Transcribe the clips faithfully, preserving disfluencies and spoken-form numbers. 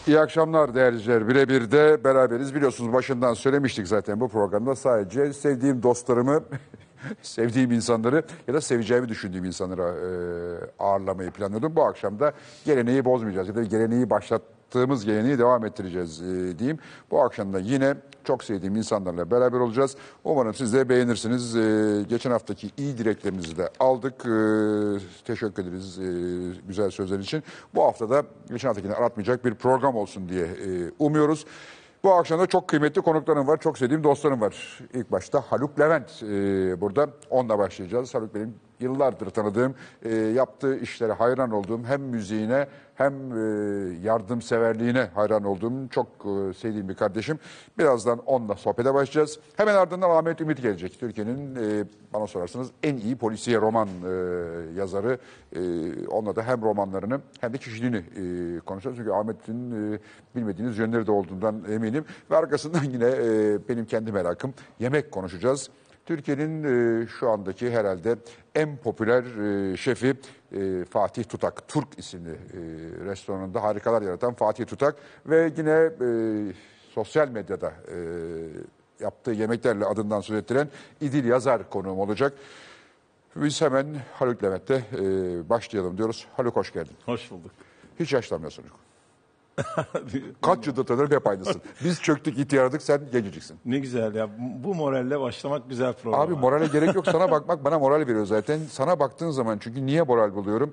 İyi akşamlar değerli izleyiciler. Birebir'de beraberiz. Biliyorsunuz başından söylemiştik zaten bu programda sadece sevdiğim dostlarımı, sevdiğim insanları ya da seveceğimi düşündüğüm insanları e, ağırlamayı planlıyordum. Bu akşam da geleneği bozmayacağız ya da geleneği başlattığımız geleneği devam ettireceğiz e, diyeyim. Bu akşam da yine çok sevdiğim insanlarla beraber olacağız. Umarım siz de beğenirsiniz. Ee, geçen haftaki iyi dileklerinizi de aldık. Ee, teşekkür ederiz e, güzel sözler için. Bu hafta da geçen haftakini aratmayacak bir program olsun diye e, umuyoruz. Bu akşam da çok kıymetli konuklarım var. Çok sevdiğim dostlarım var. İlk başta Haluk Levent e, burada. Onunla başlayacağız. Haluk benim yıllardır tanıdığım, e, yaptığı işlere hayran olduğum, hem müziğine hem e, yardımseverliğine hayran olduğum, çok e, sevdiğim bir kardeşim. Birazdan onunla sohbete başlayacağız. Hemen ardından Ahmet Ümit gelecek. Türkiye'nin e, bana sorarsanız en iyi polisiye roman e, yazarı. E, onunla da hem romanlarını hem de kişiliğini e, konuşacağız. Çünkü Ahmet'in e, bilmediğiniz yönleri de olduğundan eminim. Ve arkasından yine e, benim kendi merakım, yemek konuşacağız. Türkiye'nin e, şu andaki herhalde en popüler e, şefi e, Fatih Tutak, Turk isimli e, restoranında harikalar yaratan Fatih Tutak ve yine e, sosyal medyada e, yaptığı yemeklerle adından söz ettiren İdil Yazar konuğum olacak. Biz hemen Haluk Levent'te e, başlayalım diyoruz. Haluk hoş geldin. Hoş bulduk. Hiç yaşlanmıyorsun. Kaç yıldır tanırım hep aynısın. Biz çöktük, ihtiyarladık, sen genceciksin. Ne güzel ya. Bu moralle başlamak güzel program. Abi morale gerek yok. Sana bakmak bana moral veriyor zaten. Sana baktığın zaman, çünkü niye moral buluyorum?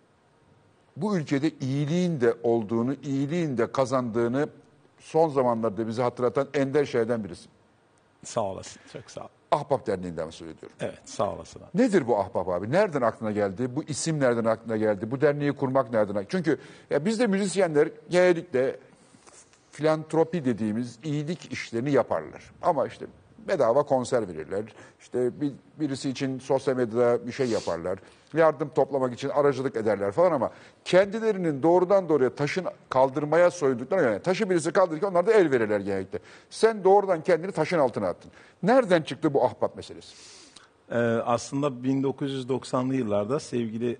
Bu ülkede iyiliğin de olduğunu, iyiliğin de kazandığını son zamanlarda bize hatırlatan ender şeylerden birisi. Sağ olasın. Çok sağ ol. Ahbap Derneği'nden söylüyorum. Evet, sağ olasın abi. Nedir bu Ahbap abi? Nereden aklına geldi? Bu isim nereden aklına geldi? Bu derneği kurmak nereden aklına? Çünkü ya bizde müzisyenler genellikle filantropi dediğimiz iyilik işlerini yaparlar. Ama işte bedava konser verirler. İşte bir, birisi için sosyal medyada bir şey yaparlar. Yardım toplamak için aracılık ederler falan, ama kendilerinin doğrudan doğruya taşın kaldırmaya soyunduklarına, yani taşı birisi kaldırırken onlar da el verirler genellikle. Sen doğrudan kendini taşın altına attın. Nereden çıktı bu ahbap meselesi? Ee, aslında bin dokuz yüz doksanlı yıllarda sevgili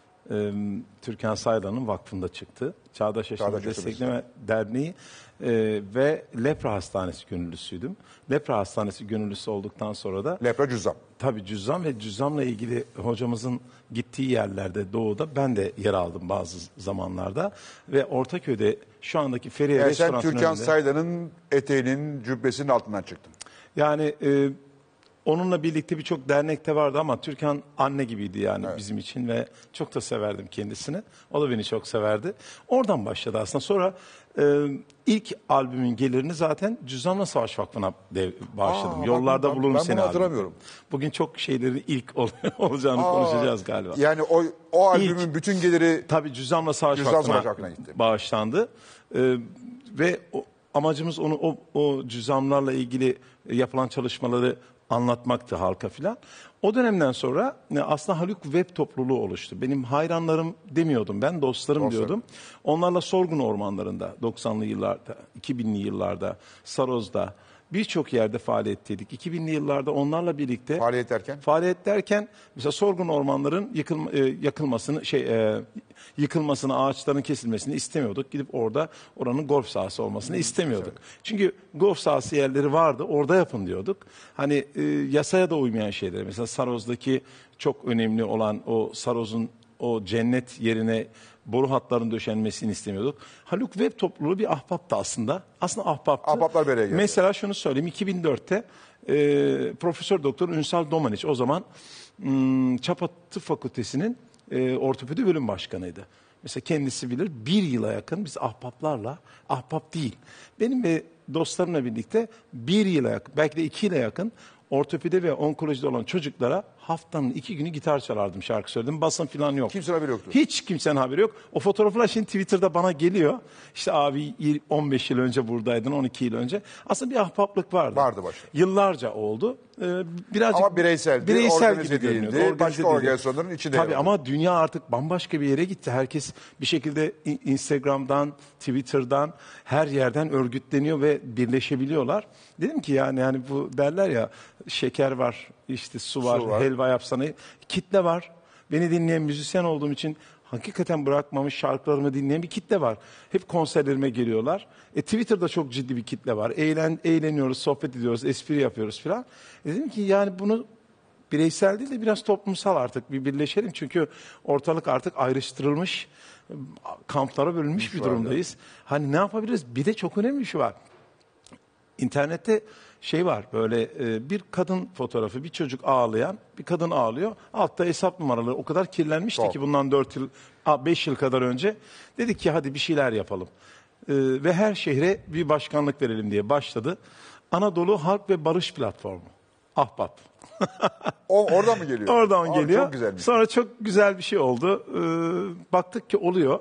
e, Türkan Saylan'ın vakfında çıktı. Çağdaş Yaşamı Destekleme Derneği e, ve Lepra Hastanesi gönüllüsüydüm. Lepra Hastanesi gönüllüsü olduktan sonra da... Lepra cüzzam. Tabii cüzzam ve cüzzamla ilgili hocamızın gittiği yerlerde doğuda ben de yer aldım bazı zamanlarda. Ve Ortaköy'de şu andaki Feriye yani Restoranı'nın sen Türkan önünde... Saylan'ın eteğinin, cübbesinin altından çıktın. Yani... E, Onunla birlikte birçok dernekte vardı ama Türkan anne gibiydi yani evet. bizim için ve çok da severdim kendisini. O da beni çok severdi. Oradan başladı aslında. Sonra e, ilk albümün gelirini zaten Cüzzamla Savaş Vakfı'na bağışladım. Aa, Yollarda bak, bulunur ben seni bunu hatırlamıyorum. Bugün çok şeylerin ilk ol, olacağını Aa, konuşacağız galiba. Yani o, o albümün İlk, bütün geliri... Tabii Cüzzamla Savaş Cüzzam Vakfı'na bağışlandı. E, ve o, amacımız onu o, o cüzzamlarla ilgili yapılan çalışmaları anlatmaktı halka filan. O dönemden sonra aslında Haluk Web topluluğu oluştu. Benim hayranlarım demiyordum ben, dostlarım Dostlar. diyordum. Onlarla Sorgun Ormanları'nda, doksanlı yıllarda, iki binli yıllarda, Saroz'da birçok yerde faaliyetteydik. iki binli yıllarda onlarla birlikte... Faaliyet derken? Faaliyet derken mesela Sorgun Ormanları'nın yıkılma, e, yakılmasını, şey, e, yıkılmasını, ağaçların kesilmesini istemiyorduk. Gidip orada oranın golf sahası olmasını istemiyorduk. Çünkü golf sahası yerleri vardı, orada yapın diyorduk. Hani e, yasaya da uymayan şeyler. Mesela Saroz'daki çok önemli olan o Saroz'un o cennet yerine boru hatların döşenmesini istemiyorduk. Haluk Web topluluğu bir ahbaptı aslında. Aslında ahbaptı. Ahbaplar böyle geldi. Mesela şunu söyleyeyim, iki bin dörtte e, Profesör Doktor Ünsal Domaniç o zaman m, Çapa Tıp Fakültesi'nin e, ortopedi bölüm başkanıydı. Mesela kendisi bilir, bir yıla yakın biz ahbaplarla, ahbap değil, benim ve dostlarımla birlikte bir yıla yakın, belki de iki yıla yakın ortopedi ve onkolojide olan çocuklara haftanın iki günü gitar çalardım, şarkı söyledim. Basın falan yok. Kimsenin haberi yoktu. Hiç kimsenin haberi yok. O fotoğraflar şimdi Twitter'da bana geliyor. İşte abi on beş yıl önce buradaydın, on iki yıl önce. Aslında bir ahbaplık vardı. Vardı başta. Yıllarca oldu. Ee, birazcık ama bireyseldi, bireysel organize gibi değildi. görünüyordu. Başka organizasyonların içinde. Tabii ama dünya artık bambaşka bir yere gitti. Herkes bir şekilde Instagram'dan, Twitter'dan, her yerden örgütleniyor ve birleşebiliyorlar. Dedim ki yani yani bu derler ya, şeker var, işte su var, su var. helva yapsana. Kitle var. Beni dinleyen müzisyen olduğum için hakikaten bırakmamış, şarkılarımı dinleyen bir kitle var. Hep konserlerime geliyorlar. E, Twitter'da çok ciddi bir kitle var. Eğlen, eğleniyoruz, sohbet ediyoruz, espri yapıyoruz filan. E, dedim ki yani bunu bireysel değil de biraz toplumsal artık bir birleşelim. Çünkü ortalık artık ayrıştırılmış, kamplara bölünmüş bir durumdayız. Hani ne yapabiliriz? Bir de çok önemli bir şey var. İnternette şey var böyle e, bir kadın fotoğrafı, bir çocuk ağlayan, bir kadın ağlıyor. Altta hesap numaraları o kadar kirlenmişti Çok. ki bundan dört yıl, beş yıl kadar önce. Dedik ki hadi bir şeyler yapalım. E, ve her şehre bir başkanlık verelim diye başladı. Anadolu Halk ve Barış Platformu. Ahbap. O, oradan mı geliyor? Oradan Abi, geliyor. Çok güzelmiş. Sonra çok güzel bir şey oldu. Ee, baktık ki oluyor.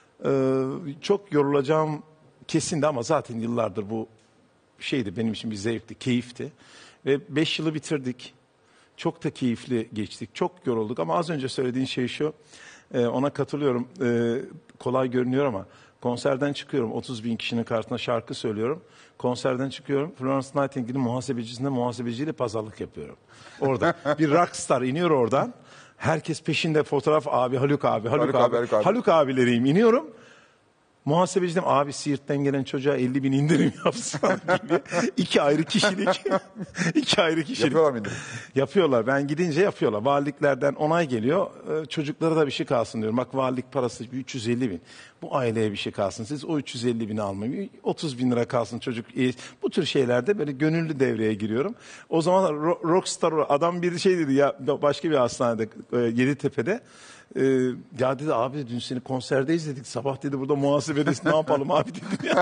Ee, çok yorulacağım kesindi ama zaten yıllardır bu şeydi benim için bir zevkti, keyifti. Ve beş yılı bitirdik. Çok da keyifli geçtik. Çok yorulduk ama az önce söylediğin şey şu. Ee, ona katılıyorum. Ee, kolay görünüyor ama konserden çıkıyorum. otuz bin kişinin karşısında şarkı söylüyorum. Konserden çıkıyorum. Florence Nightingale'in muhasebecisinde muhasebeciyle pazarlık yapıyorum. Orada bir rockstar iniyor oradan. Herkes peşinde fotoğraf abi, Haluk abi, Haluk, Haluk abi, abi, Haluk abi. Haluk abileriyim. İniyorum. Muhasebeci dedim abi Siirt'ten gelen çocuğa elli bin indirim yapsam gibi. İki ayrı kişilik. iki ayrı kişilik. Yapıyorlar mı indirim? Yapıyorlar. Ben gidince yapıyorlar. Valiliklerden onay geliyor. Ee, çocuklara da bir şey kalsın diyorum. Bak valilik parası üç yüz elli bin. Bu aileye bir şey kalsın. Siz o üç yüz elli bini almayın. otuz bin lira kalsın çocuk. Ee, bu tür şeylerde böyle gönüllü devreye giriyorum. O zaman ro- rockstar adam bir şey dedi ya başka bir hastanede e, Yeditepe'de. Ee, ya dedi abi dün seni konserde izledik. Sabah dedi burada muhasebedesin ne yapalım abi dedim ya.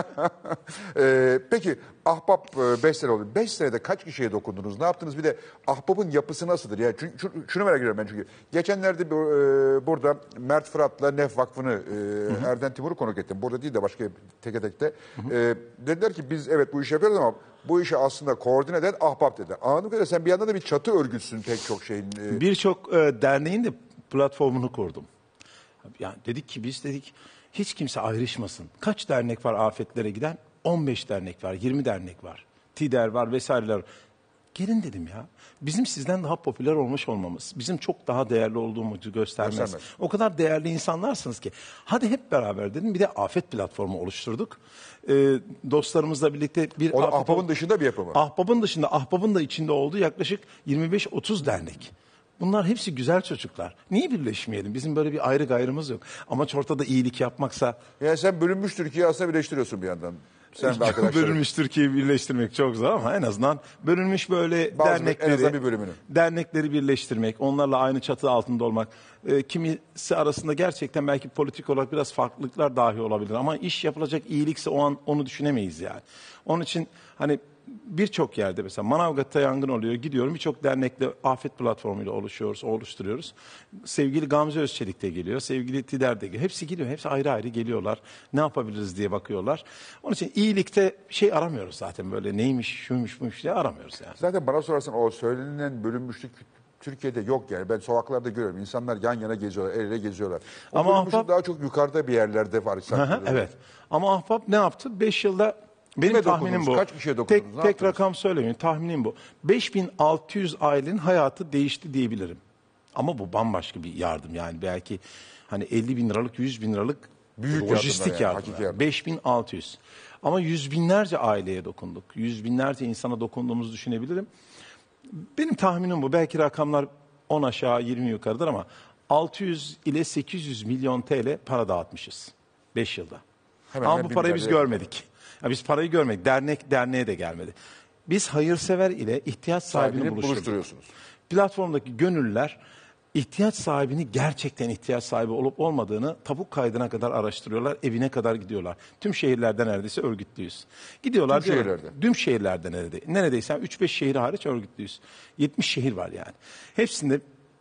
Ee, peki Ahbap beş sene oldu. beş senede kaç kişiye dokundunuz? Ne yaptınız? Bir de Ahbap'ın yapısı nasıldır? Yani çünkü, şunu, şunu merak ediyorum ben çünkü. Geçenlerde bu, e, burada Mert Fırat'la Nef Vakfı'nı e, Erden Timur'u konuk ettim. Burada değil de başka teke tekte. E, dediler ki biz evet bu işi yapıyoruz ama bu işi aslında koordine eden Ahbap dediler. Anladığım kadarıyla sen bir yandan da bir çatı örgütsün pek çok şeyin. E, Birçok e, derneğin de platformunu kurdum. Yani dedik ki biz dedik hiç kimse ayrışmasın. Kaç dernek var afetlere giden? on beş dernek var, yirmi dernek var. TİDER var vesaireler. Gelin dedim ya. Bizim sizden daha popüler olmuş olmamız, bizim çok daha değerli olduğumuzu göstermez. Göstermez. O kadar değerli insanlarsınız ki. Hadi hep beraber dedim. Bir de afet platformu oluşturduk. Ee, dostlarımızla birlikte bir... o da afet- Ahbap'ın dışında bir yapı mı? Ahbap'ın dışında, Ahbap'ın da içinde olduğu yaklaşık yirmi beş otuz dernek. Bunlar hepsi güzel çocuklar. Niye birleşmeyelim? Bizim böyle bir ayrı gayrımız yok. Amaç ortada iyilik yapmaksa... Yani sen bölünmüş Türkiye'yi aslında birleştiriyorsun bir yandan. Sen ve arkadaşların. Bölünmüş Türkiye'yi birleştirmek çok zor ama en azından bölünmüş böyle Bazı- dernekleri, en azından bir bölümünü. dernekleri birleştirmek, onlarla aynı çatı altında olmak. E, kimisi arasında gerçekten belki politik olarak biraz farklılıklar dahi olabilir ama iş yapılacak iyilikse o an onu düşünemeyiz yani. Onun için hani birçok yerde mesela Manavgat'ta yangın oluyor. Gidiyorum birçok dernekle afet platformuyla oluşuyoruz, oluşturuyoruz. Sevgili Gamze Özçelik de geliyor, sevgili Tider de geliyor. Hepsi geliyor, hepsi ayrı ayrı geliyorlar. Ne yapabiliriz diye bakıyorlar. Onun için iyilikte şey aramıyoruz zaten böyle neymiş, şuymuş, buymuş diye aramıyoruz yani. Zaten bana sorarsan o söylenen bölünmüşlük Türkiye'de yok yani. Ben sokaklarda görüyorum. İnsanlar yan yana geziyorlar, el ele geziyorlar. O Ama bölünmüşlük Ahbap- daha çok yukarıda bir yerlerde var. Aha, evet. Ama Ahbap ne yaptı? Beş yılda benim Kime tahminim dokundunuz? bu. Kaç kişiye dokundunuz? Tek, Ne tek yaptınız? rakam söylemeyeyim. Tahminim bu. beş bin altı yüz ailenin hayatı değişti diyebilirim. Ama bu bambaşka bir yardım yani. Belki hani elli bin liralık, yüz bin liralık Büyük lojistik yardımlar yani, yardım. hakiki yardım. beş bin altı yüz. Ama yüz binlerce aileye dokunduk. Yüz binlerce insana dokunduğumuzu düşünebilirim. Benim tahminim bu. Belki rakamlar on aşağı yirmi yukarıdır ama altı yüz ile sekiz yüz milyon T L para dağıtmışız. beş yılda. Hemen Ama hemen bu bir parayı biz milyar görmedik. Ya biz parayı görmedik. Dernek derneğe de gelmedi. Biz hayırsever ile ihtiyaç sahibini, Sahibini buluşturduk. buluşturuyorsunuz. Platformdaki gönüllüler ihtiyaç sahibini gerçekten ihtiyaç sahibi olup olmadığını tabuk kaydına kadar araştırıyorlar. Evine kadar gidiyorlar. Tüm şehirlerde neredeyse örgütlüyüz. Gidiyorlar. Tüm diyorlar- şehirlerde? Tüm şehirlerde nerede? Neredeyse üç beş şehir hariç örgütlüyüz. yetmiş şehir var yani. Hepsinde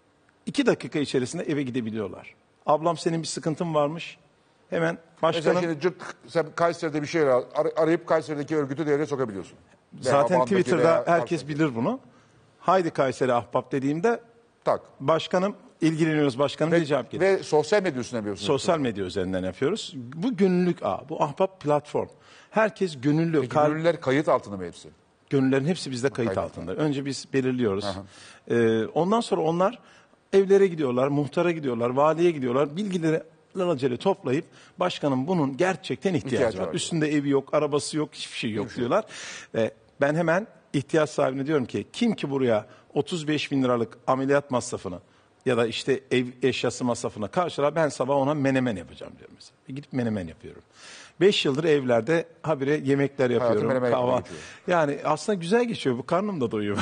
iki dakika içerisinde eve gidebiliyorlar. Ablam senin bir sıkıntın varmış. Hemen Mesela başkanın... şimdi cırt, sen Kayseri'de bir şey ar- arayıp Kayseri'deki örgütü devreye sokabiliyorsun. Veya Zaten Van'daki Twitter'da veya herkes Kars'taki. bilir bunu. Haydi Kayseri Ahbap dediğimde Tak. başkanım ilgileniyoruz başkanım diye cevap geliyor. Ve sosyal medya üstünden yapıyorsunuz. Sosyal medya üzerinden yapıyoruz. Bu gönüllülük ağı, bu Ahbap platform. Herkes gönüllü. Peki Kal- gönüllüler kayıt altında mı hepsi? Gönüllerin hepsi bizde kayıt Kayıt altında. Önce biz belirliyoruz. Ee, ondan sonra onlar evlere gidiyorlar, muhtara gidiyorlar, valiye gidiyorlar. Bilgileri alelacele toplayıp başkanım bunun gerçekten ihtiyacı, İhtiyacı var. var. Üstünde evi yok, arabası yok, hiçbir şey yok diyorlar. Ve ben hemen ihtiyaç sahibine diyorum ki kim ki buraya otuz beş bin liralık ameliyat masrafını ya da işte ev eşyası masrafına karşılar, ben sabah ona menemen yapacağım diyorum mesela. E gidip menemen yapıyorum. Beş yıldır evlerde habire yemekler yapıyorum. menemen yapmaya Kahvaltı. geçiyor. Yani aslında güzel geçiyor. Bu karnım da doyuyor.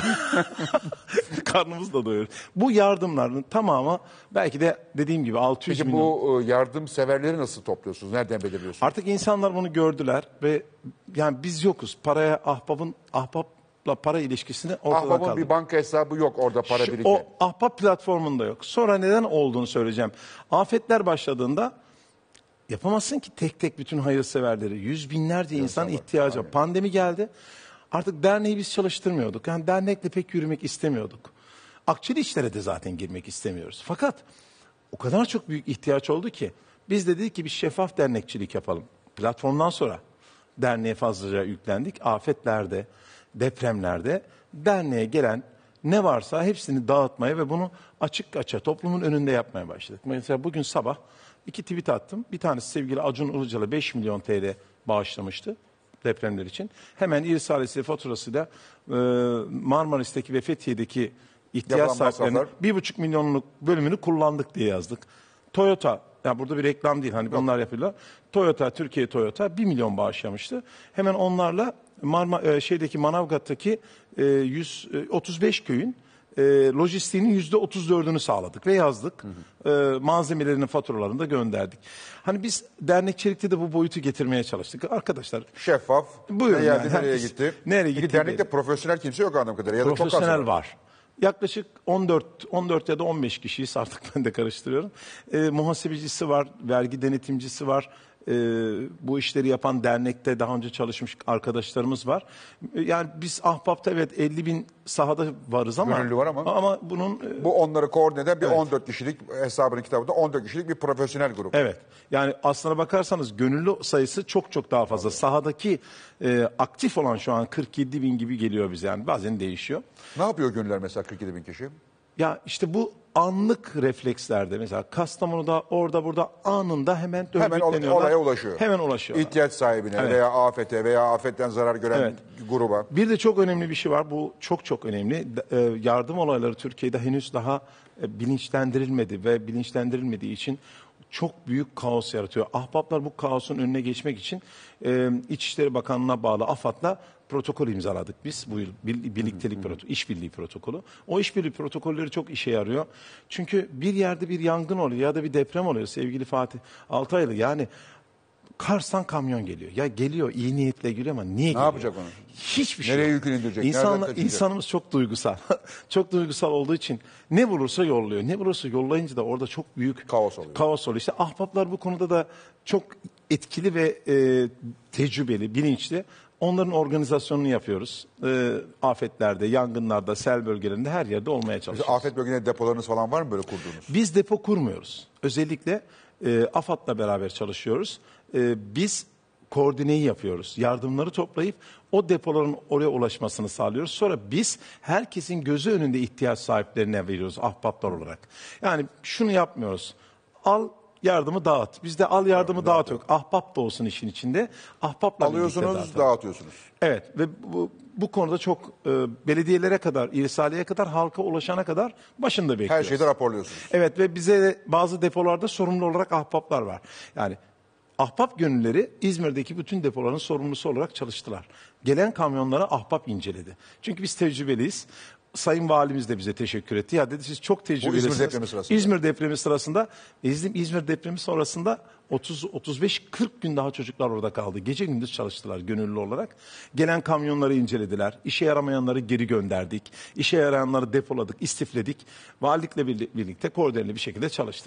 Karnımız da doyuyor. Bu yardımların tamamı belki de dediğim gibi altı yüz Peki milyon. bu e, yardımseverleri nasıl topluyorsunuz? Nereden belirliyorsunuz? Artık insanlar bunu gördüler ve yani biz yokuz. Paraya ahbabın ahbapla para ilişkisini ortadan Ahbap'ın kaldırdık. bir banka hesabı yok orada para Şu- birikti. O ahbap platformunda yok. Sonra neden olduğunu söyleyeceğim. Afetler başladığında yapamazsın ki tek tek bütün hayırseverleri. Yüz binlerce insan ihtiyacı var. Pandemi geldi. Artık derneği biz çalıştırmıyorduk. Yani dernekle pek yürümek istemiyorduk. Akçeli işlere de zaten girmek istemiyoruz. Fakat o kadar çok büyük ihtiyaç oldu ki biz de dedik ki bir şeffaf dernekçilik yapalım. Platformdan sonra derneğe fazlaca yüklendik. Afetlerde, depremlerde derneğe gelen ne varsa hepsini dağıtmaya ve bunu açık açığa toplumun önünde yapmaya başladık. Mesela bugün sabah iki tweet attım. Bir tanesi sevgili Acun Ilıcalı beş milyon T L bağışlamıştı depremler için. Hemen irsalesi faturası da e, Marmaris'teki ve Fethiye'deki ihtiyaç Yapılan sahiplerinin masraflar. bir buçuk milyonluk bölümünü kullandık diye yazdık. Toyota, ya burada bir reklam değil hani bunlar yapıyorlar. Toyota, Türkiye Toyota bir milyon bağışlamıştı. Hemen onlarla Marma, e, şeydeki Manavgat'taki e, yüz otuz beş köyün e, lojistiğinin yüzde otuz dördünü sağladık ve yazdık. E, malzemelerinin faturalarını da gönderdik. Hani biz dernekçilikte de bu boyutu getirmeye çalıştık. Arkadaşlar Şeffaf. Buyurun ne geldi, yani. nereye Herkes gitti? nereye Peki gitti dernekte belli. profesyonel kimse yok anladığım kadarıyla. Ya da çok az profesyonel var. var. Yaklaşık on dört on dört ya da on beş kişiyiz, artık ben de karıştırıyorum. E, muhasebecisi var, vergi denetimcisi var. E, bu işleri yapan dernekte daha önce çalışmış arkadaşlarımız var. E, yani biz Ahbap'ta evet elli bin sahada varız ama Gönüllü var ama- ama bunun e, Bu onları koordine eden bir on dört kişilik hesabının kitabında on dört kişilik bir profesyonel grup. evet. Yani aslına bakarsanız gönüllü sayısı çok çok daha fazla. Sahadaki e, aktif olan şu an kırk yedi bin gibi geliyor bize, yani bazen değişiyor. Ne yapıyor gönüller mesela kırk yedi bin kişi? Ya işte bu anlık reflekslerde mesela Kastamonu'da orada burada anında hemen Hemen dönükleniyorlar. olaya ulaşıyor. Hemen ulaşıyorlar. İhtiyaç sahibine Evet. veya afete veya afetten zarar gören Evet. gruba. Bir de çok önemli bir şey var. Bu çok çok önemli. D- e, Yardım olayları Türkiye'de henüz daha e, bilinçlendirilmedi ve bilinçlendirilmediği için çok büyük kaos yaratıyor. Ahbaplar bu kaosun önüne geçmek için e, İçişleri Bakanlığı'na bağlı AFAD'la protokol imzaladık biz. Bu yıl bir- birliktelik protokolü, işbirliği protokolü. O işbirliği protokolleri çok işe yarıyor. Çünkü bir yerde bir yangın oluyor ya da bir deprem oluyor sevgili Fatih Altaylı. Yani Kars'tan kamyon geliyor. Ya geliyor, iyi niyetle geliyor ama niye geliyor? yapacak onu? Hiçbir şey Nereye yok. yükünü indirecek? Nereden İnsanla, taşıyacak? insanımız çok duygusal. Çok duygusal olduğu için ne bulursa yolluyor. Ne bulursa yollayınca da orada çok büyük Kaos oluyor. Kaos oluyor. İşte ahbaplar bu konuda da çok etkili ve e, tecrübeli, bilinçli. Onların organizasyonunu yapıyoruz. E, afetlerde, yangınlarda, sel bölgelerinde her yerde olmaya Mesela çalışıyoruz. afet bölgelerinde depolarınız falan var mı böyle kurduğunuz? Biz depo kurmuyoruz. Özellikle e, AFAD'la beraber çalışıyoruz. E, biz koordineyi yapıyoruz. Yardımları toplayıp o depoların oraya ulaşmasını sağlıyoruz. Sonra biz herkesin gözü önünde ihtiyaç sahiplerine veriyoruz ahbaplar olarak. Yani şunu yapmıyoruz. Al yardımı dağıt. Biz de al yardımı dağıt yok. Ahbap da olsun işin içinde. Ahbapla birlikte Alıyorsunuz, dağıtalım. dağıtıyorsunuz. Evet ve bu, bu konuda çok e, belediyelere kadar, irsaleye kadar, halka ulaşana kadar başında bekliyoruz. Her şeyde raporluyorsunuz. Evet ve bize de bazı depolarda sorumlu olarak ahbaplar var. Yani ahbap gönülleri İzmir'deki bütün depoların sorumlusu olarak çalıştılar. Gelen kamyonları ahbap inceledi. Çünkü biz tecrübeliyiz. Sayın Valimiz de bize teşekkür etti. Ya dedi siz çok tecrübelisiniz. İzmir depremi sırasında. İzmir depremi sırasında, İzmir, İzmir depremi sonrasında otuz otuz beş kırk gün daha çocuklar orada kaldı. Gece gündüz çalıştılar gönüllü olarak. Gelen kamyonları incelediler. İşe yaramayanları geri gönderdik. İşe yarayanları depoladık, istifledik. Valilikle birlikte koordineli bir şekilde çalıştık.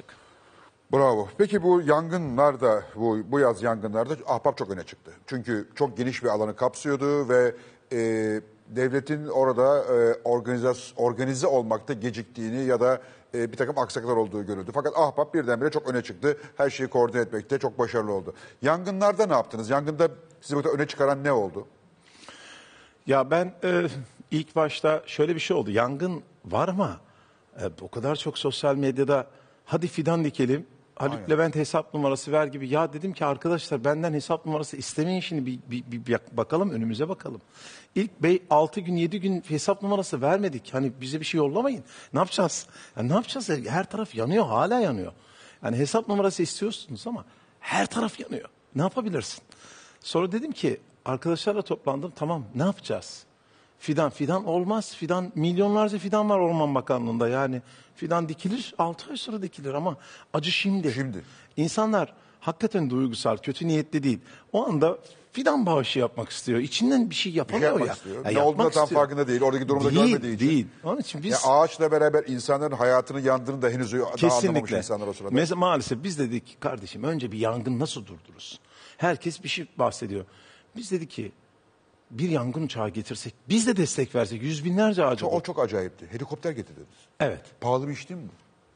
Bravo. Peki bu yangınlarda, bu, bu yaz yangınlarda ahbap çok öne çıktı. Çünkü çok geniş bir alanı kapsıyordu ve e, devletin orada e, organize, organize olmakta geciktiğini ya da e, bir takım aksaklar olduğu görüldü. Fakat ahbap birdenbire çok öne çıktı. Her şeyi koordine etmekte çok başarılı oldu. Yangınlarda ne yaptınız? Yangında sizi burada öne çıkaran ne oldu? Ya ben e, ilk başta şöyle bir şey oldu. Yangın var ama e, o kadar çok sosyal medyada hadi fidan dikelim, Haluk Aynen. Levent hesap numarası ver gibi. Ya dedim ki arkadaşlar benden hesap numarası istemeyin şimdi bir, bir, bir, bir bakalım önümüze bakalım. İlk altı gün yedi gün hesap numarası vermedik. Hani bize bir şey yollamayın. Ne yapacağız? Yani ne yapacağız? Her taraf yanıyor, hala yanıyor. Yani hesap numarası istiyorsunuz ama her taraf yanıyor. Ne yapabilirsin? Sonra dedim ki arkadaşlarla toplandım. Tamam ne yapacağız? Fidan, fidan olmaz. Fidan, milyonlarca fidan var Orman Bakanlığı'nda. Yani fidan dikilir, altı ay sonra dikilir ama acı şimdi. Şimdi. İnsanlar hakikaten duygusal, kötü niyetli değil. O anda fidan bağışı yapmak istiyor. İçinden bir şey Bir şey yapamıyor yapmak ya. istiyor. Ya Ne yapmak olduğunda tam istiyor. farkında değil. Oradaki durumda Değil, görmediği için. değil. Onun için biz... Ya ağaçla beraber insanların hayatını yandığını da henüz daha anlamamış Kesinlikle. insanlar o sırada. Mes- maalesef biz dedik ki kardeşim önce bir yangın nasıl durdururuz? Herkes bir şey bahsediyor. Biz dedik ki bir yangın uçağı getirsek, biz de destek versek, yüz binlerce ağacı O olur. çok acayipti. Helikopter getirdiniz. Evet. Pahalı bir iş değil mi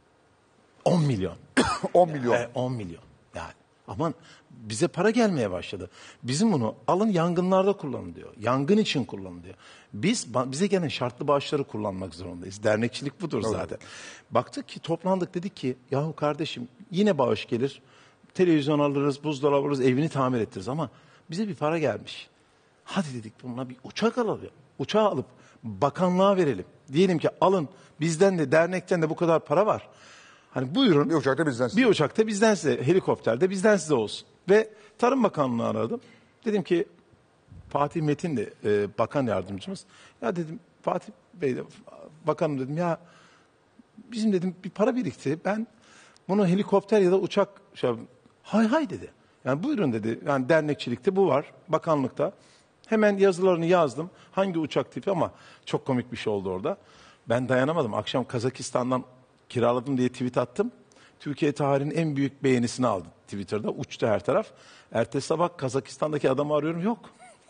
on milyon. bu? on milyon. E, on milyon. Yani aman bize para gelmeye başladı. Bizim bunu alın yangınlarda kullanın diyor. Yangın için kullanın diyor. Biz ba- bize gelen şartlı bağışları kullanmak zorundayız. Dernekçilik budur zaten. Baktık ki toplandık dedik ki yahu kardeşim yine bağış gelir. Televizyon alırız, buzdolabı alırız, evini tamir ettiririz ama bize bir para gelmiş. Hadi dedik bununla bir uçak alalım. Uçağı alıp bakanlığa verelim. Diyelim ki alın bizden de dernekten de bu kadar para var. Hani buyurun. Bir uçakta bizden size. Bir uçakta bizden size, helikopterde bizden size olsun. Ve Tarım Bakanlığı'nı aradım. Dedim ki Fatih Metin de e, bakan yardımcımız. Ya dedim Fatih Bey de bakanım dedim ya bizim dedim bir para birikti. Ben bunu helikopter ya da uçak şey yapayım. Hay hay dedi. Yani buyurun dedi. Yani dernekçilikte bu var. Bakanlıkta. Hemen yazılarını yazdım. Hangi uçak tipi ama çok komik bir şey oldu orada. Ben dayanamadım. Akşam Kazakistan'dan kiraladım diye tweet attım. Türkiye tarihinin en büyük beğenisini aldı Twitter'da. Uçtu her taraf. Ertesi sabah Kazakistan'daki adamı arıyorum. Yok.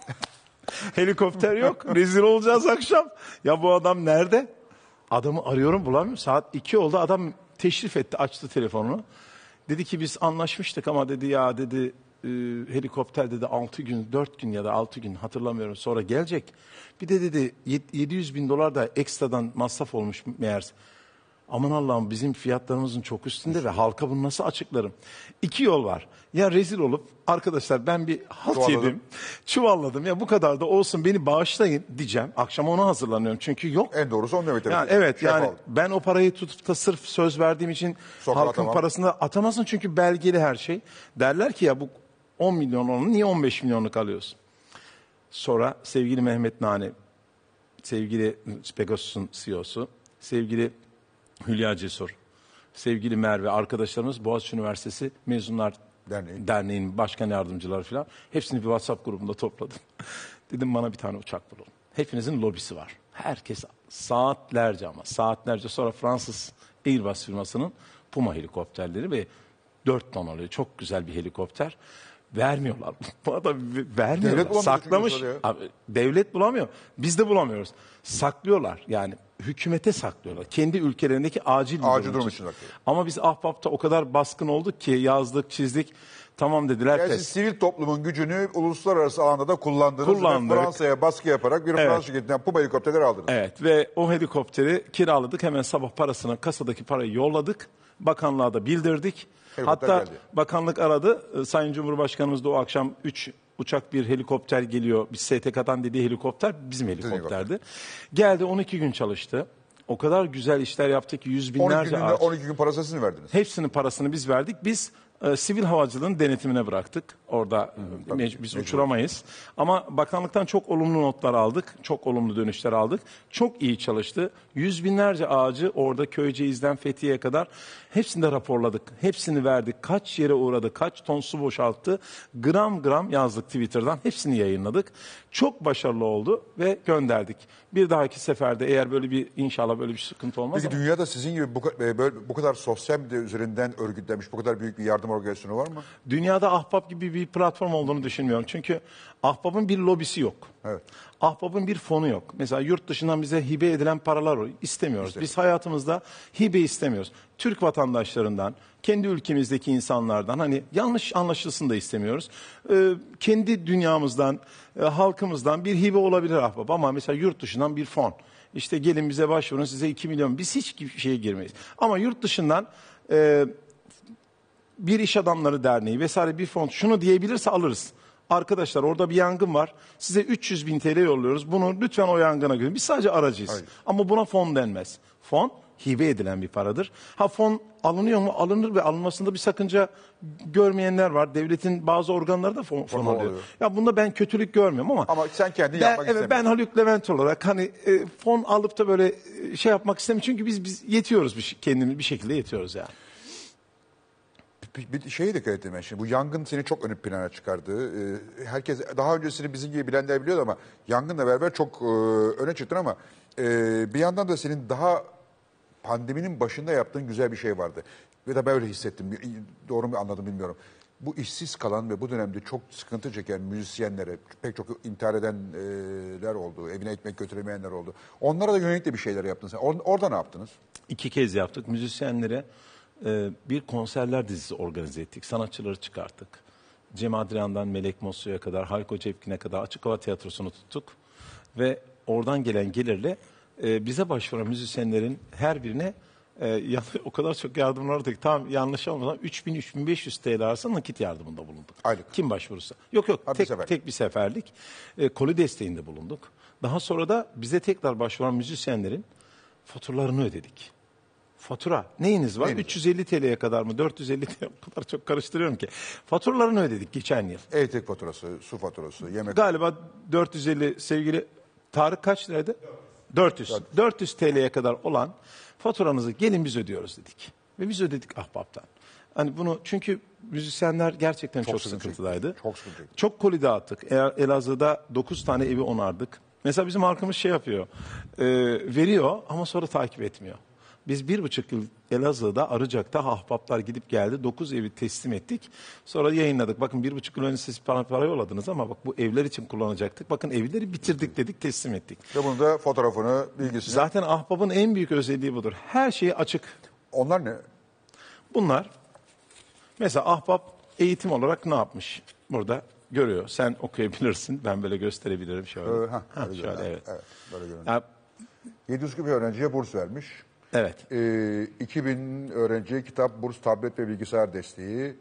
Helikopter yok. Rezil olacağız akşam. Ya bu adam nerede? Adamı arıyorum bulamıyorum. Saat iki oldu. Adam teşrif etti. Açtı telefonunu. Dedi ki biz anlaşmıştık ama dedi ya dedi e, helikopter dedi altı gün, dört gün ya da altı gün hatırlamıyorum sonra gelecek. Bir de dedi yedi yüz bin dolar da ekstradan masraf olmuş meğerse. Aman Allah'ım bizim fiyatlarımızın çok üstünde ve halka bunu nasıl açıklarım? İki yol var. Ya rezil olup arkadaşlar ben bir halt Çuvalladım. yedim, çuvalladım ya bu kadar da olsun beni bağışlayın diyeceğim. Akşam ona hazırlanıyorum çünkü yok. En doğrusu onu demek. Yani evet Şeffaf. yani ben o parayı tutup da sırf söz verdiğim için Sokağa halkın atamam. parasını atamazsın çünkü belgeli her şey. Derler ki ya bu on milyon onun niye on beş milyonluk alıyorsun? Sonra sevgili Mehmet Nane, sevgili Pegasus'un C E O'su, sevgili Hülya Cesur, sevgili Merve arkadaşlarımız Boğaziçi Üniversitesi Mezunlar Derneği. Derneği'nin başkan yardımcıları falan hepsini bir WhatsApp grubunda topladım. Dedim bana bir tane uçak bulun. Hepinizin lobisi var. Herkes saatlerce ama saatlerce sonra Fransız Airbus firmasının Puma helikopterleri ve dört ton alıyor. Çok güzel bir helikopter. Vermiyorlar. Bu adam vermiyorlar. Devlet bulamıyor Saklamış. çünkü Abi, devlet bulamıyor. Biz de bulamıyoruz. Saklıyorlar. Yani hükümete saklıyorlar. Kendi ülkelerindeki acil bir Acil durum durum için. için saklıyor. Ama biz Ahbap'ta o kadar baskın olduk ki yazdık, çizdik. Tamam dediler. Yani pes. siz sivil toplumun gücünü uluslararası alanda da kullandınız. Kullandık. Ve Fransa'ya baskı yaparak bir Evet. Fransız şirketinden Puma helikopterleri aldınız. Evet ve o helikopteri kiraladık. Hemen sabah parasını kasadaki parayı yolladık. Bakanlığa da bildirdik. Helikopter Hatta geldi. bakanlık aradı. Ee, Sayın Cumhurbaşkanımız da o akşam üç uçak bir helikopter geliyor. Biz S T K'dan dediği helikopter bizim helikopterdi. Geldi on iki gün çalıştı. O kadar güzel işler yaptı ki yüz on iki binlerce günde ağaç. on iki gün parasını siz mi verdiniz? Hepsinin parasını biz verdik. Biz e, sivil havacılığın denetimine bıraktık. Orada e, mec- biz uçuramayız. Ama bakanlıktan çok olumlu notlar aldık. Çok olumlu dönüşler aldık. Çok iyi çalıştı. Yüz binlerce ağacı orada Köyceğiz'den Fethiye'ye kadar hepsini de raporladık. Hepsini verdik. Kaç yere uğradı, kaç ton su boşalttı. Gram gram yazdık Twitter'dan. Hepsini yayınladık. Çok başarılı oldu ve gönderdik. Bir dahaki seferde eğer böyle bir inşallah böyle bir sıkıntı olmaz Peki ama dünyada sizin gibi bu, ka- e, böyle, bu kadar sosyal medya üzerinden örgütlenmiş bu kadar büyük bir yardım organizasyonu var mı? dünyada Ahbap gibi bir platform olduğunu düşünmüyorum. Çünkü Ahbap'ın bir lobisi yok. Evet. Ahbap'ın bir fonu yok. Mesela yurt dışından bize hibe edilen paralar o. istemiyoruz. Biz hayatımızda hibe istemiyoruz. Türk vatandaşlarından, kendi ülkemizdeki insanlardan hani yanlış anlaşılsın da istemiyoruz. Ee, kendi dünyamızdan, e, halkımızdan bir hibe olabilir Ahbap ama mesela yurt dışından bir fon. İşte gelin bize başvurun size iki milyon. Biz hiç şeye girmeyiz. Ama yurt dışından e, bir iş adamları derneği vesaire bir fon şunu diyebilirse alırız. Arkadaşlar orada bir yangın var. Size üç yüz bin T L yolluyoruz. Bunu lütfen o yangına götürün. Biz sadece aracıyız. Hayır. Ama buna fon denmez. Fon hibe edilen bir paradır. Ha fon alınıyor mu? Alınır ve alınmasında bir sakınca görmeyenler var. Devletin bazı organları da fon, fon alıyor. alıyor. Ya bunda ben kötülük görmüyorum ama Ama sen kendin ben, yapmak evet, ben istemiyorsun. Haluk Levent olarak hani e, fon alıp da böyle e, şey yapmak istemiyorum. Çünkü biz biz yetiyoruz bir şey- kendimiz bir şekilde yetiyoruz yani. Bir, bir şeye dikkat ettim ben şimdi. Bu yangın seni çok ön plana çıkardı. Ee, herkes daha öncesini bizim gibi bilenler biliyordu ama yangınla beraber çok e, öne çıktın ama e, bir yandan da senin daha pandeminin başında yaptığın güzel bir şey vardı. Ve de ben öyle hissettim. Doğru mu anladım bilmiyorum. Bu işsiz kalan ve bu dönemde çok sıkıntı çeken müzisyenlere, pek çok intihar edenler oldu, evine ekmek götüremeyenler oldu. Onlara da yönelik de bir şeyler yaptın sen. Or- orada ne yaptınız? İki kez yaptık. Müzisyenlere e, bir konserler dizisi organize ettik. Sanatçıları çıkarttık. Cem Adrian'dan Melek Mosso'ya kadar, Hayko Cepkin'e kadar açık hava tiyatrosunu tuttuk. Ve oradan gelen gelirle e, bize başvuran müzisyenlerin her birine e, ya, o kadar çok yardımlar aldık. Tam yanlış olmadan üç bin üç bin beş yüz T L arasında nakit yardımında bulunduk. Aylık. Kim başvurursa. Yok yok Ha, bir tek, seferlik. tek bir seferlik. E, koli desteğinde bulunduk. Daha sonra da bize tekrar başvuran müzisyenlerin faturalarını ödedik. Fatura. Neyiniz var? Neyiniz? üç yüz elli T L'ye kadar mı? dört yüz elli T L o kadar çok karıştırıyorum ki. Faturalarını ödedik geçen yıl. Elektrik faturası, su faturası, yemek... Galiba dört yüz elli sevgili Tarık kaç liraydı? dört yüz. dört yüz T L'ye kadar olan faturanızı gelin biz ödüyoruz dedik. Ve biz ödedik ahbaptan. Hani bunu çünkü müzisyenler gerçekten çok, sıkıntı sıkıntıdaydı. çekti, çok sıkıntı çekti. Çok koli dağıttık. Eğer Elazığ'da dokuz tane evi onardık. Mesela bizim halkımız şey yapıyor. E, veriyor ama sonra takip etmiyor. Biz bir buçuk yıl Elazığ'da Arıcak'ta ahbaplar gidip geldi. Dokuz evi teslim ettik. Sonra yayınladık. Bakın bir buçuk yıl önce siz para, para yolladınız ama bak bu evler için kullanacaktık. Bakın evleri bitirdik dedik, teslim ettik. Ve bunun da fotoğrafını, bilgisini... Zaten ahbabın en büyük özelliği budur. Her şeyi açık. Onlar ne? Bunlar mesela ahbap eğitim olarak ne yapmış? Burada görüyor. Sen okuyabilirsin. Ben böyle gösterebilirim şöyle. Ee, hah, Ha, öyle şöyle görünüyor. evet. Evet, böyle görünüyor. Ya, yedi yüz kırk bir öğrenciye burs vermiş. evet. Ee, iki bin öğrenciye kitap, burs, tablet ve bilgisayar desteği.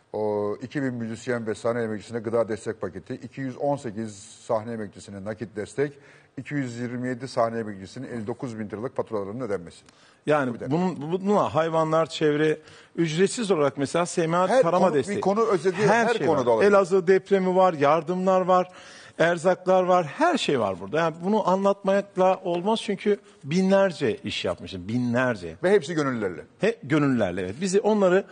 O iki bin müzisyen ve sahne emekçisine gıda destek paketi. iki yüz on sekiz sahne emekçisine nakit destek. iki yüz yirmi yedi sahne emekçisinin elli dokuz bin liralık faturalarının ödenmesi. Yani Tabii, bunun, bununla hayvanlar, çevre ücretsiz olarak mesela S M A Her tarama konu- bir desteği. konu özeti her şey konuda var. olabilir. Elazığ depremi var, yardımlar var, erzaklar var, her şey var burada. Yani bunu anlatmakla olmaz çünkü binlerce iş yapmışız, binlerce. Ve hepsi gönüllülerle. He, gönüllülerle evet. Bizi onları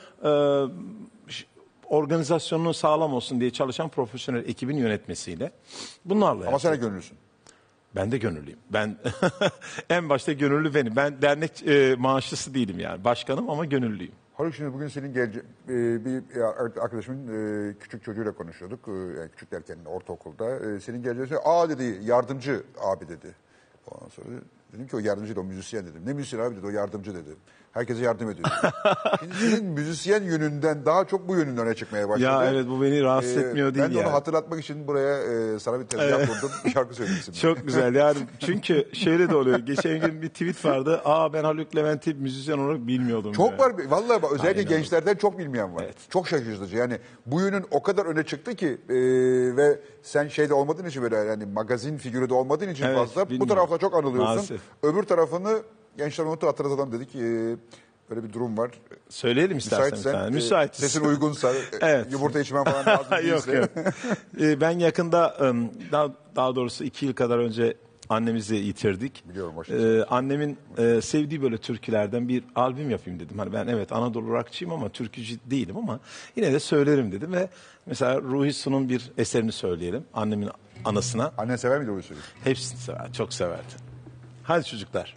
e, ş- organizasyonunu sağlam olsun diye çalışan profesyonel ekibin yönetmesiyle bunlarla Ama yaptık. sen de gönüllüsün. Ben de gönüllüyüm. Ben en başta gönüllü benim. Ben dernek e, maaşlısı değilim yani. Başkanım ama gönüllüyüm. Haluk şimdi bugün senin gelece e, bir arkadaşımın e, küçük çocuğuyla konuşuyorduk. E, yani küçük derken ortaokulda. E, senin geleceğin aa dedi yardımcı abi dedi. Ondan sonra dedim ki o yardımcı da o müzisyen dedim. Ne müzisyen abi dedi o yardımcı dedi. Herkese yardım ediyor. Şimdi senin müzisyen yönünden daha çok bu yönünden öne çıkmaya başladı. Ya evet bu beni rahatsız E, etmiyor değil Ben de yani. onu hatırlatmak için buraya e, sana bir tezgah kurdum. Bir şarkı söylemişsin. Çok güzel yani çünkü şöyle de oluyor. Geçen gün bir tweet vardı. Aa ben Haluk Levent'i müzisyen olarak bilmiyordum. Çok diye. var. Vallahi bak, özellikle Aynen. gençlerden çok bilmeyen var. Evet. Çok şaşırtıcı. Yani bu yönün o kadar öne çıktı ki e, ve sen şeyde olmadığın için böyle yani magazin figürü de olmadığın için Evet, fazla bu bilmiyorum. tarafta çok anılıyorsun. Maalesef. Öbür tarafını gençler unuttu hatırlatalım dedik. E, böyle bir durum var. Söyleyelim istersen bir Müsaitsen, tane. e, Müsaitiz. sesin uygunsa, e, Evet. yumurta içmen falan lazım yok değilse. yok. Ee, ben yakında ım, daha, daha doğrusu iki yıl kadar önce annemizi yitirdik. Biliyorum, başınız Ee, annemin e, sevdiği böyle türkülerden bir albüm yapayım dedim. Hani ben evet Anadolu rockçıyım ama türkücü değilim ama yine de söylerim dedim ve mesela Ruhi Su'nun bir eserini söyleyelim annemin anısına. Annen sever miydi o usulü? Hepsini sever, çok severdi. Hadi çocuklar.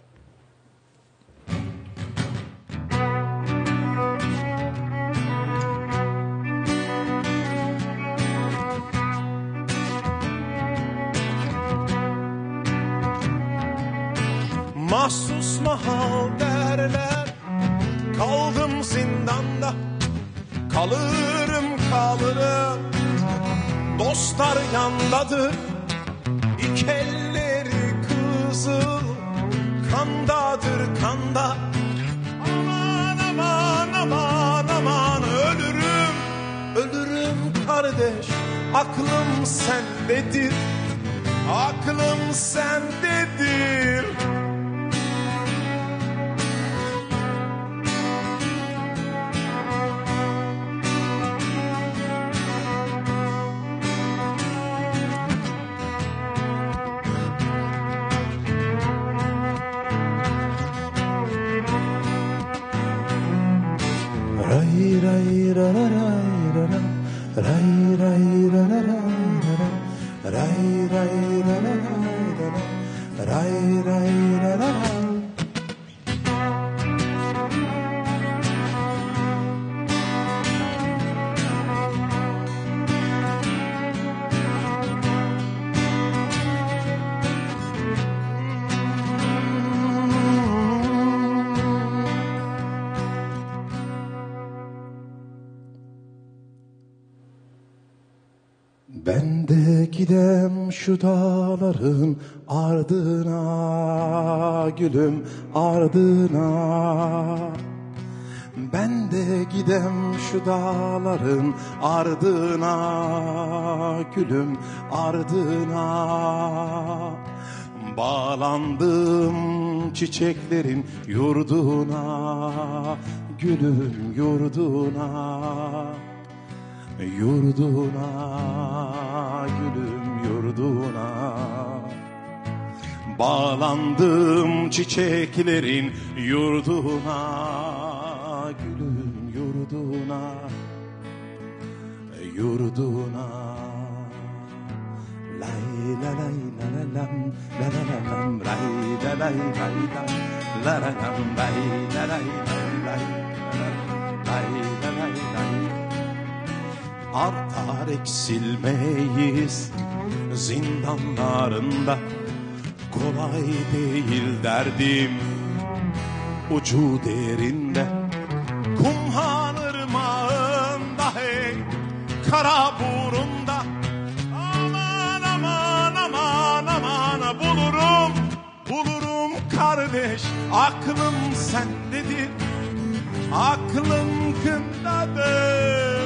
Mahsus mahal derler, kaldım zindanda, kalırım kalırım, dostlar yandadır, iki elleri kızıl, kandadır kanda, aman aman aman aman ölürüm. aklım sendedir, aklım sendedir. Ray ray ra ra ray ra ra, ray ray ra ra ray ra ra, ray ray ra ra ray ra ra, ray ray ra ra ra. Ben de gidem şu dağların ardına, gülüm ardına. Ben de gidem şu dağların ardına, gülüm ardına. Bağlandım çiçeklerin yurduna, gülüm yurduna. Yurduna, gülüm yurduna. Bağlandım çiçeklerin yurduna, gülüm yurduna. Yurduna. Lay la lay la la lam, la la la lam, lay la lay lay lam, la la lam, lay la lay lay lay, lay la lay lay. Artar eksilmeyiz zindanlarında, kolay değil derdim ucu derinde. Kumhan ırmağında hey kara burunda, aman aman aman aman bulurum bulurum kardeş, aklım sendedir, aklım kındadır.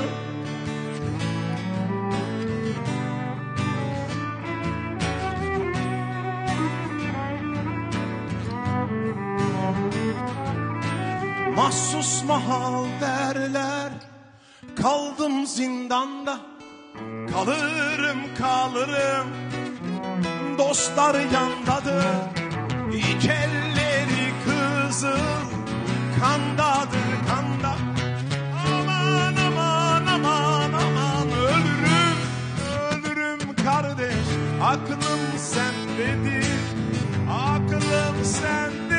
Mahsus mahal derler, kaldım zindanda, kalırım kalırım, dostlar yandadır, İki elleri kızıl, kandadır kanda. Aman aman aman aman ölürüm, ölürüm kardeş, aklım sendedir, aklım sendedir.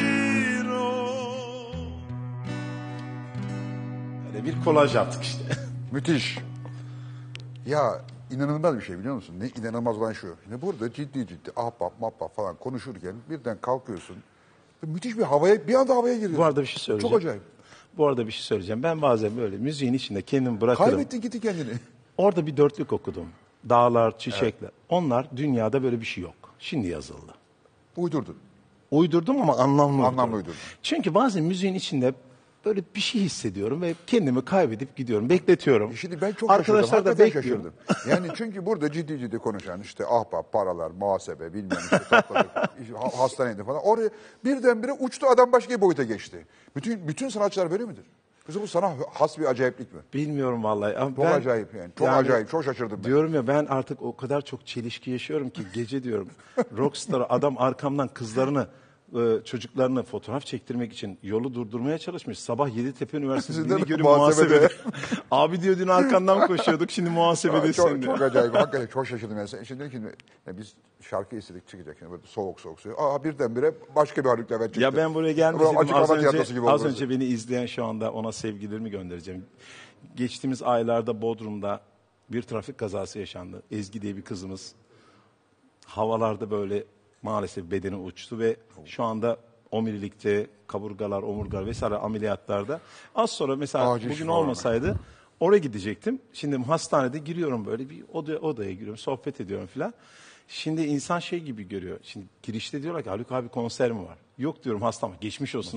Bir kolaj yaptık işte. Müthiş. Ya inanılmaz bir şey biliyor musun? Ne inanılmaz olan şu. Şimdi burada ciddi ciddi ahbap mahbap falan konuşurken birden kalkıyorsun. Müthiş bir havaya, bir anda havaya giriyorsun. Bu arada bir şey söyleyeceğim. Çok acayip. Bu arada bir şey söyleyeceğim. Ben bazen böyle müziğin içinde kendimi bırakırım. Kaybettin gitti kendini. Orada bir dörtlük okudum. Dağlar, çiçekler. Evet. Onlar dünyada böyle bir şey yok. Şimdi yazıldı. Uydurdun. Uydurdum ama anlamlı Anlamlı uydurdun. Çünkü bazen müziğin içinde böyle bir şey hissediyorum ve kendimi kaybedip gidiyorum. Bekletiyorum. Şimdi ben çok Arkadaşlar şaşırdım. da Hakikaten bekliyor. şaşırdım. Yani çünkü burada ciddi ciddi konuşan işte ahbap, paralar, muhasebe bilmem işte topladık, hastaneydi falan. Oraya birdenbire uçtu adam başka bir boyuta geçti. Bütün bütün sanatçılar böyle midir? Kızım bu sana has bir acayiplik mi? Bilmiyorum vallahi. Ama Çok ben, acayip yani. Çok yani, acayip. Çok şaşırdım ben. Diyorum ya ben artık o kadar çok çelişki yaşıyorum ki gece diyorum. Rockstar adam arkamdan kızlarını çocuklarını fotoğraf çektirmek için yolu durdurmaya çalışmış. Sabah Yeditepe Üniversitesi'nde görüp muhasebede. Abi diyor dün arkandan koşuyorduk şimdi muhasebedesin çok, diyor. çok acayip. Hakikaten çok şaşırdım. Yani. Şimdi, şimdi yani biz şarkı istedik çıkacak. Yani böyle soğuk soğuk söylüyor. Aa birdenbire başka bir Haluk Levent çıktı. Ya ben buraya gelmeseydim Açık az, hava tiyatrosu önce, gibi az oldu. önce beni izleyen şu anda ona sevgilerimi göndereceğim. Geçtiğimiz aylarda Bodrum'da bir trafik kazası yaşandı. Ezgi diye bir kızımız havalarda böyle maalesef bedeni uçtu ve şu anda omurilikte, kaburgalar, omurgalar vesaire ameliyatlarda. Az sonra mesela Acil bugün şifa olmasaydı oraya gidecektim. Şimdi hastanede giriyorum böyle bir odaya, odaya giriyorum, sohbet ediyorum filan. Şimdi insan şey gibi görüyor. Şimdi girişte diyorlar ki Haluk abi konser mi var? Yok diyorum hastam. Geçmiş olsun abi.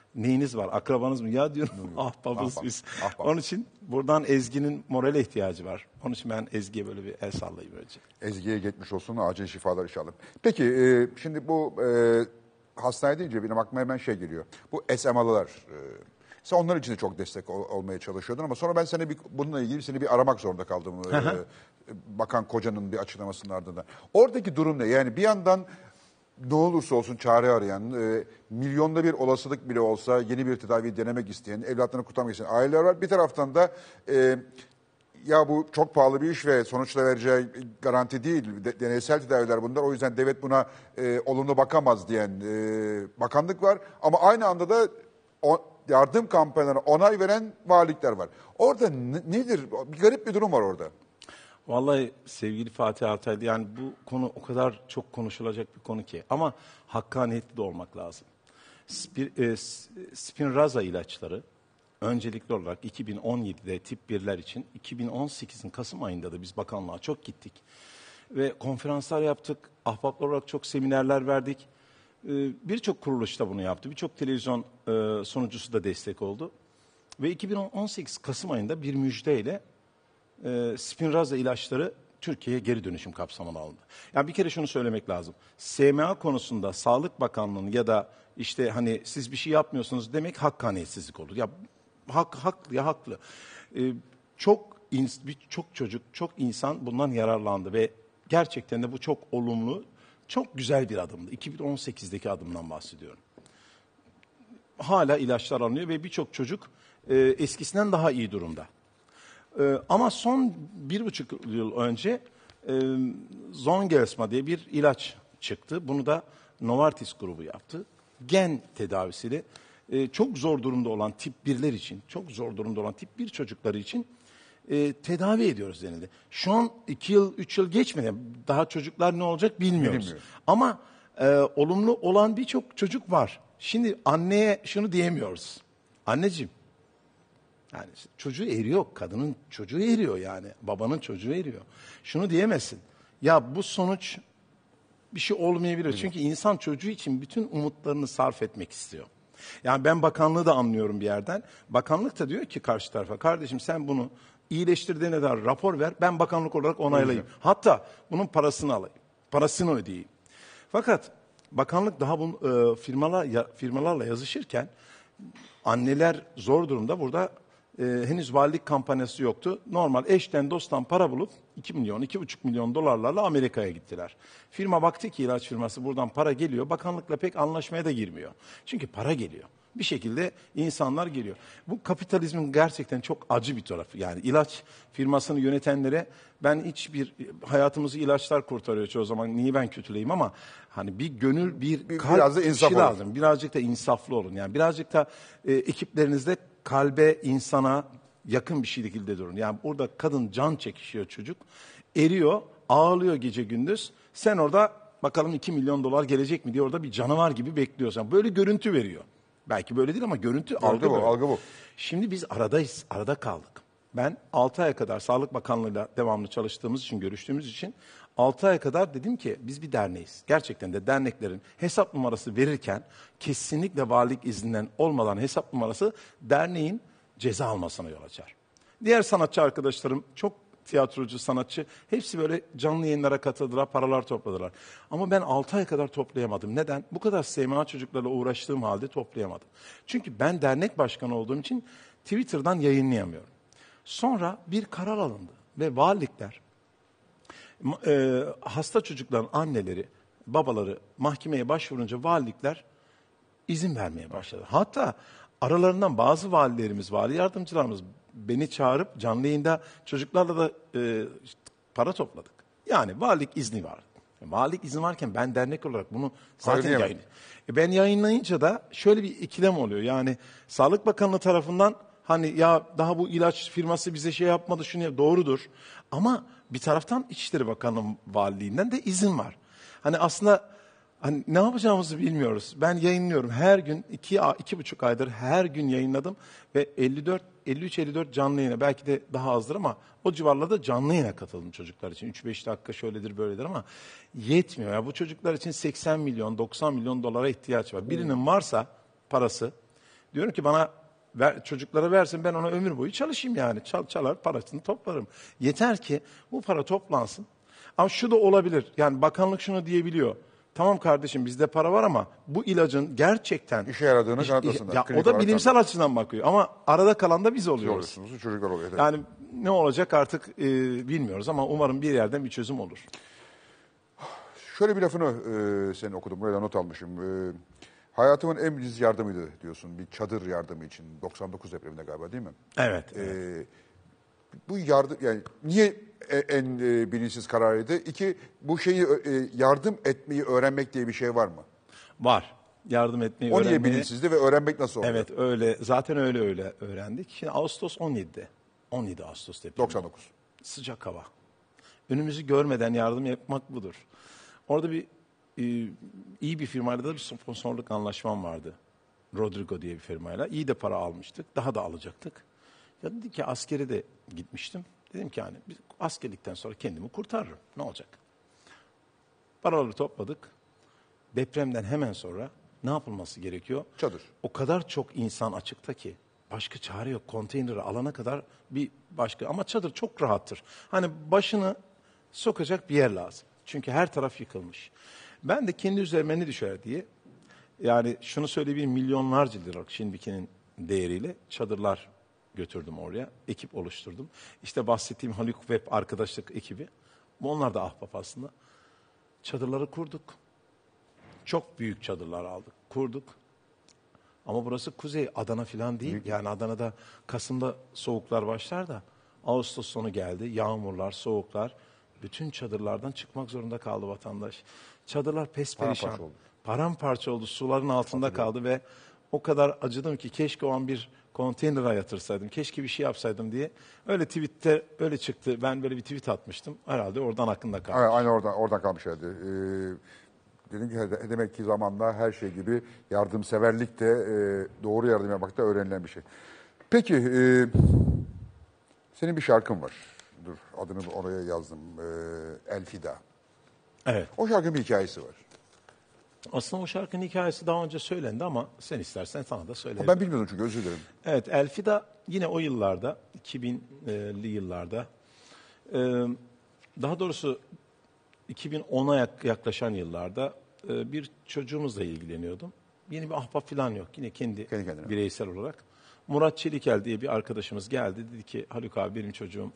Neyiniz var? Akrabanız mı? Ya diyorum ahbabız Ahbap, biz. ahbap. Onun için buradan Ezgi'nin morale ihtiyacı var. Onun için ben Ezgi'ye böyle bir el sallayayım önce. Ezgi'ye geçmiş olsun, acil şifalar inşallah. Peki e, şimdi bu e, hastane deyince benim aklıma hemen şey geliyor. Bu S M A'lılar. E, sen onlar için de çok destek ol, olmaya çalışıyordun ama sonra ben seni bir, bununla ilgili seni bir aramak zorunda kaldım. e, Bakan Koca'nın bir açıklamasının ardından. Oradaki durum ne? Yani bir yandan ne olursa olsun çare arayan, e, milyonda bir olasılık bile olsa yeni bir tedavi denemek isteyen, evlatlarını kurtarmak isteyen aileler var. Bir taraftan da e, ya bu çok pahalı bir iş ve sonuçta vereceği garanti değil, de, deneysel tedaviler bunlar. O yüzden devlet buna e, olumlu bakamaz diyen e, bakanlık var. Ama aynı anda da o, yardım kampanyalarına onay veren valilikler var. Orada ne- nedir? Bir garip bir durum var orada. Vallahi sevgili Fatih Altaylı, yani bu konu o kadar çok konuşulacak bir konu ki. Ama hakkaniyetli de olmak lazım. Spir, e, Spinraza ilaçları öncelikli olarak iki bin on yedide tip birler için, iki bin on sekizin Kasım ayında da biz bakanlığa çok gittik. Ve konferanslar yaptık, ahbaplar olarak çok seminerler verdik. E, Birçok kuruluş da bunu yaptı, birçok televizyon e, sunucusu da destek oldu. Ve iki bin on sekiz Kasım ayında bir müjdeyle e, Spinraza ilaçları Türkiye'ye geri dönüşüm kapsamına alındı. Yani bir kere şunu söylemek lazım. S M A konusunda Sağlık Bakanlığı'nın ya da işte hani siz bir şey yapmıyorsunuz demek hakkaniyetsizlik olur. Ya hak haklı ya haklı. E, çok ins- bir- çok çocuk, çok insan bundan yararlandı ve gerçekten de bu çok olumlu, çok güzel bir adımdı. iki bin on sekizdeki adımdan bahsediyorum. Hala ilaçlar alınıyor ve birçok çocuk e, eskisinden daha iyi durumda. Ee, ama son bir buçuk yıl önce e, Zolgensma diye bir ilaç çıktı. Bunu da Novartis grubu yaptı. Gen tedavisiyle e, çok zor durumda olan tip birler için, çok zor durumda olan tip bir çocukları için e, tedavi ediyoruz denildi. Şu an iki yıl, üç yıl geçmedi. Daha çocuklar ne olacak bilmiyoruz. Bilmiyorum. Ama e, olumlu olan birçok çocuk var. Şimdi anneye şunu diyemiyoruz. Anneciğim, yani çocuğu eriyor, kadının çocuğu eriyor yani, babanın çocuğu eriyor. Şunu diyemezsin, ya bu sonuç bir şey olmayabilir. Çünkü insan çocuğu için bütün umutlarını sarf etmek istiyor. Yani ben bakanlığı da anlıyorum bir yerden. Bakanlık da diyor ki karşı tarafa, kardeşim sen bunu iyileştirdiğine dair rapor ver, ben bakanlık olarak onaylayayım. Hatta bunun parasını alayım, parasını ödeyeyim. Fakat bakanlık daha bu e, firmalar, ya, firmalarla yazışırken anneler zor durumda. Burada e, henüz valilik kampanyası yoktu. Normal eşten dosttan para bulup iki milyon, iki buçuk milyon dolarlarla Amerika'ya gittiler. Firma baktı ki ilaç firması buradan para geliyor. Bakanlıkla pek anlaşmaya da girmiyor. Çünkü para geliyor. Bir şekilde insanlar geliyor. Bu kapitalizmin gerçekten çok acı bir tarafı. Yani ilaç firmasını yönetenlere ben hiçbir hayatımızı ilaçlar kurtarıyor çoğu zaman. Niye ben kötüleyim ama hani bir gönül, bir, Bir- kalp biraz da bir insaf şey olun. lazım. Birazcık da insaflı olun. Yani birazcık da e, ekiplerinizde kalbe, insana yakın bir şekilde durun. Yani orada kadın can çekişiyor çocuk. Eriyor, ağlıyor gece gündüz. Sen orada bakalım iki milyon dolar gelecek mi diye orada bir canavar gibi bekliyorsan. Böyle görüntü veriyor. Belki böyle değil ama görüntü algı bu, böyle. algı bu. Şimdi biz aradayız, arada kaldık. Ben altı aya kadar Sağlık Bakanlığı'yla devamlı çalıştığımız için, görüştüğümüz için altı aya kadar dedim ki biz bir derneğiz. Gerçekten de derneklerin hesap numarası verirken kesinlikle valilik izninden olmadan hesap numarası derneğin ceza almasına yol açar. Diğer sanatçı arkadaşlarım çok tiyatrocu, sanatçı hepsi böyle canlı yayınlara katıldılar, paralar topladılar. Ama ben altı ay kadar toplayamadım. Neden? Bu kadar S M A çocuklarla uğraştığım halde toplayamadım. Çünkü ben dernek başkanı olduğum için Twitter'dan yayınlayamıyorum. Sonra bir karar alındı ve valilikler e, hasta çocukların anneleri, babaları mahkemeye başvurunca valilikler izin vermeye başladı. Hatta aralarından bazı valilerimiz, vali yardımcılarımız beni çağırıp canlı yayında çocuklarla da e, para topladık. Yani valilik izni var. Valilik izni varken ben dernek olarak bunu zaten Kaydıyamam. yayınlıyorum. E ben yayınlayınca da şöyle bir ikilem oluyor. Yani Sağlık Bakanlığı tarafından hani ya daha bu ilaç firması bize şey yapmadı şunu yap- doğrudur. Ama bir taraftan İçişleri Bakanlığı valiliğinden de izin var. Hani aslında hani ne yapacağımızı bilmiyoruz. Ben yayınlıyorum. Her gün iki, iki buçuk aydır her gün yayınladım. Ve elli dört, elli üç elli dört canlı yayına belki de daha azdır ama o civarlarda canlı yayına katıldım çocuklar için. üç beş dakika şöyledir böyledir ama yetmiyor. Ya bu çocuklar için seksen milyon doksan milyon dolara ihtiyaç var. Birinin varsa parası Diyorum ki bana ver, çocuklara versin, ben ona ömür boyu çalışayım yani. Çal, çalar parasını toplarım. Yeter ki bu para toplansın. Ama şu da olabilir. Yani bakanlık şunu diyebiliyor. Tamam kardeşim bizde para var ama bu ilacın gerçekten İşe yaradığını İş- kanıtlasınlar. Ya, Klinik o da olarak bilimsel açıdan bakıyor ama arada kalan da biz oluyoruz. oluyorsunuz, çocuklar oluyor. Evet. Yani ne olacak artık e, bilmiyoruz ama umarım bir yerden bir çözüm olur. Şöyle bir lafını e, senin okudum, buraya da not almışım. E, hayatımın en ucuz yardımıydı diyorsun, bir çadır yardımı için. doksan dokuz depreminde galiba, değil mi? Evet. E, bu yardım, yani niye e- en e, bilinçsiz kararıydı? İki, bu şeyi e, yardım etmeyi öğrenmek diye bir şey var mı? Var. Yardım etmeyi O niye öğrenmeyi. bilinçsizdi ve öğrenmek nasıl oluyor? Evet öyle. Zaten öyle öyle öğrendik. Şimdi Ağustos on yedide. on yedi Ağustos depremi. doksan dokuz. Sıcak hava. Önümüzü görmeden yardım yapmak budur. Orada bir e, iyi bir firmayla da bir sponsorluk anlaşmam vardı. Rodrigo diye bir firmayla. İyi de para almıştık. Daha da alacaktık. Ya dedik ki askere de gitmiştim. Dedim ki hani biz askerlikten sonra kendimi kurtarırım. Ne olacak? Paraları topladık. Depremden hemen sonra ne yapılması gerekiyor? Çadır. O kadar çok insan açıkta ki başka çare yok. Konteyneri alana kadar bir başka ama çadır çok rahattır. Hani başını sokacak bir yer lazım. Çünkü her taraf yıkılmış. Ben de kendi üzerime ne düşer diye yani şunu söyleyebilirim, milyonlarca liralık şimdikinin değeriyle çadırlar götürdüm oraya. Ekip oluşturdum. İşte bahsettiğim Haluk Web arkadaşlık ekibi. Onlar da ahbap aslında. Çadırları kurduk. Çok büyük çadırlar aldık, kurduk. Ama burası kuzey, Adana falan değil. Yani Adana'da Kasım'da soğuklar başlar da Ağustos sonu geldi, yağmurlar, soğuklar. Bütün çadırlardan çıkmak zorunda kaldı vatandaş. Çadırlar pesperişan, Paramparça oldu. paramparça oldu, suların altında kaldı ve o kadar acıdım ki keşke o an bir konteynere yatırsaydım, keşke bir şey yapsaydım diye. Öyle tweette öyle çıktı. Ben böyle bir tweet atmıştım. Herhalde oradan aklımda kaldı. Aynen, aynı oradan, oradan kalmış herhalde. Ee, dedim ki he- demek ki zamanla her şey gibi yardımseverlik de e, doğru yardım yapmak da öğrenilen bir şey. Peki, e, senin bir şarkın var. Dur, adını oraya yazdım. Ee, Elfida. Evet. O şarkının bir hikayesi var. Aslında o şarkının hikayesi daha önce söylendi ama sen istersen sana da söylerim. Ben bilmiyordum çünkü, özür dilerim. Evet, Elfida yine o yıllarda, iki binli yıllarda, e, daha doğrusu iki bin ona yak- yaklaşan yıllarda e, bir çocuğumuzla ilgileniyordum. Yeni bir ahbap falan yok, yine kendi, Kendi kendine. bireysel olarak. Murat Çelikel diye bir arkadaşımız geldi, dedi ki Haluk abi benim çocuğum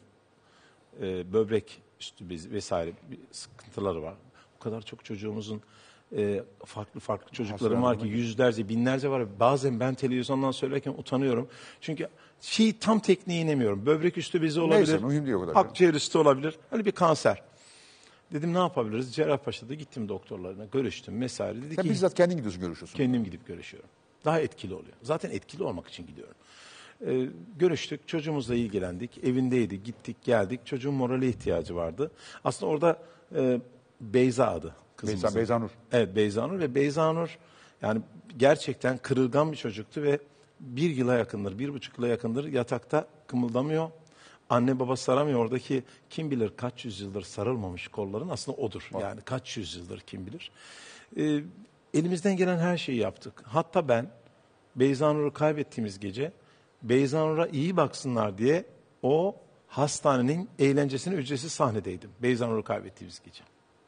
e, böbrek üstü bez vesaire bir sıkıntıları var. O kadar çok çocuğumuzun e, farklı farklı çocuklarım var ki yüzlerce, binlerce var. Bazen ben televizyondan söylerken utanıyorum. Çünkü şeyi tam tekniğe inemiyorum. Böbrek üstü bezi olabilir. Neyse, mühim değil o kadar. Akciğer üstü olabilir. Hani bir kanser. Dedim ne yapabiliriz? Cerrahpaşa'da gittim doktorlarına, görüştüm vesaire. Dedi Sen ki bizzat kendin gidiyorsun, görüşüyorsun. kendim gidip görüşüyorum. Daha etkili oluyor. Zaten etkili olmak için gidiyorum. Ee, görüştük, çocuğumuzla ilgilendik. Evindeydi, gittik, geldik. Çocuğun morale ihtiyacı vardı. Aslında orada e, Beyza adı kızımızın. Beyza, Beyza Nur. Evet, Beyza Nur ve Beyza Nur yani gerçekten kırılgan bir çocuktu ve bir yıla yakındır, bir buçuk yıla yakındır yatakta kımıldamıyor. Anne baba saramıyor. Oradaki kim bilir kaç yüzyıldır sarılmamış kolların aslında odur. Yani kaç yüzyıldır kim bilir. Ee, elimizden gelen her şeyi yaptık. Hatta ben Beyza Nur'u kaybettiğimiz gece Beyza Nur'a iyi baksınlar diye o hastanenin eğlencesine ücretsiz sahnedeydim. Beyza Nur'u kaybettiğimiz gece.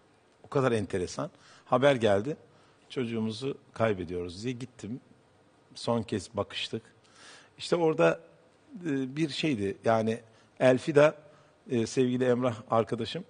O kadar enteresan. Haber geldi. Çocuğumuzu kaybediyoruz diye gittim. Son kez bakıştık. İşte orada e, bir şeydi. Yani Elfida e, sevgili Emrah arkadaşım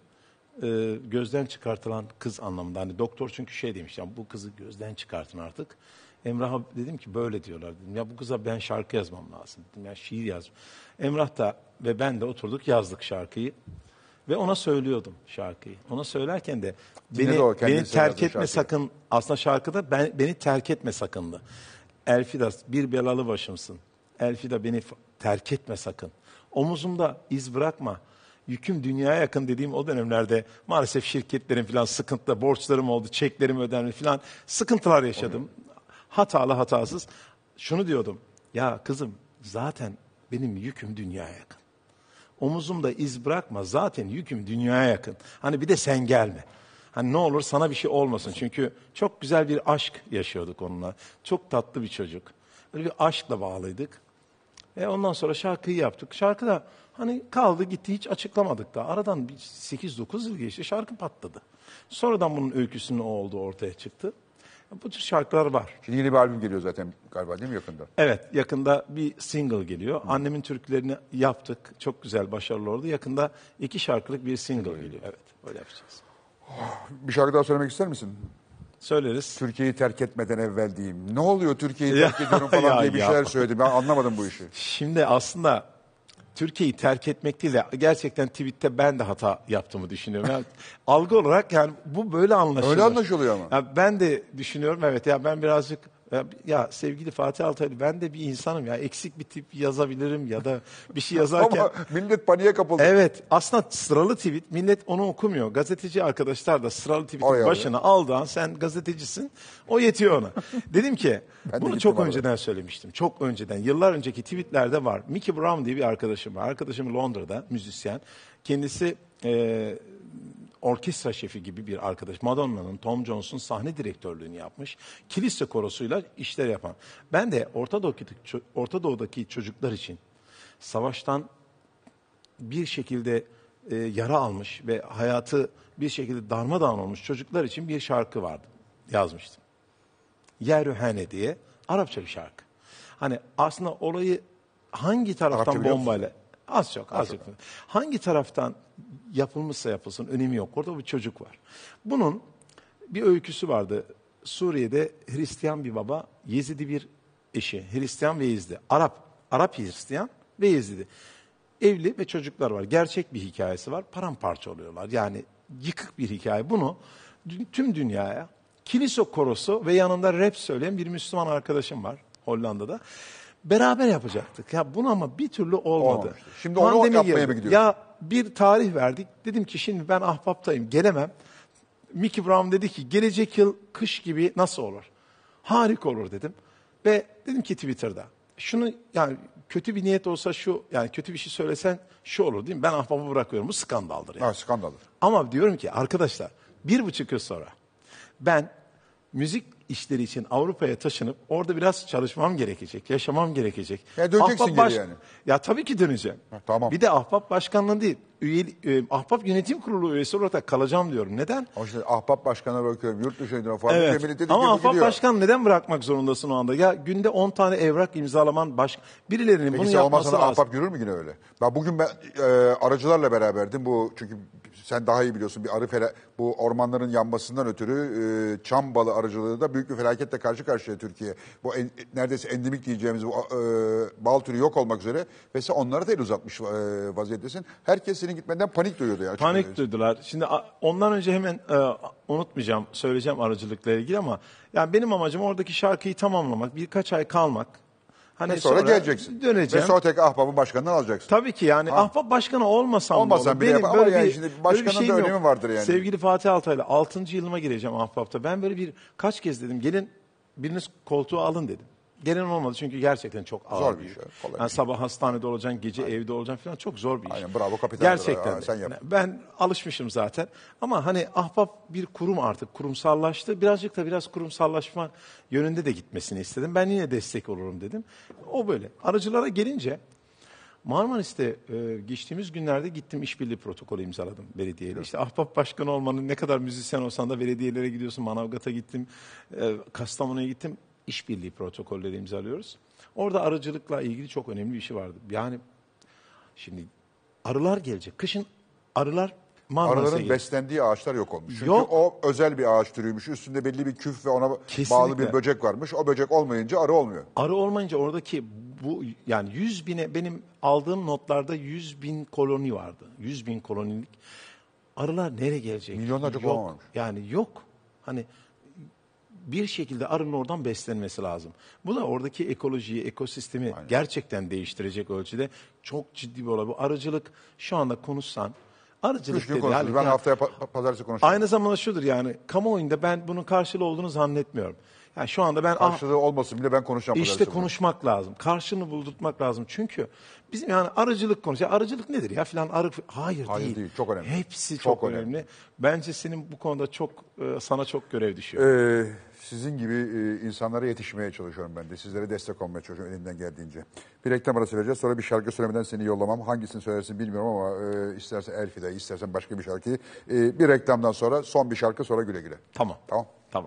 e, gözden çıkartılan kız anlamında. Hani doktor çünkü şey demiş. Yani bu kızı gözden çıkartın artık. Emrah'a dedim ki böyle diyorlar dedim. Ya bu kıza ben şarkı yazmam lazım dedim. Ya şiir yaz. Emrah da ve ben de oturduk yazdık şarkıyı. Ve ona söylüyordum şarkıyı. Ona söylerken de Dinledi beni, o, kendisi beni terk yazdı etme şarkıyı. sakın. Aslında şarkıda ben, beni terk etme sakındı. Elfida bir belalı başımsın. Elfida beni f- terk etme sakın. Omuzumda iz bırakma. Yüküm dünyaya yakın dediğim o dönemlerde maalesef şirketlerin falan sıkıntıda borçlarım oldu, çeklerim ödenmedi falan sıkıntılar yaşadım. Hatalı hatasız. Şunu diyordum. Ya kızım zaten benim yüküm dünyaya yakın. Omuzumda iz bırakma zaten yüküm dünyaya yakın. Hani bir de sen gelme. Hani ne olur sana bir şey olmasın. Çünkü çok güzel bir aşk yaşıyorduk onunla. Çok tatlı bir çocuk. Böyle bir aşkla bağlıydık. E ondan sonra şarkıyı yaptık. Şarkı da hani kaldı gitti, hiç açıklamadık da. Aradan bir sekiz dokuz yıl geçti, şarkı patladı. Sonradan bunun öyküsünün o olduğu ortaya çıktı. Bu tür şarkılar var. Şimdi yeni bir albüm geliyor zaten galiba değil mi yakında? Evet, yakında bir single geliyor. Annemin türkülerini yaptık. Çok güzel, başarılı oldu. Yakında iki şarkılık bir single geliyor. Evet, öyle yapacağız. Bir şarkı daha söylemek ister misin? Söyleriz. Türkiye'yi terk etmeden evvel diyeyim. Ne oluyor Türkiye'yi Ya, terk ediyorum falan ya, diye bir ya. şeyler söyledim. Ben anlamadım bu işi. Şimdi aslında Türkiye'yi terk etmek değil de gerçekten tweette ben de hata yaptığımı düşünüyorum. Yani algı olarak yani bu böyle anlaşılır. Öyle anlaşılıyor ama. Ya ben de düşünüyorum, evet ya ben birazcık ya, ya sevgili Fatih Altaylı, ben de bir insanım ya, eksik bir tip yazabilirim ya da bir şey yazarken. Ama millet paniğe kapıldı. Evet, aslında sıralı tweet millet onu okumuyor. Gazeteci arkadaşlar da sıralı tweet'in Oraya başına aldığı an sen gazetecisin, o yetiyor ona. Dedim ki Ben de bunu gittim çok arada. önceden söylemiştim. Çok önceden, yıllar önceki tweetlerde var. Mickey Brown diye bir arkadaşım var. Arkadaşım Londra'da müzisyen. Kendisi e, orkestra şefi gibi bir arkadaş. Madonna'nın, Tom Jones'un sahne direktörlüğünü yapmış. Kilise korosuyla işler yapan. Ben de Orta Doğu'daki, Orta Doğu'daki çocuklar için savaştan bir şekilde e, yara almış ve hayatı bir şekilde darmadağın olmuş çocuklar için bir şarkı vardı. Yazmıştım. Yerühane diye Arapça bir şarkı. Hani aslında olayı hangi Arapça taraftan biliyor musun? bombayla, az çok az çok. Hangi taraftan yapılmışsa yapılsın önemi yok. Orada bir çocuk var. Bunun bir öyküsü vardı. Suriye'de Hristiyan bir baba, Yezidi bir eşi. Hristiyan ve Yezidi. Arap, Arap Hristiyan ve Yezidi. Evli ve çocuklar var. Gerçek bir hikayesi var. Paramparça oluyorlar. Yani yıkık bir hikaye. Bunu dü- tüm dünyaya, kilise korosu ve yanında rap söyleyen bir Müslüman arkadaşım var Hollanda'da. Beraber yapacaktık. Ya bunu ama bir türlü olmadı. Olmamıştı. Şimdi onu Pandemi yapmaya geldi. mı gidiyorsun? Ya bir tarih verdik. Dedim ki şimdi ben Ahbap'tayım, gelemem. Mickey Brown dedi ki gelecek yıl kış gibi nasıl olur? Harika olur dedim. Ve dedim ki Twitter'da şunu, yani kötü bir niyet olsa şu, yani kötü bir şey söylesen şu olur değil mi? Ben Ahbap'ı bırakıyorum. Bu skandaldır yani. Ha, skandaldır. Ama diyorum ki arkadaşlar bir buçuk yıl sonra ben müzik işleri için Avrupa'ya taşınıp orada biraz çalışmam gerekecek, yaşamam gerekecek. Ya döneceksin Ahbap geri yani. Ya tabii ki döneceğim. Ha, tamam. Bir de Ahbap başkanlığı değil, üye, e, Ahbap yönetim kurulu üyesi olarak da kalacağım diyorum. Neden? Ama işte ahbap başkanına bakıyorum, yurt dışına gidiyor falan. Evet. Millet dedik Ama ki bu Ahbap gidiyor. başkan neden bırakmak zorundasın o anda? Ya günde on tane evrak imzalaman baş... Birilerinin Peki bunu sen yapması olmazsan lazım. ahbap yürür mü yine öyle? Ben bugün ben e, aracılarla beraberdim. Bu çünkü sen daha iyi biliyorsun, bir arı fela, bu ormanların yanmasından ötürü e, çam balı arıcılığı da büyük bir felaketle karşı karşıya Türkiye. Bu en, neredeyse endemik diyeceğimiz bu e, bal türü yok olmak üzere ve sen onlara da el uzatmış e, vaziyettesin. Herkes senin gitmeden panik duyuyordu ya. Panik duydular. Şimdi a- ondan önce hemen e, unutmayacağım, söyleyeceğim aracılıkla ilgili ama yani benim amacım oradaki şarkıyı tamamlamak, birkaç ay kalmak. Hani Ve sonra, geleceksin. Döneceğim. Ve sonra tek ahbabın başkanını alacaksın. Tabii ki yani ahbap başkanı olmasam Olmasan da olur. bile Benim yap- ama böyle yani bir- şimdi böyle bir başkanın da şeyim yok. önemi vardır yani. Sevgili Fatih Altaylı altıncı yılıma gireceğim ahbapta. Ben böyle bir kaç kez dedim gelin biriniz koltuğu alın dedim. Gelen olmadı çünkü gerçekten çok ağır Zor bir bir iş yük. ya, kolay Yani bir sabah hastanede olacaksın, gece evde olacaksın falan, çok zor bir iş. Aynen, bravo, kapital. Gerçekten Aa, de. sen yap. Ben alışmışım zaten. Ama hani ahbap bir kurum, artık kurumsallaştı. Birazcık da biraz kurumsallaşma yönünde de gitmesini istedim. Ben yine destek olurum dedim. O böyle. Aracılara gelince Marmaris'te e, geçtiğimiz günlerde gittim, işbirliği protokolü imzaladım belediyeyle. İşte ahbap başkanı olmanın, ne kadar müzisyen olsan da belediyelere gidiyorsun. Manavgat'a gittim, e, Kastamonu'ya gittim. İşbirliği protokolleri imzalıyoruz. Orada arıcılıkla ilgili çok önemli bir şey vardı. Yani şimdi arılar gelecek. Kışın arılar Marmaris'e Arıların gelecek. beslendiği ağaçlar yok olmuş. Çünkü Yok. o özel bir ağaç türüymüş. Üstünde belli bir küf ve ona Kesinlikle. bağlı bir böcek varmış. O böcek olmayınca arı olmuyor. Arı olmayınca oradaki bu, yani yüz bine, benim aldığım notlarda yüz bin koloni vardı. Yüz bin kolonilik. Arılar nereye gelecek? Milyonlarca yok. koloni varmış. Yani yok. Hani bir şekilde arının oradan beslenmesi lazım. Bu da oradaki ekolojiyi, ekosistemi gerçekten değiştirecek ölçüde çok ciddi bir olay. Bu arıcılık şu anda konuşsan, arıcılık Üç gün dedi. konuşuruz. yani- Ben yani haftaya pa- pazartesi konuşacağım. aynı zamanda şudur, yani kamuoyunda ben bunun karşılığı olduğunu zannetmiyorum. Yani şu anda ben ah, Karşılığı olmasın bile ben konuşacağım. işte pazartesi günü. konuşmak lazım. Karşını buldurtmak lazım. Çünkü bizim yani arıcılık konusu. Ya arıcılık nedir ya filan arı hayır, Hayır değil. değil, çok önemli. Hepsi Çok çok, önemli. önemli. Bence senin bu konuda çok e, sana çok görev düşüyor. Ee, sizin gibi e, insanlara yetişmeye çalışıyorum ben de. Sizlere destek olmaya çalışıyorum elimden geldiğince. Bir reklam arası vereceğiz. Sonra bir şarkı söylemeden seni yollamam. Hangisini söylersin bilmiyorum ama e, istersen Elfide'yi, istersen başka bir şarkıyı. E, bir reklamdan sonra son bir şarkı, sonra güle güle. Tamam. Tamam. Tamam.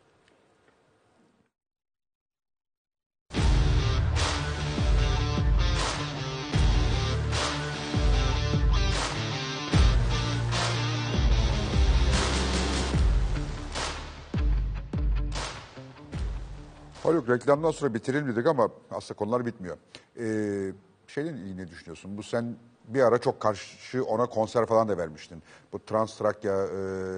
Haluk, reklamdan sonra bitirelim dedik ama aslında konular bitmiyor. Ee, şeyle ilgili ne düşünüyorsun? Bu sen bir ara çok karşı ona konser falan da vermiştin. Bu Trans Trakya e,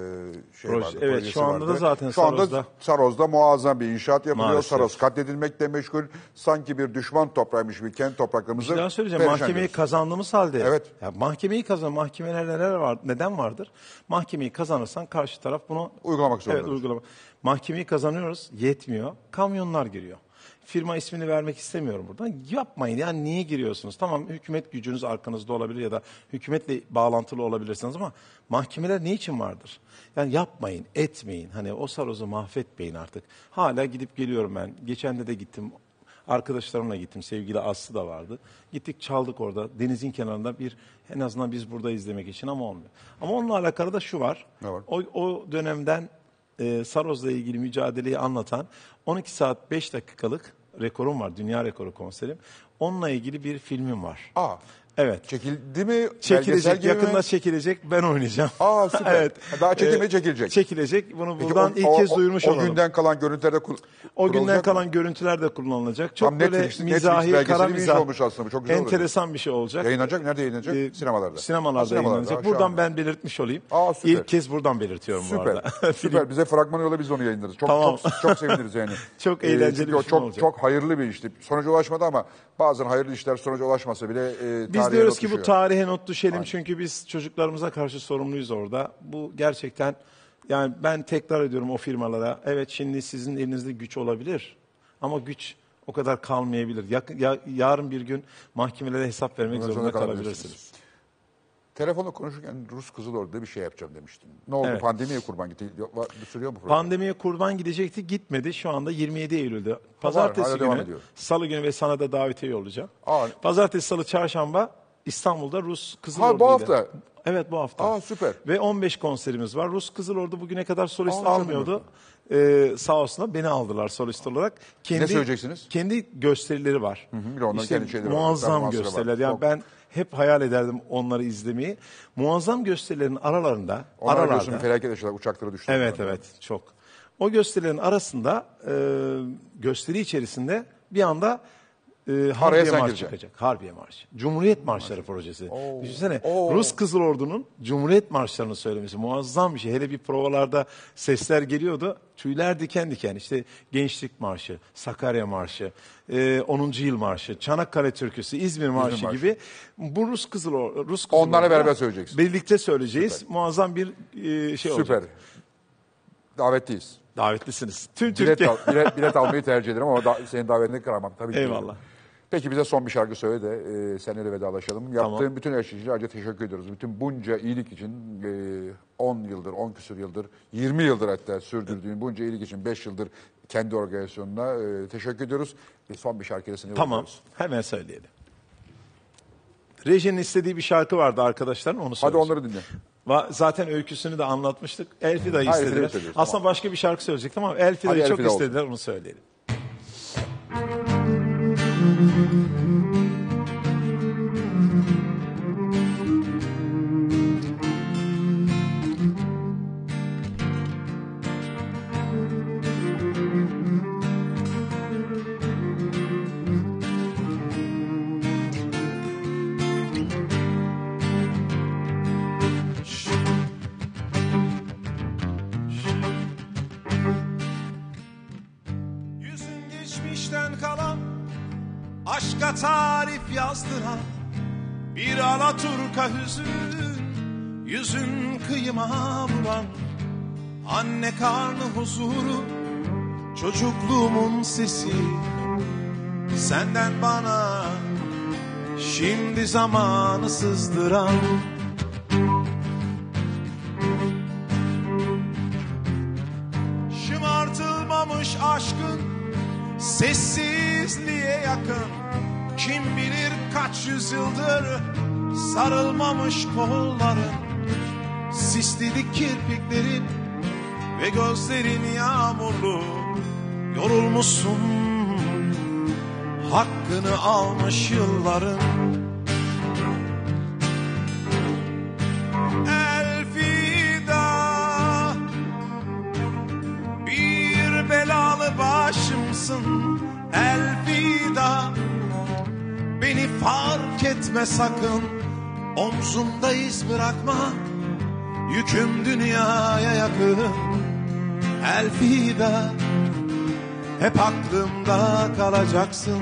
şey Proje- vardı. evet, projesi şu anda da vardı. zaten Şu anda Saroz'da. Saroz'da muazzam bir inşaat yapılıyor. Maalesef. Saroz katledilmekle meşgul. Sanki bir düşman toprağıymış bir kent topraklarımızı. Bir daha söyleyeceğim. perişan Mahkemeyi ediyoruz. kazandığımız halde. Evet. Ya mahkemeyi kazan. Mahkemeler neler var? Neden vardır? Mahkemeyi kazanırsan karşı taraf bunu Uygulamak zorundadır. Evet, uygulama. Mahkemeyi kazanıyoruz. Yetmiyor. Kamyonlar giriyor. Firma ismini vermek istemiyorum buradan. Yapmayın. Yani niye giriyorsunuz? Tamam, hükümet gücünüz arkanızda olabilir ya da hükümetle bağlantılı olabilirsiniz ama mahkemeler ne için vardır? Yani yapmayın, etmeyin. Hani o Saroz'u mahvetmeyin artık. Hala gidip geliyorum ben. Geçen de de gittim. Arkadaşlarımla gittim. Sevgili Aslı da vardı. Gittik, çaldık orada. Denizin kenarında bir, en azından biz burada izlemek için, ama olmuyor. Ama onunla alakalı da şu var. Ne var? O, o dönemden e, Saroz'la ilgili mücadeleyi anlatan on iki saat beş dakikalık rekorum var. Dünya rekoru konserim. Onunla ilgili bir filmim var. Aa, Evet. çekildi mi? Belgesel Çekilecek, gibi yakında mi? çekilecek, ben oynayacağım. Aa, süper. Evet. Daha çekilmedi, Ee, çekilecek. Çekilecek. Bunu Peki buradan o- ilk o- kez o- duyurmuş o olalım. günden kalan görüntülerde kul- O günden kullanılacak mı? kalan görüntüler de kullanılacak. Çok Tam böyle Netflix- Netflix mizahi, belgeseli kara bir iş mizah. olmuş aslında. Bu çok güzel olacak. Enteresan bir şey olacak. Yayınlanacak. Nerede yayınlanacak? Ee, Sinemalarda. Sinemalarda Ha, sinemalarda. yayınlanacak. Ha, Buradan şahane. ben belirtmiş olayım. Aa, süper. İlk kez buradan belirtiyorum bu Süper. arada. Süper. Bize fragmanı yolla, biz de onu yayınlarız. Çok Tamam. çok çok seviniriz yani. Çok Ee, eğlenceli çünkü bir o film çok olacak. çok hayırlı bir işti. Sonuca ulaşmadı ama bazen hayırlı işler sonuca ulaşmasa bile e, Biz tarihe diyoruz not ki bu düşüyor. tarihe not düşelim çünkü biz çocuklarımıza karşı sorumluyuz orada. Bu gerçekten, yani ben tekrar ediyorum o firmalara. Evet, şimdi sizin elinizde güç olabilir ama güç o kadar kalmayabilir. Ya, ya- yarın bir gün mahkemelere hesap vermek Ondan zorunda sonra kalabilirsiniz. Telefonla konuşurken Rus Kızıl Ordu'da bir şey yapacağım demiştin. Ne oldu? Evet. Pandemiye kurban gitti. Var- Sürüyor mu program? Pandemiye kurban gidecekti, gitmedi. Şu anda yirmi yedi Eylül'de. Pazartesi hala devam günü, ediyor. Salı günü ve sana da davetiye yollayacağım. Aa. Pazartesi, Salı, Çarşamba İstanbul'da Rus Kızıl Ha, bu Ordu ile- hafta. Evet, bu hafta. Aa, süper. Ve on beş konserimiz var. Rus Kızıl Ordu bugüne kadar solist Aa, canım almıyordu. Ee, sağ olsunlar, beni aldılar solist olarak. Kendi, söyleyeceksiniz? Kendi gösterileri var. hı, bir de onların kendi şeyleri var. muazzam Performansları var. gösteriler. Yani Çok. ben hep hayal ederdim onları izlemeyi. Muazzam gösterilerin aralarında, Onlar aralarda. biliyorsun felaket yaşadılar. Uçakları düştü. Evet, onlardan. evet, çok. O gösterilerin arasında e, gösteri içerisinde bir anda e, Harbiye sen Marşı gireceksin. çıkacak. Harbiye Marşı. Cumhuriyet Marşları projesi. Düşünsene, Oo. Rus Kızıl Ordu'nun Cumhuriyet Marşlarını söylemesi muazzam bir şey. Hele bir provalarda sesler geliyordu. Tüyler diken diken. İşte Gençlik Marşı, Sakarya Marşı, e, onuncu Yıl Marşı, Çanakkale Türküsü, İzmir Marşı, Marşı. gibi. Bu Rus Kızıl Ordu. Rus Kızıl Onlarla Ordu'yla beraber söyleyeceksin. Birlikte söyleyeceğiz. Muazzam bir e, şey Süper. olacak. Davetliyiz. Davetlisiniz. Tüm Bilet, Türkiye. al, bilet, bilet almayı tercih ederim ama da, senin davetini kıramam. Tabii ki. Eyvallah. Peki bize son bir şarkı söyle de e, seninle de vedalaşalım. Yaptığın Tamam. bütün her şey için ayrıca teşekkür ediyoruz. Bütün bunca iyilik için on yıldır, on küsur yıldır, yirmi yıldır hatta sürdürdüğün bunca iyilik için beş yıldır kendi organizasyonuna e, teşekkür ediyoruz. Bir son bir şarkıyla seni Tamam. yolluyoruz. Hemen söyleyelim. Rejinin istediği bir şarkı vardı arkadaşların, onu Hadi söyleyeceğim. onları dinle. Va- Zaten öyküsünü de anlatmıştık. Elfi dayı Ha, Elfi istediler. dayı söylüyorsun, Aslında başka bir şarkı söyleyecektim ama Elfi Hadi dayı Elfi çok de olsun. istediler, onu söyleyelim. Yüzün geçmişten kalan, aşka tarif yazdıran bir alaturka hüzün, yüzün kıyıma vuran, anne karnı huzuru, Çocukluğumun sesi senden bana, şimdi zamanı sızdıran. Şımartılmamış aşkın sessizliğe yakın, kim bilir kaç yüzyıldır sarılmamış kolların, sislidik kirpiklerin ve gözlerin yağmurlu. Yorulmuşsun, hakkını almış yılların. Elfida, bir belalı başımsın. Elfida, beni fark etme sakın. Omzumda iz bırakma, yüküm dünyaya yakın. Elfida, hep aklımda kalacaksın.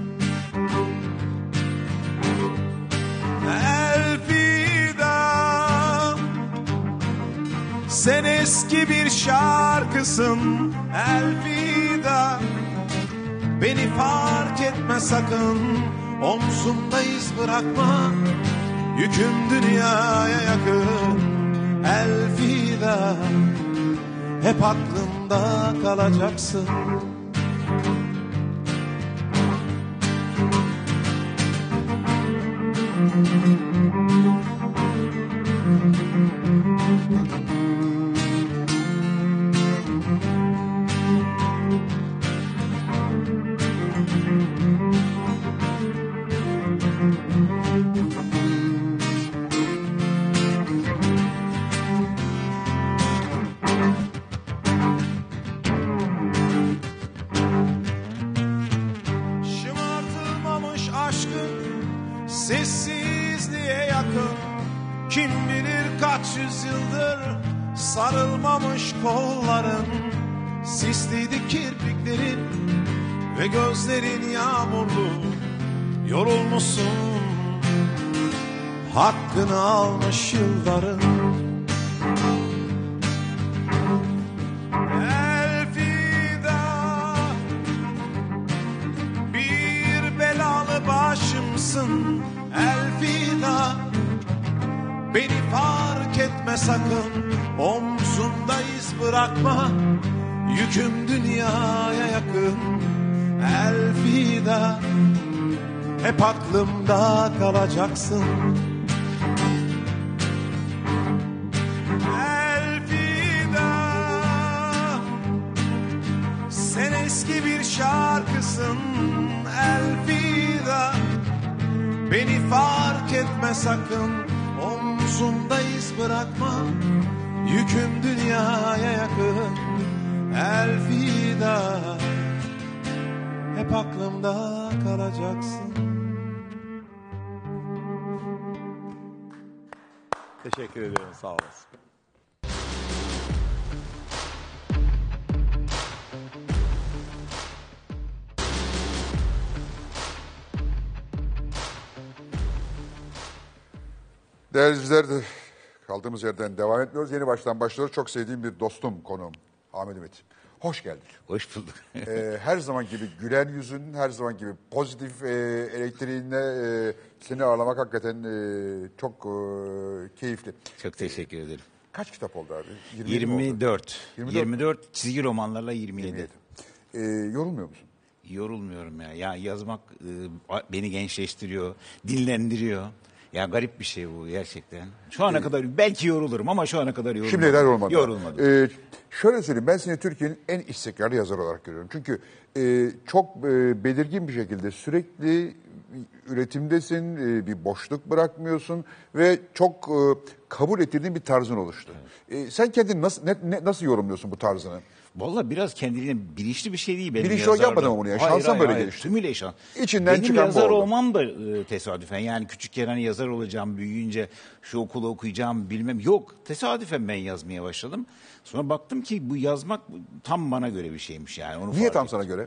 Elfida, sen eski bir şarkısın. Elfida, beni fark etme sakın. Omzumda iz bırakma, yüküm dünyaya yakın. Elfida, hep aklımda kalacaksın. Şımartılmamış aşkın sessizliğe yakın, kim bilir kaç yüzyıldır sarılmamış kolların, sisliydi kirpiklerin ve gözlerin yağmurlu. Yorulmuşsun, hakkını almış yılların. Elfida, bir belalı başımsın. Elfida, beni fark etme sakın. Omzumda iz bırakma, yüküm dünyaya yakın. Elfida, hep aklımda kalacaksın. Elfida, sen eski bir şarkısın. Elfida, beni fark etme sakın. Omzumda iz bırakma, yüküm dünyaya yakın. Elfida, hep aklımda kalacaksın. Teşekkür ederim, sağ olasın. Değerli izleyiciler, de kaldığımız yerden devam ediyoruz. Yeni baştan başlıyoruz. Çok sevdiğim bir dostum, konuğum Ahmet Ümit. Hoş geldin. Hoş bulduk. Ee, her zaman gibi gülen yüzün, her zaman gibi pozitif e, elektriğinle e, seni ağırlamak hakikaten e, çok e, keyifli. Çok teşekkür ederim. Kaç kitap oldu abi? yirmi yirmi dört. oldu. yirmi dört. yirmi dört çizgi romanlarla yirmi yedi. yirmi yedi. Ee, yorulmuyor musun? Yorulmuyorum ya. Ya yazmak e, beni gençleştiriyor, dinlendiriyor. Ya garip bir şey bu gerçekten. Şu ana kadar belki yorulurum ama şu ana kadar yorulmadım. Şimdiye kadar olmadı. Yorulmadım. Ee, şöyle söyleyeyim, ben seni Türkiye'nin en istikrarlı yazarı olarak görüyorum. Çünkü e, çok e, belirgin bir şekilde sürekli üretimdesin, e, bir boşluk bırakmıyorsun ve çok e, kabul ettirdiğin bir tarzın oluştu. Evet. E, sen kendini nasıl ne, ne, nasıl yorumluyorsun bu tarzını? Vallahi biraz kendiliğine bilinçli bir şey değil benim Bilinçli olarak yazarlığım. yapmadın mı bunu ya? Hayır, Şansa hayır, böyle hayır. gelişti. Tümüyle şans. İçinden benim çıkan bu yazar oldu. olmam da e, tesadüfen. Yani küçükken hani yazar olacağım, büyüyünce şu okulu okuyacağım bilmem. Yok, tesadüfen ben yazmaya başladım. Sonra baktım ki bu yazmak tam bana göre bir şeymiş yani. Onu Niye fark tam ettim. sana göre?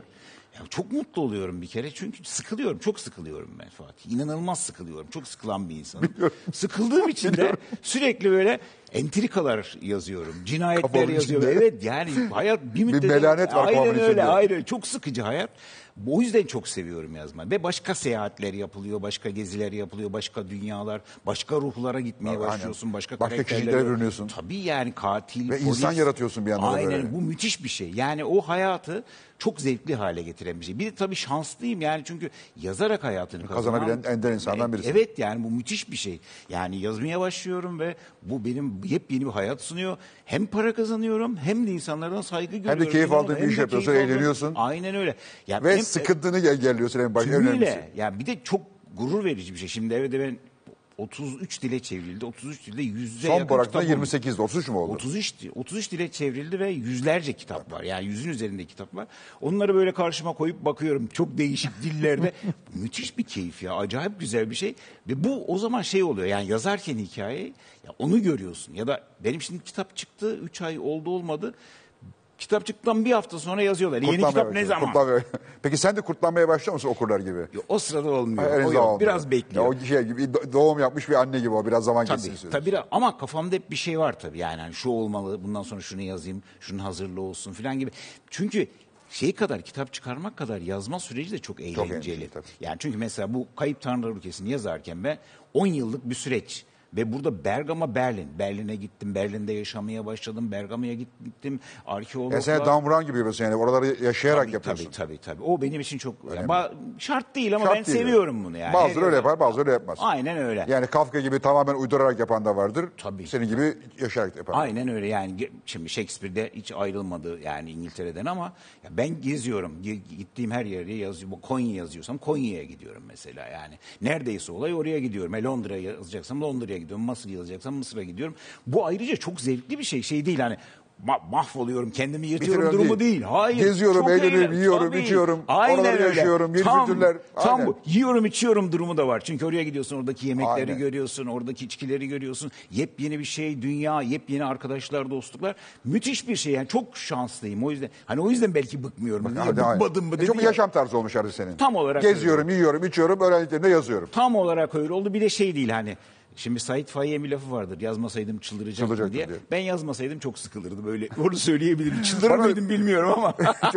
Ya çok mutlu oluyorum bir kere çünkü sıkılıyorum. Çok sıkılıyorum ben Fatih. İnanılmaz sıkılıyorum. Çok sıkılan bir insanım. Sıkıldığım için de sürekli böyle entrikalar yazıyorum. Cinayetler Kafamın yazıyorum. içinde. Evet yani hayat bir müddet. melanet var aynen kafamın öyle, içinde. aynen. Çok sıkıcı hayat. O yüzden çok seviyorum yazmayı. Ve başka seyahatler yapılıyor, başka geziler yapılıyor, başka dünyalar, başka ruhlara gitmeye Aynen. başlıyorsun. Başka, Başka karakterlere- kişilere bürünüyorsun. Tabii yani katil, Ve polis. insan yaratıyorsun bir yandan da Aynen böyle. bu müthiş bir şey. Yani o hayatı çok zevkli hale getiren bir şey. Bir de tabii şanslıyım yani çünkü yazarak hayatını kazanan. Kazanabilen ender insandan birisi. Evet yani bu müthiş bir şey. Yani yazmaya başlıyorum ve bu benim yepyeni bir hayat sunuyor. Hem para kazanıyorum hem de insanlardan saygı görüyorum. keyif aldığın bir Hem iş de yapıyorsun, keyif aldığım- eğleniyorsun. Aynen öyle. Ya Ve benim- sıkıntını engelliyorsun en baş. en önemlisi. Tümüyle. Ya bir de çok gurur verici bir şey. Şimdi evde ben otuz üç dile çevrildi. otuz üç dilde yüze Son yakın bıraktığında kitap oldu. yirmi sekizdi. otuz üç mü oldu? otuz üç, di- otuz üç dile çevrildi ve yüzlerce kitap var. Yani yüzün üzerinde kitap var. Onları böyle karşıma koyup bakıyorum. Çok değişik dillerde. Müthiş bir keyif ya. Acayip güzel bir şey. Ve bu o zaman şey oluyor. Yani yazarken hikayeyi ya onu görüyorsun. Ya da benim şimdi kitap çıktı. Üç ay oldu olmadı. Kitap çıktıktan bir hafta sonra yazıyorlar. Yeni Kurtlanmaya kitap ne başlıyor, zaman? kurtlanmaya- Peki sen de kurtlanmaya başlıyor musun okurlar gibi? Yo, O sırada olmuyor. Henüz O daha yok. olmuyor. Biraz bekliyor. Ya o şey gibi do- doğum yapmış bir anne gibi o biraz zaman geçsin Tabii, istiyorsun. tabii ama kafamda hep bir şey var tabii. Yani hani şu olmalı, bundan sonra şunu yazayım, şunun hazırlığı olsun falan gibi. Çünkü şey kadar, kitap çıkarmak kadar yazma süreci de çok eğlenceli. eğlenceli, tabii. Yani çünkü mesela bu Kayıp Tanrılar Ülkesi'ni yazarken ben on yıllık bir süreç. Ve burada Bergama, Berlin. Berlin'e gittim, Berlin'de yaşamaya başladım. Bergama'ya gittim, arkeologlar. Ya sen Dan Brown gibi yapıyorsun yani oraları yaşayarak Tabii, yapıyorsun. tabii, tabii, tabii. O benim için çok yani ba- şart değil ama Şart ben değil. seviyorum bunu yani. Bazıları öyle yapar, bazıları öyle yapmaz. Aynen öyle. Yani Kafka gibi tamamen uydurarak yapan da vardır. Tabii. Senin gibi yaşayarak yapan. Aynen öyle yani ge- şimdi Shakespeare'de hiç ayrılmadı yani İngiltere'den ama ya ben geziyorum. Ge- Gittiğim her yere yazıyorum. Konya yazıyorsam Konya'ya gidiyorum mesela yani. Neredeyse olay oraya gidiyorum. E Londra'ya yazacaksam Londra'ya gidiyorum. Mısır yazacaksam Mısır'a gidiyorum. Bu ayrıca çok zevkli bir şey. Şey değil hani ma- mahvoluyorum kendimi yırtıyorum Bitiriyorum durumu değil. değil. Hayır. Geziyorum, çok eğleniyorum, eğlen- yiyorum, Tabii. içiyorum, Aynen oraları öyle. yaşıyorum, yeni tam, kültürler. Tam Aynen. bu. Yiyorum içiyorum durumu da var. Çünkü oraya gidiyorsun oradaki yemekleri Aynen. görüyorsun, oradaki içkileri görüyorsun. Yepyeni bir şey, dünya, yepyeni arkadaşlar, dostluklar. Müthiş bir şey yani çok şanslıyım o yüzden. Hani o yüzden belki bıkmıyorum. Niye Hadi, aynen. bıkmadım mı E, dedi Çok bir ya. yaşam tarzı olmuş artık senin. Tam olarak Geziyorum, yiyorum, içiyorum, öğrendiklerimde yazıyorum. Tam olarak öyle oldu. Bir de şey değil hani. Şimdi Sait Faik'in bir lafı vardır. Yazmasaydım çıldıracaktım Çıldıracaktım diye. diye. Ben yazmasaydım çok sıkılırdı böyle. Onu söyleyebilirim. Çıldırır Bana- mıydım bilmiyorum ama.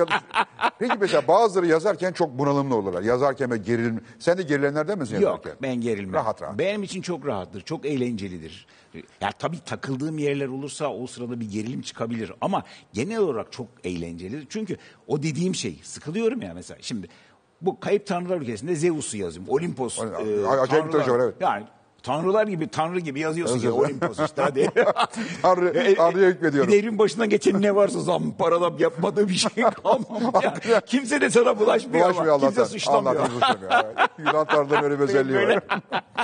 Peki mesela bazıları yazarken çok bunalımlı olurlar. Yazarken böyle gerilim. Sen de gerilenlerden misin Yok yazarken? ben gerilmem. Rahat rahat. Benim için çok rahattır. Çok eğlencelidir. Ya tabii takıldığım yerler olursa o sırada bir gerilim çıkabilir. Ama genel olarak çok eğlencelidir. Çünkü o dediğim şey sıkılıyorum ya mesela. Şimdi bu Kayıp Tanrılar Ülkesi'nde Zeus'u yazıyorum. Olimpos. Aynen. e, Acayip bir tanrılar. traje var, evet. Yani tanrılar gibi, tanrı gibi yazıyorsun ya Yazıyorsun. Olimpos işte hadi. Tanrı, Tanrı'ya hükmediyorum. Bir devrin başından geçen ne varsa zamparalam yapmadığı bir şey kalmamış. ya. Kimse de sana bulaşmıyor, Bulaşmıyor ama. Kimse Allah'tan. suçlamıyor. Allah'tan suçlamıyor. Evet. Yunan tanrıların öyle bir özelliği Böyle. var.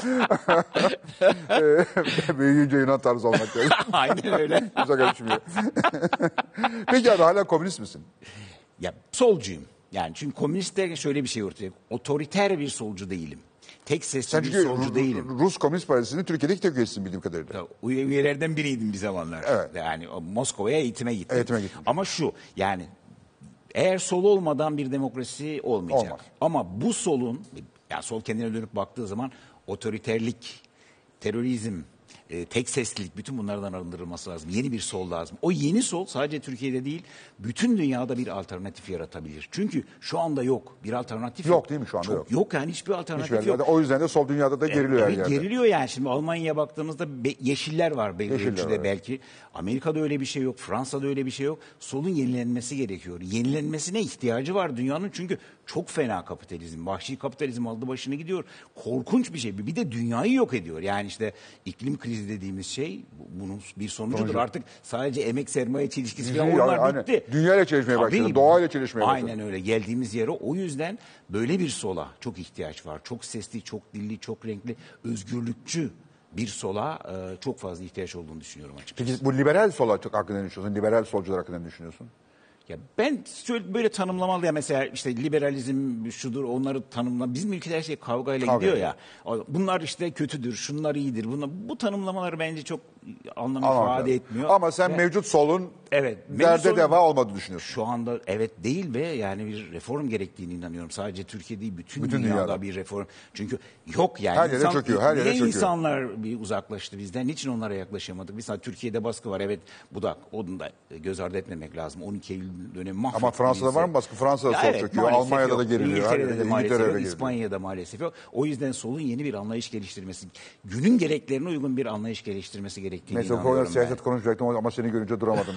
Ee, Büyüyünce Yunan tarzı olmak lazım. Aynen öyle. Güzel karışmıyor. Peki abi hala komünist misin? Ya solcuyum. Yani çünkü komünist derken şöyle bir şey ortaya. Otoriter bir solcu değilim. Tek sesli Sen bir çünkü solcu Ru- değilim. Rus Komünist Partisi'nin Türkiye'deki tek üyesisin bildiğim kadarıyla. Ya, üye- Üyelerden biriydim bir zamanlar. Evet. Yani o Moskova'ya eğitime gittim. Eğitime gittin. Ama şu yani eğer sol olmadan bir demokrasi olmayacak. Olmaz. Ama bu solun, yani sol kendine dönüp baktığı zaman otoriterlik, terörizm, e, tek seslilik bütün bunlardan arındırılması lazım. Yeni bir sol lazım. O yeni sol sadece Türkiye'de değil bütün dünyada bir alternatif yaratabilir. Çünkü şu anda yok. Bir alternatif Yok değil mi şu anda Çok yok. Yok yani hiçbir alternatif Hiçbir yok. yerde. O yüzden de sol dünyada da geriliyor her Evet, yerde. geriliyor yani. Şimdi Almanya'ya baktığımızda be- yeşiller var belli Yeşiller ölçüde var, evet. belki. Amerika'da öyle bir şey yok. Fransa'da öyle bir şey yok. Solun yenilenmesi gerekiyor. Yenilenmesine ihtiyacı var dünyanın çünkü çok fena kapitalizm. Vahşi kapitalizm aldı başını gidiyor. Korkunç bir şey. Bir de dünyayı yok ediyor. Yani işte iklim krizi dediğimiz şey bu- bunun bir sonucudur. Sonucu. Artık sadece emek sermaye çelişkisi Değil, falan onlar aynen. bitti. Dünyayla çelişmeye Tabii. başladı, doğayla çelişmeye başladı. Aynen öyle. Geldiğimiz yere o yüzden böyle bir sola çok ihtiyaç var. Çok sesli, çok dilli, çok renkli, özgürlükçü bir sola e, çok fazla ihtiyaç olduğunu düşünüyorum açıkçası. Peki bu liberal sola çok hakkında ne düşünüyorsun? Liberal solcular hakkında ne düşünüyorsun? Ya ben şöyle böyle tanımlamalı ya mesela işte liberalizm şudur onları tanımla. Bizim ülkede her şey kavgayla Kavga gidiyor ediyor. ya. O- Bunlar işte kötüdür, şunlar iyidir. Bunlar, bu tanımlamalar bence çok anlam Anladım. ifade etmiyor. Ama sen Ve- mevcut solun Evet, mevcut derde solun- deva olmadığını düşünüyorsun. Şu anda evet değil ve yani bir reform gerektiğini inanıyorum. Sadece Türkiye değil, bütün, Bütün dünyada, dünyada. bir reform. Çünkü yok yani. Her yere çöküyor, her yere niye çöküyor. insanlar bir uzaklaştı bizden? Niçin onlara yaklaşamadık? Mesela Türkiye'de baskı var, evet, bu da onu da göz ardı etmemek lazım. on iki Eylül dönemi mahvetti. Ama Fransa'da bizi. var mı baskı? Fransa'da Ya sol evet, çöküyor, maalesef Almanya'da yok. da geriliyor. her İngiltere'de yerde, de maalesef İngiltere'de yok, geriliyor. İspanya'da maalesef yok. O yüzden solun yeni bir anlayış geliştirmesi, günün gereklerine uygun bir anlayış geliştirmesi gerektiğini Neyse bu inanıyorum konuda ben. siyaset konuşacaktım ama seni görünce duramadım.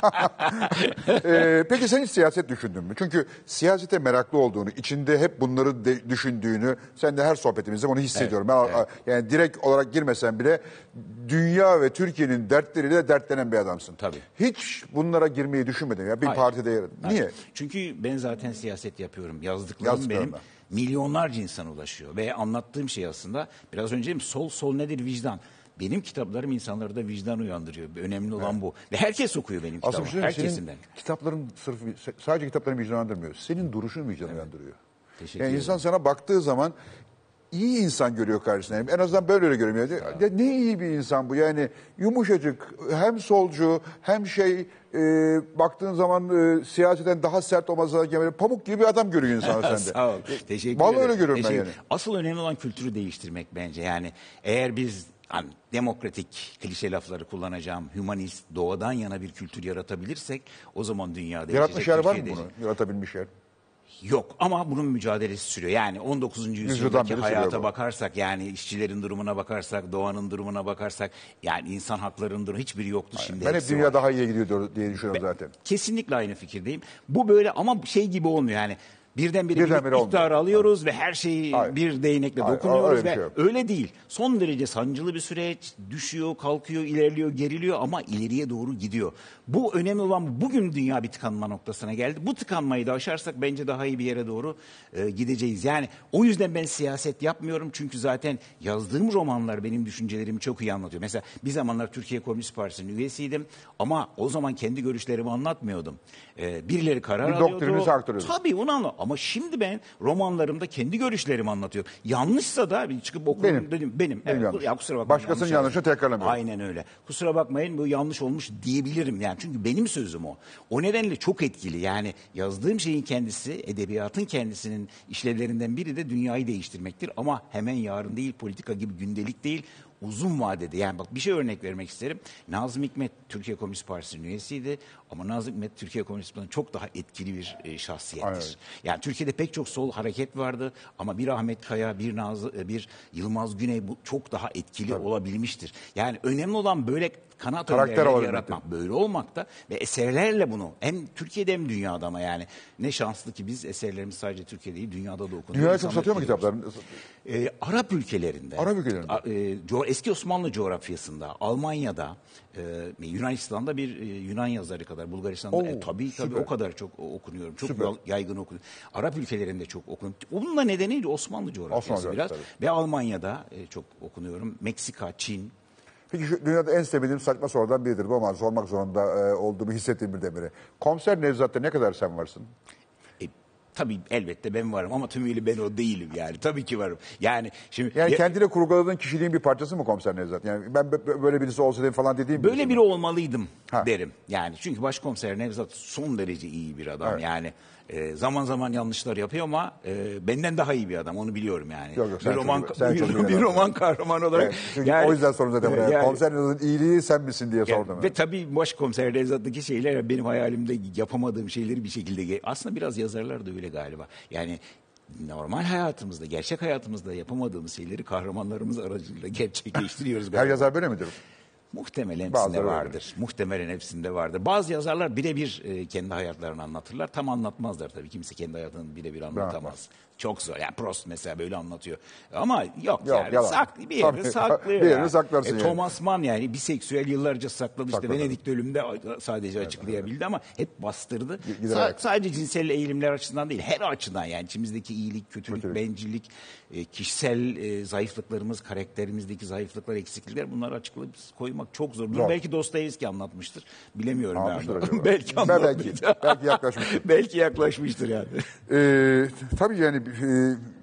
Ee, peki sen hiç siyaset düşündün mü? Çünkü siyasete meraklı olduğunu, içinde hep bunları de- düşündüğünü, sen de her sohbetimizde bunu hissediyorum. Ben, evet. Yani direkt olarak girmesen bile dünya ve Türkiye'nin dertleriyle dertlenen bir adamsın. Tabii. Hiç bunlara girmeyi düşünmedin ya bir Hayır. partide yer. Niye? Hayır. Çünkü ben zaten siyaset yapıyorum. Yazdıklarım Yazdıklarına. benim milyonlarca insana ulaşıyor. Ve anlattığım şey aslında biraz önce dedim, sol sol nedir, vicdan. Benim kitaplarım insanlarda vicdan uyandırıyor. Önemli olan bu. Ve herkes okuyor benim Aslında kitabımı. bir şey Her söyleyeyim, senin kesimden. kitapların sırf sadece kitapların vicdanlandırmıyor. Senin duruşun vicdan uyandırıyor. Teşekkür Yani ederim. insan sana baktığı zaman iyi insan görüyor karşısına. En azından böyle öyle görüyor. Ya, ya ne iyi bir insan bu. Yani yumuşacık, hem solcu hem şey e, baktığın zaman e, siyaseten daha sert olmasa da böyle pamuk gibi bir adam görüyor insan sende. Sağ ol. Teşekkür Vallahi ederim. öyle görüyorum ben Teşekkür- yani. Asıl önemli olan kültürü değiştirmek bence. Yani eğer biz hani demokratik klişe lafları kullanacağım, hümanist, doğadan yana bir kültür yaratabilirsek o zaman dünya değişecek. Yaratmış yer var mı Türkiye bunu? değişecek. Yaratabilmiş yer. Yok ama bunun mücadelesi sürüyor. Yani on dokuzuncu Yüzyıldan yüzyıldaki beri sürüyor hayata bu. bakarsak, yani işçilerin durumuna bakarsak, doğanın durumuna bakarsak, yani insan haklarının durumu hiçbiri yoktu, şimdi Ben hep hepsi dünya var. daha iyiye gidiyor diye düşünüyorum zaten. Kesinlikle aynı fikirdeyim. Bu böyle ama şey gibi olmuyor yani. Birdenbire bir Birdenbire olmuyor. iktidarı alıyoruz ve her şeyi Hayır. bir değnekle Hayır, dokunuyoruz öyle bir ve şey yok. öyle değil. Son derece sancılı bir süreç, düşüyor, kalkıyor, ilerliyor, geriliyor ama ileriye doğru gidiyor. Bu önemli olan bu. Bugün dünya bir tıkanma noktasına geldi. Bu tıkanmayı da aşarsak bence daha iyi bir yere doğru e, gideceğiz. Yani o yüzden ben siyaset yapmıyorum çünkü zaten yazdığım romanlar benim düşüncelerimi çok iyi anlatıyor. Mesela bir zamanlar Türkiye Komünist Partisi'nin üyesiydim ama o zaman kendi görüşlerimi anlatmıyordum. E, birileri karar Bir alıyordu. doktrininizi aktarıyordun. Tabii onu anla. Ama şimdi ben romanlarımda kendi görüşlerimi anlatıyorum. Yanlışsa da bir çıkıp okurum Benim. dedim. Benim. Evet, yanlış. ya kusura bakmayın. Başkasının yanlış yanlışını yaptım. tekrarlamıyorum. Aynen öyle. Kusura bakmayın bu yanlış olmuş diyebilirim yani. Çünkü benim sözüm o. O nedenle çok etkili. Yani yazdığım şeyin kendisi, edebiyatın kendisinin işlevlerinden biri de dünyayı değiştirmektir. Ama hemen yarın değil, politika gibi gündelik değil. Uzun vadede, yani bak bir şey örnek vermek isterim. Nazım Hikmet Türkiye Komünist Partisi'nin üyesiydi ama Nazım Hikmet Türkiye Komünist Partisi'nin çok daha etkili bir e, şahsiyettir. Aynen. Yani Türkiye'de pek çok sol hareket vardı ama bir Ahmet Kaya, bir Nazı, bir Yılmaz Güney bu çok daha etkili olabilmiştir. Yani önemli olan böyle kanat Karakter önderleri olabilmekte. yaratmak, böyle olmakta ve eserlerle bunu hem Türkiye'de hem dünyada ama yani ne şanslı ki biz eserlerimiz sadece Türkiye'de değil dünyada da okunuyor. Dünyaya çok İnsanlar satıyor mu etkiliyoruz. kitapların? Ee, Arap ülkelerinde. Arap ülkelerinde. A- e, co- eski Osmanlı coğrafyasında, Almanya'da, e, Yunanistan'da bir e, Yunan yazarı kadar, Bulgaristan'da Oo, e, tabii tabii süper. o kadar çok o- okunuyorum. Çok Süper. yal- yaygın okunuyorum. Arap ülkelerinde çok okunuyorum. Onun da nedeni Osmanlı coğrafyası Osmanlı biraz. coğrafyası, Ve Almanya'da e, çok okunuyorum. Meksika, Çin. Peki şu dünyada en sevdiğim saçma sorudan biridir bu ama sormak zorunda e, olduğumu hissettiğim birdenbire. Komiser Nevzat'ta ne kadar sen varsın? E, tabii elbette ben varım ama tümüyle ben o değilim yani. Tabii ki varım. Yani şimdi Yani ya- kendine kurguladığın kişiliğin bir parçası mı Komiser Nevzat? Yani ben bö- böyle birisi olsaydım falan dediğim böyle birisi biri mi? olmalıydım Ha. derim. Yani çünkü başkomiser Nevzat son derece iyi bir adam. Evet. Yani e, zaman zaman yanlışlar yapıyor ama e, benden daha iyi bir adam. Onu biliyorum yani. Yok, yok, sen bir çok roman iyi- sen bir, çok iyi bir adamsın. roman kahramanı olarak. Evet, çünkü yani- o yüzden sordum zaten buraya. Yani- Komiser Nevzat'ın iyiliği sen misin diye yani, sordum. ve tabii başkomiser Nevzat'taki şeyler benim hayalimde yapamadığım şeyleri bir şekilde... ge- Aslında biraz yazarlar da öyle galiba. Yani normal hayatımızda, gerçek hayatımızda yapamadığımız şeyleri kahramanlarımız aracılığıyla gerçekleştiriyoruz Her galiba. yazar böyle midir? Muhtemelen Bazıları hepsinde öyle. vardır. Muhtemelen hepsinde vardır. Bazı yazarlar birebir e, kendi hayatlarını anlatırlar. Tam anlatmazlar tabii. Kimse kendi hayatını birebir anlatamaz. Anlatmaz. Çok zor. Yani Proust mesela böyle anlatıyor. Ama yok, Yok, yani yalan. saklı bir yere Tabii. saklıyor. Bir yere yani. saklarsın E, yani. Thomas Mann yani biseksüel yıllarca sakladı. İşte Sakladı. Venedik ölümünde sadece açıklayabildi ama hep bastırdı. Gider Sa- ayak. sadece cinsel eğilimler açısından değil, her açıdan yani içimizdeki iyilik, kötülük, Kötülük. bencillik, e, kişisel e, zayıflıklarımız, karakterimizdeki zayıflıklar, eksiklikler bunları açıklayıp koymak çok zor. Bunu Zor. belki Dostoyevski anlatmıştır. Bilemiyorum Anlatmıştır yani. acaba. belki Ben anlatmıştır. belki- belki yaklaşmıştır. belki yaklaşmıştır yani. Ee, tabii yani e,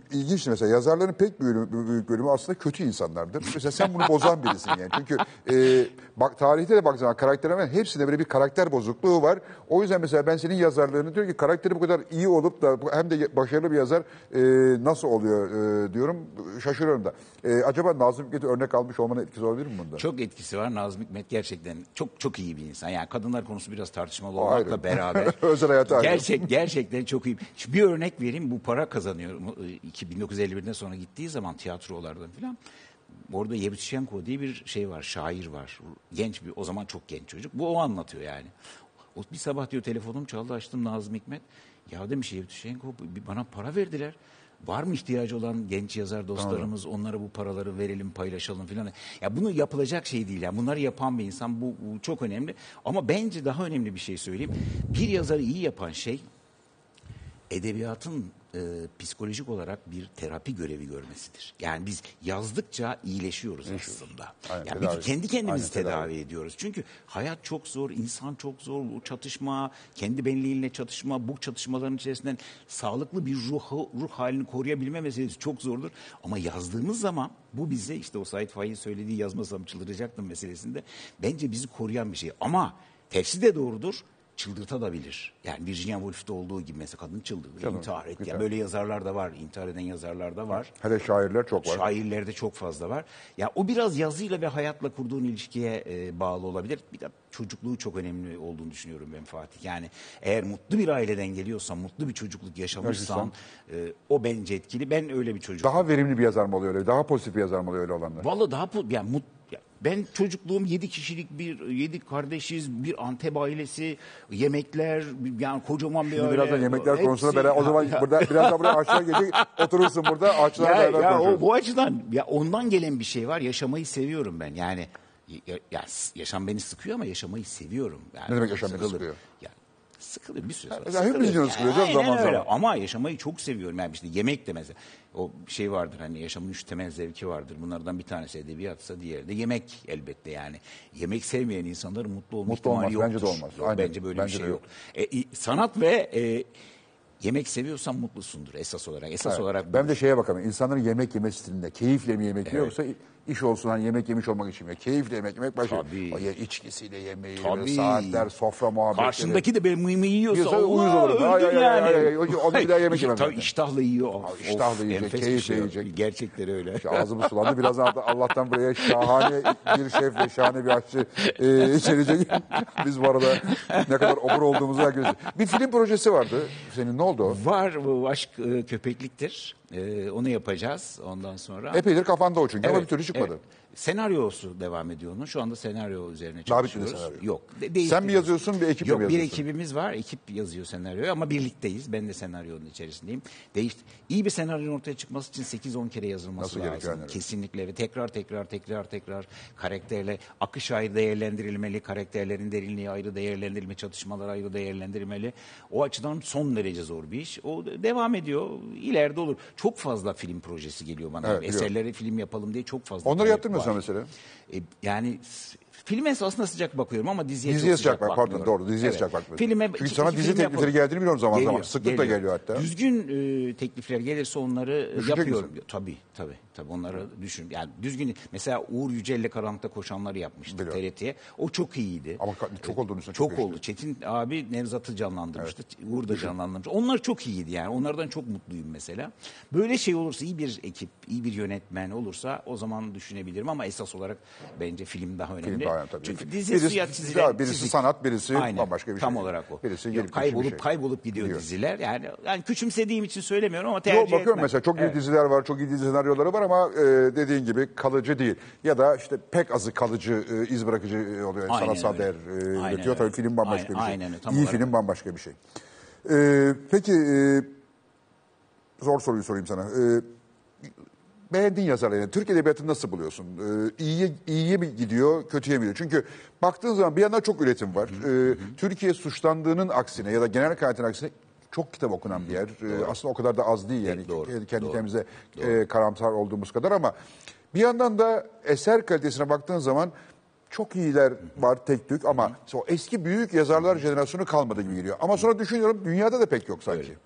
ilginç mesela yazarların pek bölümü, büyük bölümü aslında kötü insanlardır. Mesela sen bunu bozan birisin yani. Çünkü e, bak tarihte de bak zaman karakterlerin hepsinde böyle bir karakter bozukluğu var. O yüzden mesela ben senin yazarlarını diyor ki karakteri bu kadar iyi olup da hem de başarılı bir yazar e, nasıl oluyor e, diyorum. Şaşırıyorum da. E, acaba Nazım Hikmet'i örnek almış olmanın etkisi olabilir mi bunda? Çok etkisi var. Nazım Hikmet gerçekten çok çok iyi bir insan. Yani kadınlar konusu biraz tartışmalı O ayrı. olmakla beraber. Özel hayatı ayrı. Gerçek, gerçekten çok iyi. Şimdi bir örnek vereyim. Bu para kazanıyor. bin dokuz yüz elli birden sonra gittiği zaman tiyatrolardan falan. Orada Yevtushenko diye bir şey var. Şair var. Genç bir, o zaman çok genç çocuk. Bu o anlatıyor yani. O bir sabah diyor telefonum çaldı, açtım Nazım Hikmet. Ya demiş Yevtushenko bana para verdiler. Var mı ihtiyacı olan genç yazar dostlarımız, tamam, onlara bu paraları verelim, paylaşalım filan. Ya bunu yapılacak şey değil. Yani bunları yapan bir insan, bu, bu çok önemli. Ama bence daha önemli bir şey söyleyeyim. Bir yazarı iyi yapan şey edebiyatın e, psikolojik olarak bir terapi görevi görmesidir. Yani biz yazdıkça iyileşiyoruz aslında. Aynen, yani tedavi. biz kendi kendimizi Aynen, tedavi. tedavi ediyoruz. Çünkü hayat çok zor, insan çok zor, bu çatışma, kendi benliğiyle çatışma, bu çatışmaların içerisinden sağlıklı bir ruh, ruh halini koruyabilme meselesi çok zordur. Ama yazdığımız zaman bu bize, işte o Said Faik'in söylediği yazmasam çıldıracaktım meselesinde, bence bizi koruyan bir şey. Ama tersi de doğrudur. Çıldırtabilir. Yani Virginia Woolf'te olduğu gibi mesela kadın çıldırdı, Canım, intihar etti. güzel. Yani böyle yazarlar da var, intihar eden yazarlar da var. Hele şairler çok var. Şairlerde çok fazla var. Ya o biraz yazıyla ve hayatla kurduğun ilişkiye e, bağlı olabilir. Bir de çocukluğu çok önemli olduğunu düşünüyorum ben Fatih. Yani eğer mutlu bir aileden geliyorsan, mutlu bir çocukluk yaşamışsan e, o bence etkili. Ben öyle bir çocuk. Daha verimli bir yazar mı oluyor öyle? Daha pozitif bir yazar mı oluyor öyle olanlar? Vallahi daha po- yani mut, ya ben çocukluğum yedi kişilik bir, yedi kardeşiz, bir Antep ailesi, yemekler, yani kocaman bir Şimdi aile. birazdan yemekler Hepsi- konusunda beraber, o zaman Ya- burada, biraz daha buraya ağaçlar gelecek, oturursun burada ağaçlarla ya, beraber ya konuşuruz. o, bu açıdan ya ondan gelen bir şey var. Yaşamayı seviyorum ben. Yani ya, ya, yaşam beni sıkıyor ama yaşamayı seviyorum. Yani Ne demek yaşam beni sıkılır. sıkıyor? Ya, sıkılır bir süre sonra. mesela hepimizin canı sıkılıyor canım Aynen zaman öyle. zaman. Ama yaşamayı çok seviyorum. Yani işte yemek de mesela. O şey vardır, hani yaşamın üç temel zevki vardır. Bunlardan bir tanesi edebiyatsa diğeri de yemek elbette yani. Yemek sevmeyen insanların mutlu olma Mutlu ihtimali olmaz, yoktur. bence de olmaz. Yok, Aynen, bence böyle bence bir şey de yok. yok. E, i- sanat ve e, yemek seviyorsan mutlusundur esas olarak. Esas Evet. olarak Ben de şeye bakalım. İnsanların yemek yeme stilinde keyifle mi yemek yiyor yoksa iş olsun hani yemek yemiş olmak için mi? Keyifle yemek yemek başka. Tabii. O ya içkisiyle yemeği, Tabii. böyle saatler, sofra muhabbetleri. karşındaki de benim mıyımı yiyorsa Yiyorsa Allah, uyuz olurum. Ay, öldün ay, ay, yani. ay, ay, ay. Onu bir daha yemek yemem Tabii zaten. iştahla yiyor. Abi iştahla yiyecek, enfes bir keyifle şey. yiyecek. Gerçekten öyle. İşte ağzımız sulandı. Birazdan hatta Allah'tan buraya şahane bir şefle şahane bir aşçı e, içerecek. Biz bu arada ne kadar obur olduğumuzu herkes. Bir film projesi vardı. Senin ne oldu o? Var, bu aşk e, köpekliktir. E, onu yapacağız ondan sonra. Epeydir kafanda o çünkü ama bir Evet, türlü çıkmadı. evet. Senaryosu devam ediyor onun. Şu anda senaryo üzerine Daha bitmedi çalışıyoruz. senaryo. Yok. de- Sen mi değiştiriyoruz. yazıyorsun, bir ekiple Yok, mi bir yazıyorsun? ekibimiz var. Ekip yazıyor senaryoyu ama birlikteyiz. Ben de senaryonun içerisindeyim. Değişti. İyi bir senaryonun ortaya çıkması için sekiz on kere yazılması Nasıl lazım. gerekiyor yani? Kesinlikle ve tekrar tekrar tekrar tekrar karakterle akış ayrı değerlendirilmeli, karakterlerin derinliği ayrı değerlendirilmeli, çatışmalar ayrı değerlendirilmeli. O açıdan son derece zor bir iş. O devam ediyor. İleride olur. Çok fazla film projesi geliyor bana. Evet, biliyorum. Eserleri film yapalım diye çok fazla. Onları talep yaptırmıyorsun var. mesela. E, yani s- filme esasında sıcak bakıyorum ama diziye, Diziye çok sıcak, sıcak bak, pardon, bakmıyorum. doğru, diziye sıcak bakmıyorsun. Filme, Çünkü iki- sana iki dizi film teklifleri yapalım. geldiğini biliyorum zaman zaman. Geliyor, Sıklıkla geliyor hatta. Düzgün e, teklifler gelirse onları Düşünecek yapıyorum. misin? Tabii tabii. Tabii onları düşün. Yani düzgün, mesela Uğur Yücel'le Karanlıkta Koşanları yapmıştı Biliyorum. T R T'ye. O çok iyiydi. Ama ka- çok olduğunu üstüne Çok çok oldu. Çetin abi Nevzat'ı canlandırmıştı. Uğur da canlandırmış. Onlar çok iyiydi yani. Onlardan çok mutluyum mesela. Böyle şey olursa, iyi bir ekip, iyi bir yönetmen olursa o zaman düşünebilirim ama esas olarak bence film daha önemli. Film daha önemli tabii. Çünkü dizi Birisi- suya çizilen birisi çizik. sanat, birisi Aynen, bambaşka bir tam şey. olarak o. Birisi Yok, gelip geçici kaybolup bir şey. kaybolup gidiyor Biliyorum. diziler. Yani yani küçümsediğim için söylemiyorum ama tercih Yok, bakıyorum etmem. mesela çok iyi Evet. diziler var, çok iyi dizi senaryoları var ama e, dediğin gibi kalıcı değil. Ya da işte pek azı kalıcı, e, iz bırakıcı e, oluyor. Aynen Sanatsal öyle. değer e, Aynen üretiyor. Tabii öyle. film bambaşka Aynen- bir şey. aynen öyle, tam İyi olarak film o. bambaşka bir şey. E, peki e, zor soruyu sorayım sana. E, beğendiğin yazarları, yani Türk Edebiyatı'nı nasıl buluyorsun? Ee, iyiye, iyiye mi gidiyor, kötüye mi gidiyor? Çünkü baktığın zaman bir yandan çok üretim var. Ee, Türkiye suçlandığının aksine ya da genel kanaatin aksine çok kitap okunan bir yer. Ee, aslında o kadar da az değil yani. Doğru, Kendi, kendi doğru, kendimize e, karamsar olduğumuz kadar ama bir yandan da eser kalitesine baktığın zaman çok iyiler var tek tük ama o eski büyük yazarlar jenerasyonu kalmadı gibi geliyor. Ama sonra düşünüyorum dünyada da pek yok sanki.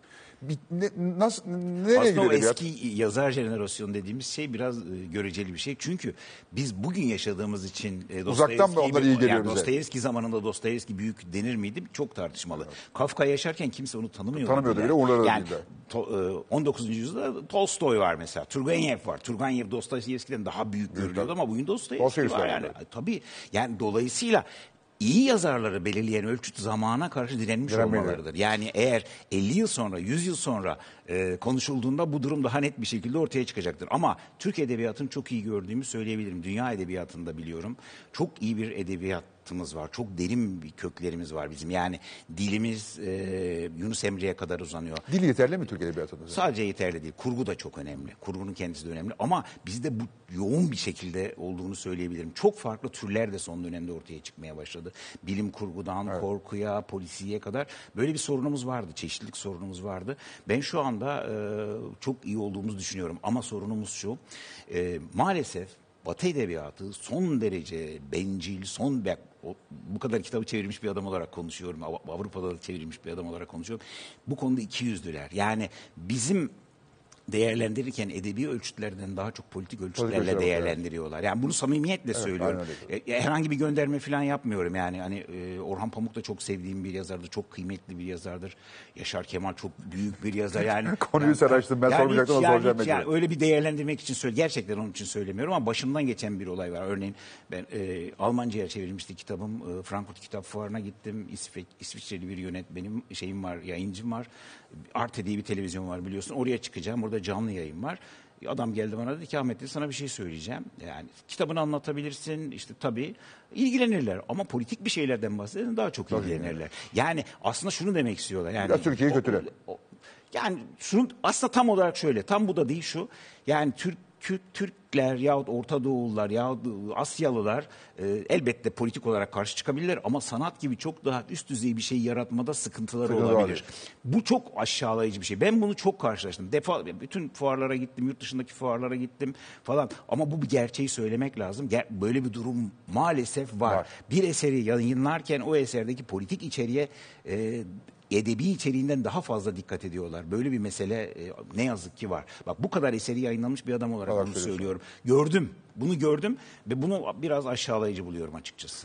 bir, ne, nasıl nereye Aslında gidiyor o edebiyat? eski yazar jenerasyonu dediğimiz şey biraz e, göreceli bir şey. Çünkü biz bugün yaşadığımız için e, Uzaktan mı Dostoyevski'yi onlar bir- iyi geliyor yani bize? Dostoyevski zamanında Dostoyevski büyük denir miydi? Çok tartışmalı. Kafka yaşarken kimse onu tanımıyordu. Tanımıyordu bile. bile, umurlarında yani, değildi. to- e, on dokuzuncu yüzyılda Tolstoy var mesela. Turgenev var. Turgenev Dostoyevski'den daha büyük görülüyordu ama bugün Dostoyevski Dostoyevski var. var, Yani, evet. tabii yani dolayısıyla iyi yazarları belirleyen ölçüt zamana karşı direnmiş Direnmeyi. olmalarıdır. Yani eğer elli yıl sonra, yüz yıl sonra e, konuşulduğunda bu durum daha net bir şekilde ortaya çıkacaktır. Ama Türk edebiyatını çok iyi gördüğümü söyleyebilirim. Dünya edebiyatını da biliyorum. Çok iyi bir edebiyatımız var. Çok derin bir köklerimiz var bizim. Yani dilimiz e, Yunus Emre'ye kadar uzanıyor. Dil yeterli mi Türk edebiyatında? Sadece yeterli değil. Kurgu da çok önemli. Kurgunun kendisi de önemli. Ama bizde bu yoğun bir şekilde olduğunu söyleyebilirim. Çok farklı türler de son dönemde ortaya çıkmaya başladı. Bilim kurgudan, korkuya, polisiye kadar böyle bir sorunumuz vardı. Çeşitlilik sorunumuz vardı. Ben şu anda e, çok iyi olduğumuzu düşünüyorum. Ama sorunumuz şu. E, maalesef Batı edebiyatı son derece bencil, son be- o- bu kadar kitabı çevirmiş bir adam olarak konuşuyorum. Av- Avrupa'da da çevrilmiş bir adam olarak konuşuyorum. Bu konuda ikiyüzlüler. Yani bizim değerlendirirken edebi ölçütlerden daha çok politik ölçütlerle ölçüler, değerlendiriyorlar. Yani bunu samimiyetle söylüyorum. aynen E, herhangi bir gönderme falan yapmıyorum. Yani hani e, Orhan Pamuk da çok sevdiğim bir yazardır. Çok kıymetli bir yazardır. Yaşar Kemal çok büyük bir yazar. Yani Konuyu sen açtın, ben sormayacaktım ama hiç- soracağım hiç ben yani de. öyle bir değerlendirmek için söyle. Gerçekten onun için söylemiyorum ama başımdan geçen bir olay var. Örneğin ben e, Almanca'ya çevrilmişti kitabım. E, Frankfurt Kitap Fuarı'na gittim. İsveç, İsviçreli bir yönetmenim, şeyim var, yayıncım var. Arte diye bir televizyon var biliyorsun. Oraya çıkacağım. Orada canlı yayın var. Adam geldi bana dedi ki Ahmet dedi, sana bir şey söyleyeceğim. Yani kitabını anlatabilirsin işte tabii ilgilenirler ama politik bir şeylerden bahsedin daha çok ilgilenirler. Yani aslında şunu demek istiyorlar. Yani Biraz Türkiye'yi o- kötüle. o- Yani şunu aslında tam olarak şöyle, tam bu da değil şu. Yani Türk, Türk Türkler yahut Orta Doğulular yahut Asyalılar e, elbette politik olarak karşı çıkabilirler ama sanat gibi çok daha üst düzey bir şey yaratmada sıkıntıları Sıkıntıları olabilir. var. Bu çok aşağılayıcı bir şey. Ben bunu çok karşılaştım. Defa bütün fuarlara gittim, yurt dışındaki fuarlara gittim falan. Ama bu bir gerçeği söylemek lazım. Ger- Böyle bir durum maalesef var. Var. Bir eseri yayınlarken o eserdeki politik içeriğe e, edebi içeriğinden daha fazla dikkat ediyorlar. Böyle bir mesele e, ne yazık ki var. Bak bu kadar eseri yayınlanmış bir adam olarak Allah bunu söylüyorsun. söylüyorum. Gördüm. Bunu gördüm ve bunu biraz aşağılayıcı buluyorum açıkçası.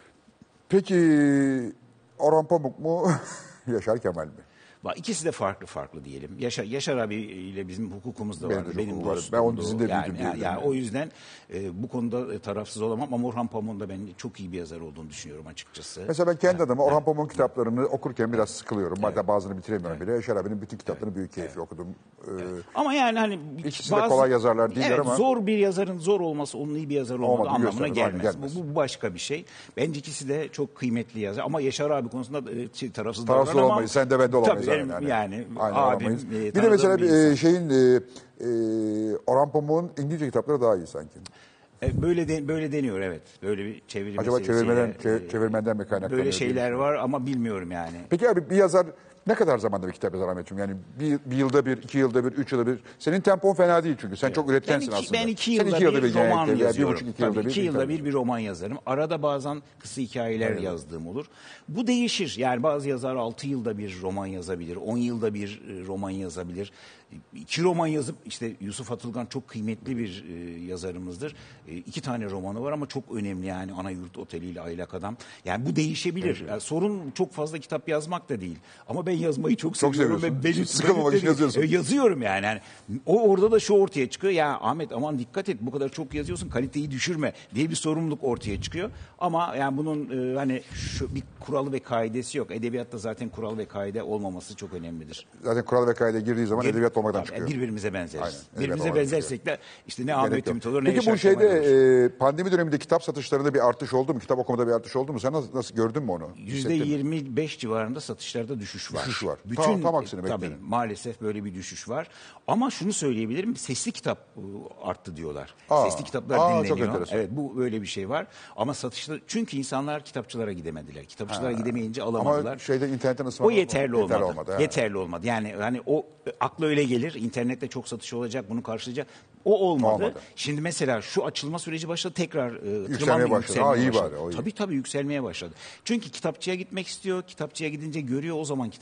Peki Orhan Pamuk mu Yaşar Kemal mi? Bak, İkisi de farklı farklı diyelim. Yaşar, Yaşar abi ile bizim hukukumuz da Benim vardı. de Benim hukukum vardı. dostumdu. Ben onun dizinde büyüdüm yani, yani, diyebilirim yani yani. o yüzden e, bu konuda e, tarafsız olamam ama Orhan Pamuk'un da ben çok iyi bir yazar olduğunu düşünüyorum açıkçası. Mesela ben kendi adıma Orhan Pamuk'un kitaplarını okurken biraz sıkılıyorum. Hatta bazılarını bitiremiyorum bile. Yaşar abinin bütün kitaplarını büyük keyifle okudum. Ee, Ama yani hani İkisi de kolay yazarlar değiller evet, ama- zor bir yazarın zor olması onun iyi bir yazar olmadığı Olmadı, anlamına göstermez, aynen, gelmez. gelmez. Bu, bu başka bir şey. Bence ikisi de çok kıymetli yazar. Ama Yaşar abi konusunda e, şey, tarafsız Tarafsız davranamam. olamayız. Sen de ben de olamayız. Tabii benim yani. yani Aynen abim, olamayız. e, Bir de tanıdığım mesela bir bir, insan. e, şeyin e, e, Orhan Pamuk'un İngilizce kitapları daha iyi sanki. E, Böyle de, böyle deniyor evet. Böyle bir çeviri Acaba meselesiyle, çevirmeden, e, çe- çevirmenden mi kaynaklanıyor? böyle diye şeyler düşünüyorum. var ama bilmiyorum yani. Peki abi bir yazar ne kadar zamanda bir kitap yazar Ahmetciğim? Yani bir, bir yılda bir, iki yılda bir, üç yılda bir. Senin tempon fena değil çünkü. Sen çok Ben üretkensin iki, aslında. ben iki Sen yılda, iki yılda bir, roman genellikle, veya yazıyorum. Bir buçuk, iki Tabii yılda bir. iki yılda kitap bir bir roman yazarım. Arada bazen kısa hikayeler yazdığım olur. Bu değişir. Yani bazı yazar altı yılda bir roman yazabilir. On yılda bir e, roman yazabilir. İki roman yazıp işte Yusuf Atılgan çok kıymetli bir e, yazarımızdır. E, iki tane romanı var ama çok önemli yani Anayurt Oteli ile Aylak Adam. Yani bu değişebilir. Yani sorun çok fazla kitap yazmak da değil. Ama ben yazmayı çok, Çok seviyorum. seviyorsun. Ve benim, Sıkılmamak benim de için değil. yazıyorsun. E, yazıyorum yani. yani. O orada da şu ortaya çıkıyor. Ya Ahmet aman dikkat et bu kadar çok yazıyorsun kaliteyi düşürme diye bir sorumluluk ortaya çıkıyor. Ama yani bunun e, hani şu bir kuralı ve kaidesi yok. Edebiyatta zaten kural ve kaide olmaması çok önemlidir. Zaten kural ve kaide girdiği zaman edebiyat olmaktan Tabii, çıkıyor. Birbirimize benzeriz. Aynen, edebiyat Birbirimize olmaktan benzersek de işte ne Gerek Ahmet yok. Ümit olur ne Peki bu Yaşar şeyde Kemal olur. e, pandemi döneminde kitap satışlarında bir artış oldu mu? Kitap okumada bir artış oldu mu? Sen nasıl, nasıl gördün mü onu? Yüzde Hissettin mi? yirmi beş civarında satışlarda düşüş var. Düşüş var. Bütün, Tam- tam aksine tabii bekledim. maalesef böyle bir düşüş var. Ama şunu söyleyebilirim sesli kitap e, arttı diyorlar. Aa, sesli kitaplar aa, çok dinleniyor. enteresan. Evet bu böyle bir şey var. Ama satışta çünkü insanlar kitapçılara gidemediler. Kitapçılara gidemeyince Ama alamadılar. şeyde internetten O ısmarlamak yeterli olmadı. olmadı. ha. Yeterli olmadı. Yani hani o e, akla öyle gelir. İnternette çok satış olacak, bunu karşılayacak. O olmadı. Olmadı. Şimdi mesela şu açılma süreci başladı tekrar e, Yükselmeye tırmanmaya, başladı. yükselmeye Ha, iyi başladı. bari, o iyi. Tabii tabii yükselmeye başladı. Çünkü kitapçıya gitmek istiyor. Kitapçıya gidince görüyor o zaman kitap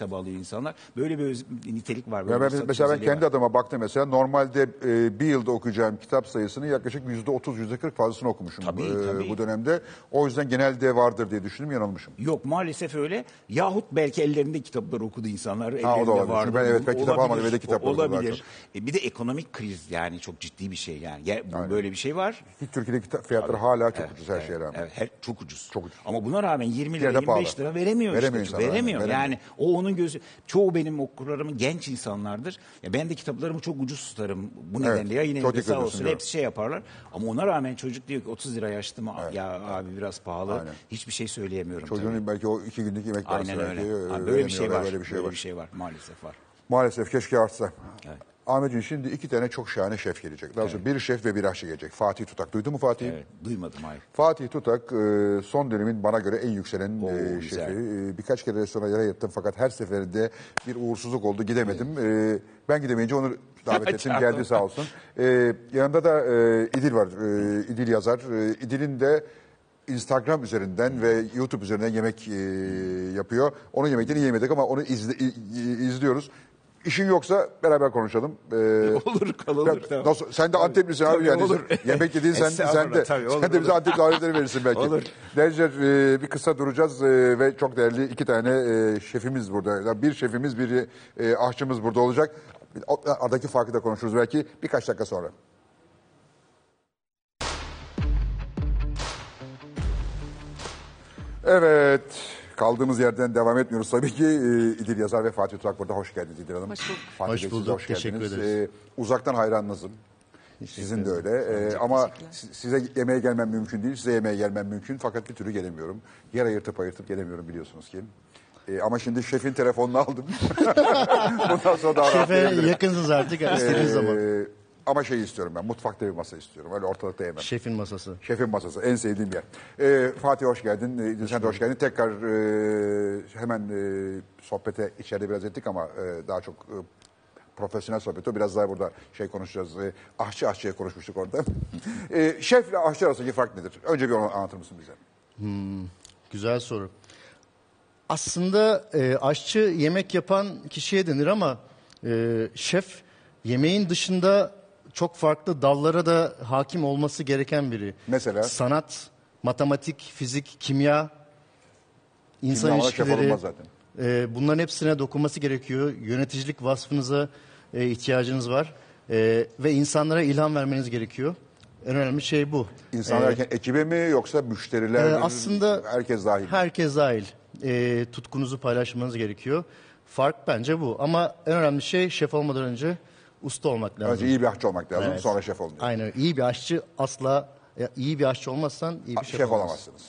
kitabı alıyor insanlar. Böyle bir öz- nitelik var. Böyle Ya bir ben, satış mesela ben özelliği kendi var. adıma baktım mesela normalde e, bir yılda okuyacağım kitap sayısının yaklaşık yüzde otuz yüzde kırk fazlasını okumuşum Tabii, e, tabii. bu dönemde. O yüzden genelde vardır diye düşündüm, yanılmışım. Yok maalesef öyle. Yahut belki ellerinde kitaplar okudu insanlar. o da Ellerinde olabilir. vardı. Ben evet, ben kitap Olabilir, almadım, evde kitap okudum daha olabilir. E, bir de ekonomik kriz yani çok ciddi bir şey yani. Ya, bu böyle bir şey var. Ki Türkiye'de kitap fiyatları hala çok Evet, ucuz her evet, şeye rağmen. Evet, her, çok ucuz. Çok ucuz. Ama buna rağmen yirmi lira Yine de yirmi beş pahalı. lira veremiyor, Veremiyor işte. insanlar, Veremiyor. veremiyor. Yani o onun gözü. Çoğu benim okurlarım genç insanlardır. Ya ben de kitaplarımı çok ucuz tutarım. Bu Evet, nedenle yayın çok evinde dikkat sağ ediyorsun, olsun diyorum. hepsi şey yaparlar. Ama ona rağmen çocuk diyor ki otuz lira yaşlı mı? Ya abi biraz pahalı. Aynen. Hiçbir şey söyleyemiyorum. Çocuğun tabii. belki o iki günlük yemek parası Aynen belki öyle. e, Ha, böyle bir şey veremiyorlar, var. Böyle bir şey böyle var. bir şey var. Maalesef var. Maalesef keşke artsa. Evet. Ahmetciğim şimdi iki tane çok şahane şef gelecek. Daha sonra bir şef ve bir aşçı gelecek. Fatih Tutak. Duydun mu Fatih'i? Evet, duymadım hayır. Fatih Tutak e, son dönemin bana göre en yükselen Oo, e, güzel. şefi. E, Birkaç kere restorana gittim fakat her seferinde bir uğursuzluk oldu, gidemedim. E, Ben gidemeyince onu davet ettim, geldi sağ olsun. E, Yanında da e, İdil var, e, İdil yazar. E, İdil'in de Instagram üzerinden ve YouTube üzerinden yemek e, yapıyor. Onun yemeklerini yemedik ama onu izle, i- i- izliyoruz. İşin yoksa beraber konuşalım. Ee, Olur, kal olur, ben- tamam. nasıl- sen de Anteplisin abi Tabii, yani. olur. Yemek dediğin sen, sen Estağfurullah, de. tabii, olur, sen de bize olur. Antep tarifleri verirsin belki. Olur. Derece e, bir kısa duracağız e, ve çok değerli iki tane e, şefimiz burada. Yani bir şefimiz, bir e, aşçımız burada olacak. O- Aradaki farkı da konuşuruz belki birkaç dakika sonra. Evet, kaldığımız yerden devam etmiyoruz tabii ki. Ee, İdil Yazar ve Fatih Tutak burada. Hoş geldiniz İdil Hanım. Hoş bulduk. Fatih Hoş Bey, siz de bulduk, teşekkür geldiniz. ederiz. Ee, uzaktan hayranınızım. Sizin de öyle. Ee, ama si- size yemeğe gelmem mümkün değil. Size yemeğe gelmem mümkün. Fakat bir türlü gelemiyorum. Yer ayırtıp ayırtıp gelemiyorum biliyorsunuz ki. Ee, ama şimdi şefin telefonunu aldım. Bundan sonra daha rahat Şefe gelebilirim. yakınsınız artık istediğiniz zaman. Ee, Ama şey istiyorum ben. Mutfakta bir masa istiyorum. Öyle ortalıkta yemem. Şefin masası. Şefin masası en sevdiğim yer. Ee, Fatih hoş geldin. Ee, İdil, sen de hoş geldin. Tekrar e, hemen e, sohbete içeride biraz ettik ama e, daha çok e, profesyonel sohbet o. Biraz daha burada şey konuşacağız. E, aşçı aşçıya konuşmuştuk orada. e, şefle aşçı arasındaki fark nedir? Önce bir onu anlatır mısın bize? Güzel soru. Aslında e, aşçı yemek yapan kişiye denir ama e, şef yemeğin dışında çok farklı dallara da hakim olması gereken biri. Mesela? Sanat, matematik, fizik, kimya, insan Kimya olarak şef ilişkileri. olunmaz zaten. e, bunların hepsine dokunması gerekiyor. Yöneticilik vasfınıza e, ihtiyacınız var. E, ve insanlara ilham vermeniz gerekiyor. En önemli şey bu. İnsanlar E, erken ekibe mi yoksa müşteriler Ee, mi? aslında herkes dahil. Herkes dahil. Ee, tutkunuzu paylaşmanız gerekiyor. Fark bence bu. Ama en önemli şey şef olmadan önce usta olmak lazım. Önce iyi bir aşçı olmak lazım Evet. sonra şef olmuyor. Aynen. İyi bir aşçı asla ya, iyi bir aşçı olmazsan iyi bir şef, Şef olamazsın. olamazsınız.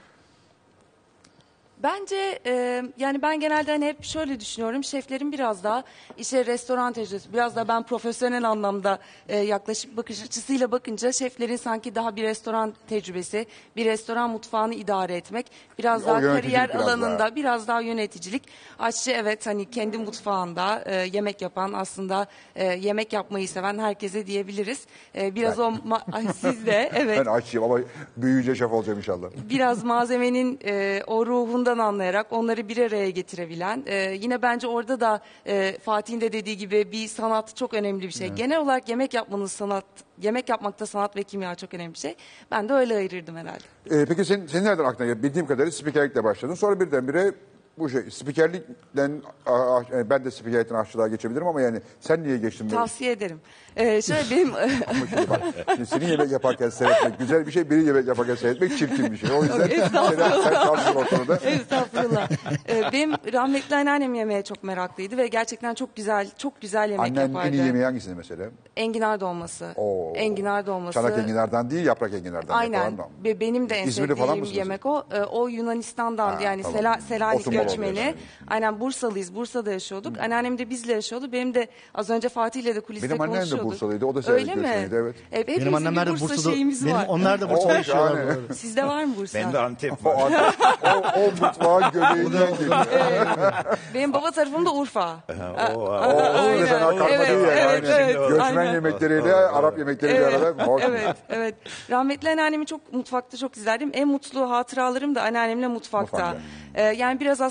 Bence e, yani ben genelde hani hep şöyle düşünüyorum. Şeflerin biraz daha işe restoran tecrübesi, biraz da ben profesyonel anlamda e, yaklaşık bakış açısıyla bakınca şeflerin sanki daha bir restoran tecrübesi, bir restoran mutfağını idare etmek, biraz O daha yöneticilik kariyer biraz alanında daha. biraz daha yöneticilik. Aşçı evet hani kendi mutfağında e, yemek yapan aslında e, yemek yapmayı seven herkese diyebiliriz. E, biraz o ma- Ay, siz de evet. Ben aşçıyım ama büyüyünce şef olacağım inşallah. Biraz malzemenin e, o ruhundan anlayarak onları bir araya getirebilen. e, yine bence orada da e, Fatih'in de dediği gibi bir sanat çok önemli bir şey. Genel olarak yemek yapmanın sanat, yemek yapmakta sanat ve kimya çok önemli bir şey. Ben de öyle ayırırdım herhalde. Ee, peki sen, senin nereden aklına geldi? Bildiğim kadarıyla spikerlikle başladın. Sonra birdenbire bu şey spikerlikten a- a- yani ben de spikerlikten aşçılığa geçebilirim ama yani sen niye geçtin? böyle? Tavsiye ederim. E, şöyle benim Ama şimdi bak, şimdi senin yemek yaparken seyretmek güzel bir şey, biri yemek yaparken seyretmek çirkin bir şey. O yüzden sen, sen kalsın ortada. Estağfurullah. E, benim rahmetli anneannem yemeğe çok meraklıydı ve gerçekten çok güzel çok güzel yemek Annen yapardı. en iyi yemeği hangisini mesela? Enginar dolması. Oo. Enginar dolması. Çanak enginardan değil, yaprak enginardan. Aynen. yapılan da. Ve benim de en İzmirli falan sevdiğim mısınız? yemek o. Ee, o Yunanistan'dan Ha, yani tamam. Sela, Selanik Osmanlı göçmeni. oluyor yani. Aynen Bursalıyız. Bursa'da yaşıyorduk. Anneannem de bizle yaşıyordu. Benim de az önce Fatih'le de kuliste Benim annem de konuşuyorduk. Bursalıydı. O da Selanik Öyle mi? göçmeniydi, evet. hepimizin Benim annemler bir de Bursa Bursa'da. şeyimiz Benim, var. onlar da Bursa'da Oo, yaşıyorlar. şahane. bu arada. Sizde var mı Bursa? Ben de Antep O, var. o, o mutfağın göbeğinden geliyor. Benim baba tarafım da Urfa. Oo, O Aynen. öyle fena karma Evet, değil yani. evet, Aynen. evet, Göçmen aynen. yemekleriyle Arap yemekleri bir arada. Hoş. Evet, evet. Rahmetli anneannemi çok mutfakta çok izlerdim. En mutlu hatıralarım da anneannemle mutfakta. Mutfakta. Ee, yani biraz aslında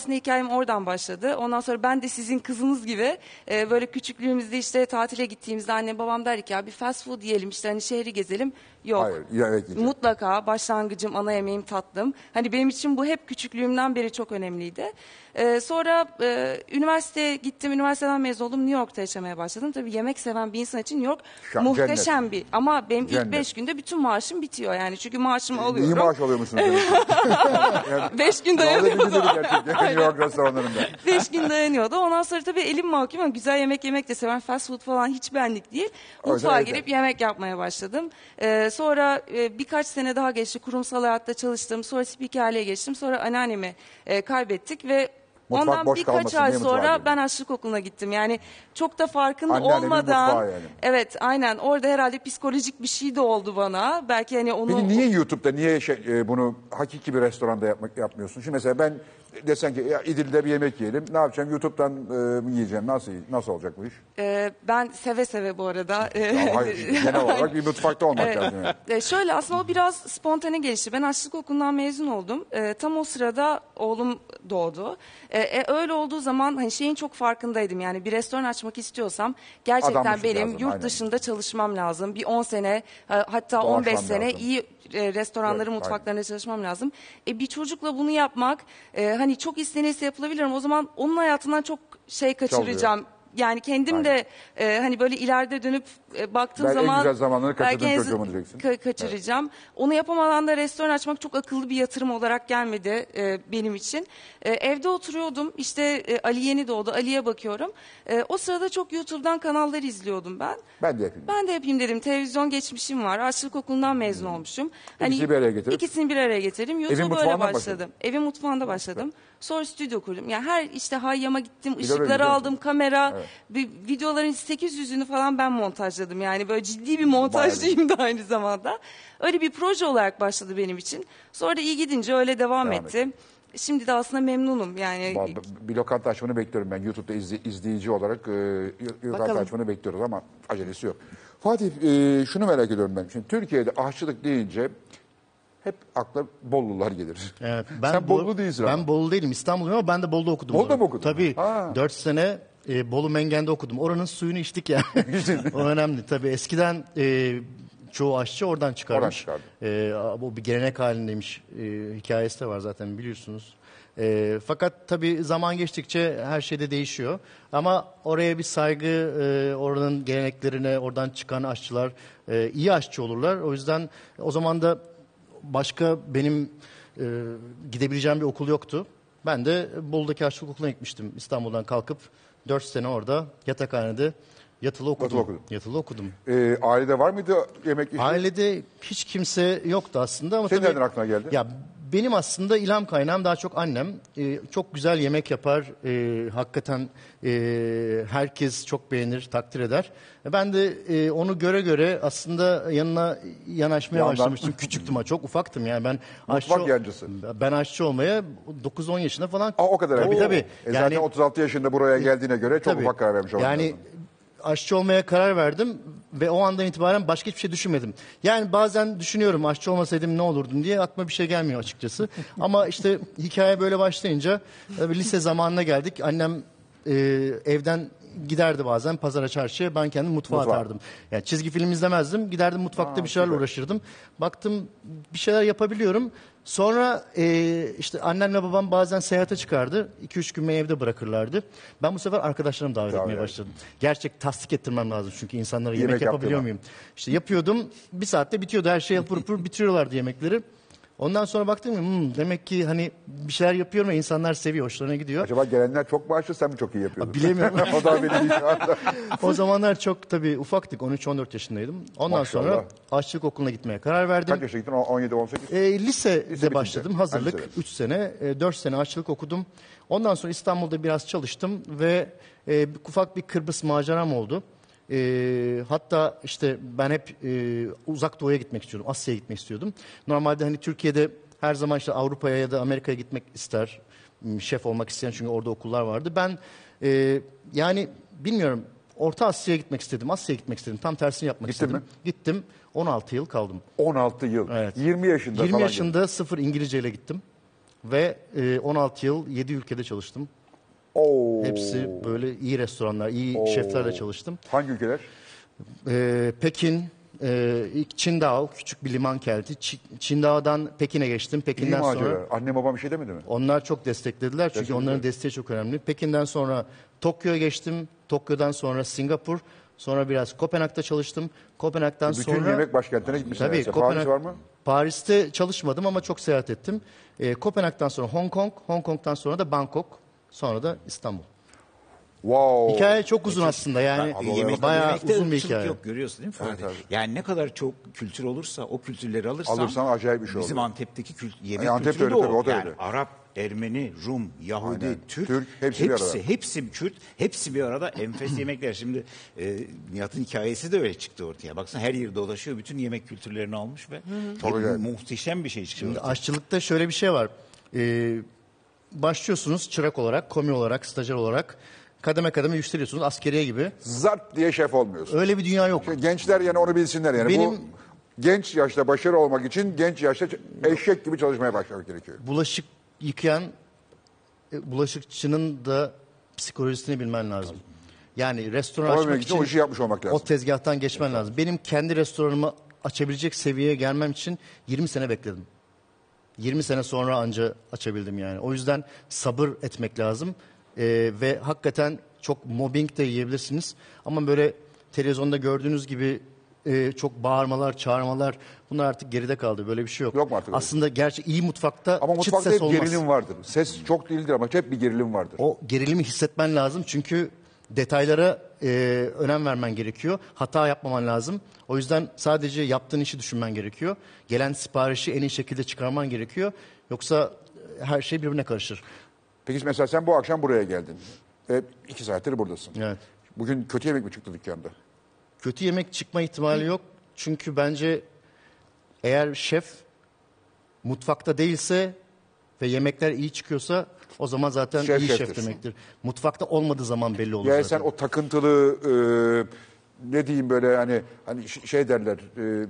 aslında hikayem oradan başladı. Ondan sonra ben de sizin kızınız gibi e, böyle küçüklüğümüzde işte tatile gittiğimizde annem babam der ki ya bir fast food yiyelim işte hani şehri gezelim. Yok. Hayır, yemek yiyeceğim. Mutlaka başlangıcım, ana yemeğim, tatlım. Hani benim için bu hep küçüklüğümden beri çok önemliydi. Ee, sonra e, üniversiteye gittim, üniversiteden mezun oldum, New York'ta yaşamaya başladım. Tabii yemek seven bir insan için New York Şan- muhteşem bir. Ama benim Cennet. ilk beş günde bütün maaşım bitiyor yani. Çünkü maaşımı alıyorum. İyi maaş alıyor musunuz? yani, Beş gün Vallahi bir dayanıyordu. günde gerçekten New York restoranlarında. Beş gün dayanıyordu. Ondan sonra tabii elim mahkum ama güzel yemek yemek de seven, fast food falan hiç benlik değil. O yüzden Mutfağa evde. girip yemek yapmaya başladım. Ee, sonra e, birkaç sene daha geçti. Kurumsal hayatta çalıştım. Sonra spikerliğe geçtim. Sonra anneannemi e, kaybettik ve Mutfak ondan boş birkaç kalmasın ay diye mutfağa sonra girdin. ben aşçılık okuluna gittim. Yani çok da farkında Anneannenin olmadan. mutfağı yani. Evet, aynen. Orada herhalde psikolojik bir şey de oldu bana. Belki hani onu. Peki niye YouTube'da niye şey, e, bunu hakiki bir restoranda yapmak yapmıyorsun? Şimdi mesela ben desen ki ya İdil'de bir yemek yiyelim. Ne yapacağım? YouTube'dan e, mı yiyeceğim? Nasıl nasıl olacak bu iş? Ee, ben seve seve bu arada. Ya hayır, genel olarak bir mutfakta olmak lazım. Yani. E, şöyle aslında o biraz spontane gelişti. Ben aşçılık okulundan mezun oldum. E, tam o sırada oğlum doğdu. E, e, öyle olduğu zaman hani şeyin çok farkındaydım. Yani bir restoran açmak istiyorsam gerçekten Adanmışlık benim lazım, yurt aynen. dışında çalışmam lazım. Bir on sene e, hatta Dolaşmam on beş sene lazım. iyi e, restoranların Evet, mutfaklarında çalışmam lazım. E, bir çocukla bunu yapmak e, hani çok istenirse yapılabilir ama o zaman onun hayatından çok şey kaçıracağım. Yani kendim de e, hani böyle ileride dönüp e, baktığım Ben en zaman güzel zamanları kaçırdım belki en- çocuğumun diyeceksin. ka- kaçıracağım. Onu yapamadan da restoran açmak çok akıllı bir yatırım olarak gelmedi e, benim için. E, evde oturuyordum. İşte e, Ali yeni doğdu. Ali'ye bakıyorum. E, o sırada çok YouTube'dan kanallar izliyordum ben. Ben de yapayım. Ben de yapayım dedim. Televizyon geçmişim var. Aşçılık okulundan mezun olmuşum. Hani İkisini bir araya getirip- İkisini bir araya getirdim. YouTube'a öyle mutfağından başladım. başladın. Evin mutfağında başladım. Sonra stüdyo kurdum. Yani her işte hayyama gittim. Bir de öyle ışıkları güzel. aldım. Kamera. Bir, videoların sekiz yüzünü falan ben montajladım. Yani böyle ciddi bir montajcıyım da aynı zamanda. Öyle bir proje olarak başladı benim için. Sonra da iyi gidince öyle devam, Devam etti. Şimdi de aslında memnunum. Yani Vallahi Bir lokanta açmanı bekliyorum ben. YouTube'da izle- izleyici olarak e, lokanta Bakalım. açmanı bekliyoruz ama acelesi yok. Fatih e, şunu merak ediyorum ben. Şimdi Türkiye'de aşçılık deyince hep akla Bollular gelir. Evet, Sen Bollu değilsin Ben ama. Bolu değilim. İstanbulluyum ama ben de Bolu'da okudum. Bolu'da zaten. mı okudun? Tabii. Ha. Dört sene e, Bolu Mengen'de okudum. Oranın suyunu içtik yani. O önemli. Tabii eskiden e, çoğu aşçı oradan çıkarmış. Oradan çıkardı. E, bu bir gelenek halindeymiş. E, hikayesi de var zaten biliyorsunuz. E, fakat tabii zaman geçtikçe her şey de değişiyor. Ama oraya bir saygı, e, oranın geleneklerine, oradan çıkan aşçılar e, iyi aşçı olurlar. O yüzden o zaman da başka benim e, gidebileceğim bir okul yoktu. Ben de Bolu'daki aşçılık okuluna gitmiştim. İstanbul'dan kalkıp dört sene orada yatakhanede yatılı okudum. Yatılı okudun. Yatılı okudum. E, ailede var mıydı yemek işi? Ailede hiç kimse yoktu aslında ama Senin tabii- nereden aklına geldi? Ya benim aslında ilham kaynağım daha çok annem. Ee, çok güzel yemek yapar. Ee, hakikaten e, herkes çok beğenir, takdir eder. Ben de e, onu göre göre aslında yanına yanaşmaya Yandan. başlamıştım. Küçüktüm ha, çok ufaktım yani ben Mutfak yancısı. Ben aşçı olmaya dokuz on yaşında falan. Aa, o kadar. Tabii Oo. tabii. E, zaten otuz altı yaşında buraya geldiğine göre çok Tabii. ufak karar vermiş olman Yani lazım. aşçı olmaya karar verdim ve o andan itibaren başka hiçbir şey düşünmedim. Yani bazen düşünüyorum aşçı olmasaydım ne olurdun diye aklıma bir şey gelmiyor açıkçası. Ama işte hikaye böyle başlayınca tabii lise zamanına geldik. Annem e, evden giderdi bazen pazara çarşıya, ben kendim mutfağa Mutfağa. atardım. Yani çizgi film izlemezdim, giderdim mutfakta Aa, bir şeylerle süper. uğraşırdım. Baktım bir şeyler yapabiliyorum. Sonra e, işte annemle babam bazen seyahate çıkardı. iki üç gün beni evde bırakırlardı. Ben bu sefer arkadaşlarımı davet Davet etmeye ettim. başladım. Gerçek tasdik ettirmem lazım çünkü insanlara yemek, Yemek yapabiliyor yaptığına. muyum? İşte yapıyordum. Bir saatte bitiyordu her şey, yapır yapır bitiriyorlardı yemekleri. Ondan sonra baktım ki "Hmm, demek ki hani bir şeyler yapıyorum ve insanlar seviyor, hoşlarına gidiyor. Acaba gelenler çok bağışlı, sen mi çok iyi yapıyordun? Bilemiyorum. o da benim değil şu anda. O zamanlar çok tabii ufaktık. on üç on dört yaşındaydım. Ondan Maşallah. sonra aşçılık okuluna gitmeye karar verdim. Kaç yaşına gittin? on yedi on sekiz? E, lisede bitince. başladım. Ha, Hazırlık lisede. üç sene, e, dört sene aşçılık okudum. Ondan sonra İstanbul'da biraz çalıştım ve e, bir- ufak bir Kıbrıs maceram oldu. E, hatta işte ben hep e, uzak doğuya gitmek istiyordum. Asya'ya gitmek istiyordum. Normalde hani Türkiye'de her zaman işte Avrupa'ya ya da Amerika'ya gitmek ister. m, Şef olmak isteyen, çünkü orada okullar vardı. Ben e, yani bilmiyorum, Orta Asya'ya gitmek istedim. Asya'ya gitmek istedim. Tam tersini yapmak Gittin istedim. mi? Gittim. on altı yıl kaldım. on altı yıl. Evet. yirmi yaşında yirmi falan. yaşında sıfır İngilizceyle gittim. Ve e, on altı yıl yedi ülkede çalıştım. Oo. Hepsi böyle iyi restoranlar, iyi şeflerle çalıştım. Hangi ülkeler? Ee, Pekin, e, ilk Qingdao, küçük bir liman kenti. Çi- Qingdao'dan Pekin'e geçtim. İyi Pekin'den macera. sonra Anne babam bir şey demedi mi? onlar çok desteklediler çünkü Desteklediler. onların desteği çok önemli. Pekin'den sonra Tokyo'ya geçtim. Tokyo'dan sonra Singapur, sonra biraz Kopenhag'da çalıştım. Kopenhag'dan Bütün sonra yemek başkentlerine gitmişsin. tabii herhalde. Paris var mı? Paris'te çalışmadım ama çok seyahat ettim. Ee, Kopenhag'dan sonra Hong Kong, Hong Kong'dan sonra da Bangkok, sonra da İstanbul. Wow. Hikaye çok uzun aslında yani Yemek, bayağı yemekte uzun bir ırkçılık hikaye. yok, görüyorsun değil mi Fatih? Evet, Yani ne kadar çok kültür olursa o kültürleri alırsan, Alırsan acayip bir şey bizim oluyor. Antep'teki kült yemek Yani Antep kültürü öyle de o. tabii, o da yani öyle. Arap, Ermeni, Rum, Yahudi, Aynen. Türk, Türk, hepsi bir hepsi, arada. hepsi Kürt, hepsi bir arada enfes yemekler. Şimdi e, Nihat'ın hikayesi de öyle çıktı ortaya. Baksana her yerde dolaşıyor, bütün yemek kültürlerini almış ve Çok acayip. muhteşem bir şey çıkıyor. ortaya. Aşçılıkta şöyle bir şey var. Ee, başlıyorsunuz çırak olarak, komi olarak, stajyer olarak. Kademe kademe yükseliyorsunuz askeriye gibi. Zart diye şef olmuyorsun. Öyle bir dünya yok. Gençler yani onu bilsinler yani. Benim- Bu genç yaşta başarılı olmak için genç yaşta ç- eşek gibi çalışmaya başlamak gerekiyor. Bulaşık yıkayan e, bulaşıkçının da psikolojisini bilmen lazım. Yani restoran Olmak açmak için o için işi yapmış olmak lazım. o tezgahtan geçmen lazım. Benim kendi restoranımı açabilecek seviyeye gelmem için yirmi sene bekledim. yirmi sene sonra anca açabildim yani. O yüzden sabır etmek lazım. Ee, ve hakikaten çok mobbing de yiyebilirsiniz. Ama böyle televizyonda gördüğünüz gibi e, çok bağırmalar, çağırmalar bunlar artık geride kaldı. Böyle bir şey yok. Yok mu artık öyle? Aslında gerçi iyi mutfakta Ama çıt mutfakta ses hep olmaz. gerilim vardır. Ses çok değildir ama hep bir gerilim vardır. O gerilimi hissetmen lazım çünkü detaylara e, önem vermen gerekiyor. Hata yapmaman lazım. O yüzden sadece yaptığın işi düşünmen gerekiyor. Gelen siparişi en iyi şekilde çıkarman gerekiyor. Yoksa e, her şey birbirine karışır. Peki mesela sen bu akşam buraya geldin. Ve iki saattir buradasın. Evet. Bugün kötü yemek mi çıktı dükkanda? Kötü yemek çıkma ihtimali yok. Çünkü bence eğer şef mutfakta değilse ve yemekler iyi çıkıyorsa o zaman zaten Şef iyi şeftir. şef demektir. Mutfakta olmadığı zaman belli olur Yani zaten. sen o takıntılı e, ne diyeyim böyle hani hani ş- şey derler e,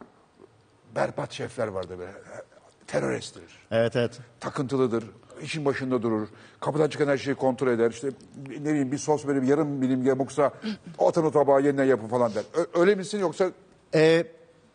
berbat şefler vardı böyle teröristtir. Evet evet. Takıntılıdır. İşin başında durur. Kapıdan çıkan her şeyi kontrol eder. İşte ne bileyim bir sos böyle bir yarım milim yamuksa atın o tabağı yeniden yapın falan der. Ö- öyle misin yoksa Ee,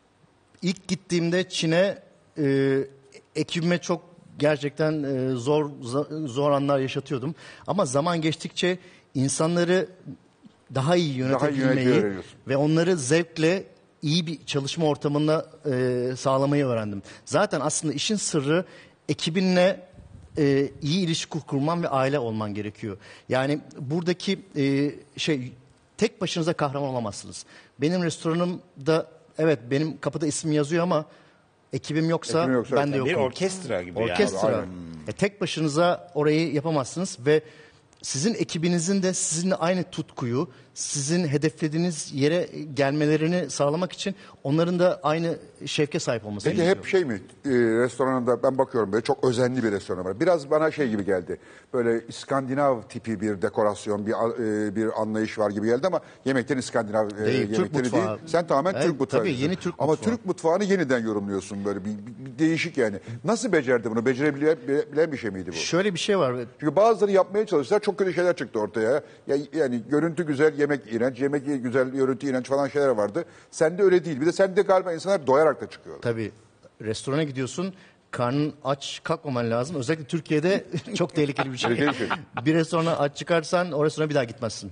ilk gittiğimde Çin'e e, ekibime çok gerçekten e, zor za- zor anlar yaşatıyordum. Ama zaman geçtikçe insanları daha iyi iyi yönetebilmeyi yönetmeyi öğreniyorsun. ve onları zevkle iyi bir çalışma ortamında e, sağlamayı öğrendim. Zaten aslında işin sırrı ekibinle e, iyi ilişki kur- kurman ve aile olman gerekiyor. Yani buradaki e, şey tek başınıza kahraman olamazsınız. Benim restoranımda evet benim kapıda ismim yazıyor ama ekibim yoksa, Ekibim yoksa ben de zaten Bir yokum. orkestra gibi yani. Orkestra. Aynen. E, tek başınıza orayı yapamazsınız ve sizin ekibinizin de sizinle aynı tutkuyu, sizin hedeflediğiniz yere gelmelerini sağlamak için onların da aynı şevke sahip olması peki gerekiyor. hep şey mi e, restoranında ben bakıyorum böyle çok özenli bir restoran var. Biraz bana şey gibi geldi. Böyle İskandinav tipi bir dekorasyon, bir e, bir anlayış var gibi geldi ama yemeklerin İskandinav e, Değil, Türk yemekleri mutfağı. değil. Sen tamamen Evet, Türk mutfağı. tabii, diyorsun. yeni Türk ama mutfağı. Türk mutfağını yeniden yorumluyorsun böyle bir, bir- bir değişik yani. Nasıl becerdi bunu? Becerebilen bilen bir şey miydi bu? Şöyle bir şey var. Çünkü bazıları yapmaya çalıştılar çok kötü şeyler çıktı ortaya. Ya, yani görüntü güzel, yemek iğrenç, yemek güzel, görüntü iğrenç falan şeyler vardı. Sende öyle değil. Bir de sende galiba insanlar doyarak da çıkıyor. Tabii restorana gidiyorsun, karnın aç kalkmaman lazım. Özellikle Türkiye'de çok tehlikeli bir şey. Tehlikeli bir şey. Bir restorana aç çıkarsan o restorana bir daha gitmezsin.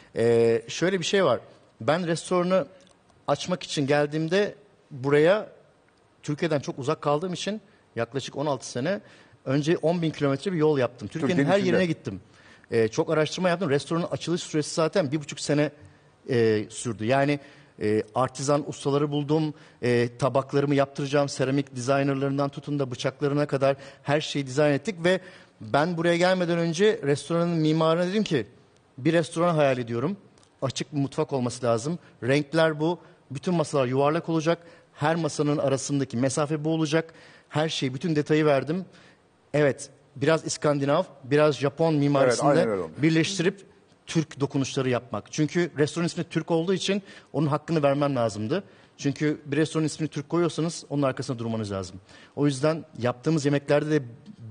Ee, şöyle bir şey var. Ben restoranı açmak için geldiğimde buraya Türkiye'den çok uzak kaldığım için yaklaşık on altı sene önce on bin kilometre bir yol yaptım. Türkiye'nin Türkiye'nin her içinde. yerine gittim. Ee, çok araştırma yaptım. Restoranın açılış süresi zaten bir buçuk sene e, sürdü. Yani e, artizan ustaları buldum. E, tabaklarımı yaptıracağım. Seramik dizaynerlarından tutun da bıçaklarına kadar her şeyi dizayn ettik ve ben buraya gelmeden önce restoranın mimarına dedim ki bir restoran hayal ediyorum. Açık bir mutfak olması lazım. Renkler bu. Bütün masalar yuvarlak olacak. Her masanın arasındaki mesafe bu olacak. Her şeyi, bütün detayı verdim. Evet, biraz İskandinav, biraz Japon mimarisinde aynen öyle olmuş. birleştirip Türk dokunuşları yapmak. Çünkü restoran ismi Türk olduğu için onun hakkını vermem lazımdı. Çünkü bir restoran ismini Türk koyuyorsanız onun arkasında durmanız lazım. O yüzden yaptığımız yemeklerde de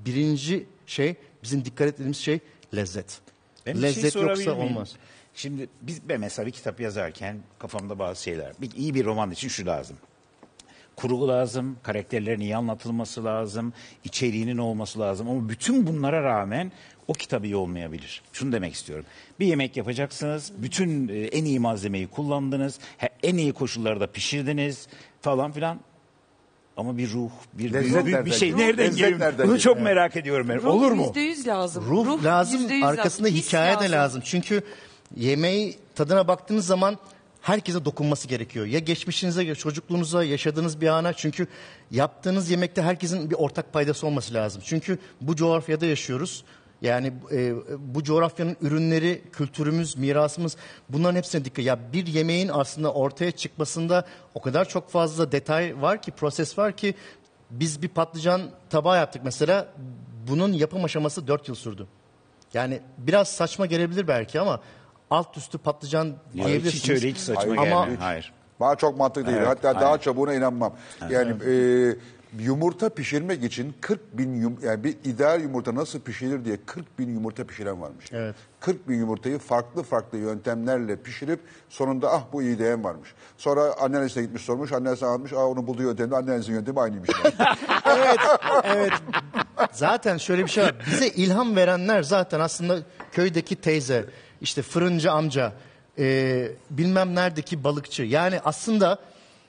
birinci şey, bizim dikkat ettiğimiz şey lezzet. Ben bir şey lezzet sorabilir yoksa miyim? olmaz. Şimdi biz ben mesela bir kitap yazarken kafamda bazı şeyler. Bir, iyi bir roman için şu lazım. Kurgu lazım, karakterlerin iyi anlatılması lazım, içeriğinin olması lazım. Ama bütün bunlara rağmen o kitap iyi olmayabilir. Şunu demek istiyorum. Bir yemek yapacaksınız, bütün e, en iyi malzemeyi kullandınız, he- en iyi koşullarda pişirdiniz falan filan. Ama bir ruh, bir Lezzet büyük bir nereden şey geliyor? nereden Lezzet geliyor? nereden Bunu geliyor? çok merak ediyorum ben. Ruh Olur mu? yüzde yüz lazım. Ruh, lazım, yüzde yüz arkasında lazım. His hikaye de lazım. Çünkü yemeği tadına baktığınız zaman herkese dokunması gerekiyor. Ya geçmişinize, ya çocukluğunuza, yaşadığınız bir ana. Çünkü yaptığınız yemekte herkesin bir ortak paydası olması lazım. Çünkü bu coğrafyada yaşıyoruz. Yani e, bu coğrafyanın ürünleri, kültürümüz, mirasımız, bunların hepsine dikkat. Ya bir yemeğin aslında ortaya çıkmasında o kadar çok fazla detay var ki, proses var ki, biz bir patlıcan tabağı yaptık mesela. Bunun yapım aşaması dört yıl sürdü. Yani biraz saçma gelebilir belki ama alt üstü patlıcan Hayır, diyebilirsiniz. hiç öyle hiç saçma Hayır, gelmiyor. ama- Hayır. Bana çok mantıklı değil. Evet, Hatta aynen. daha çabuğuna inanmam. Yani e, yumurta pişirmek için kırk bin yum, yani bir ideal yumurta nasıl pişirilir diye kırk bin yumurta pişiren varmış. Evet. kırk bin yumurtayı farklı farklı yöntemlerle pişirip sonunda ah bu iyi diyen varmış. Sonra anneannesine gitmiş sormuş. Annesi anlatmış. Aa onun bulduğu yöntemle annenizin yöntemi aynıymış. Evet, evet. Zaten şöyle bir şey var. Bize ilham verenler zaten aslında köydeki teyze, işte fırıncı amca, e, bilmem neredeki balıkçı. Yani aslında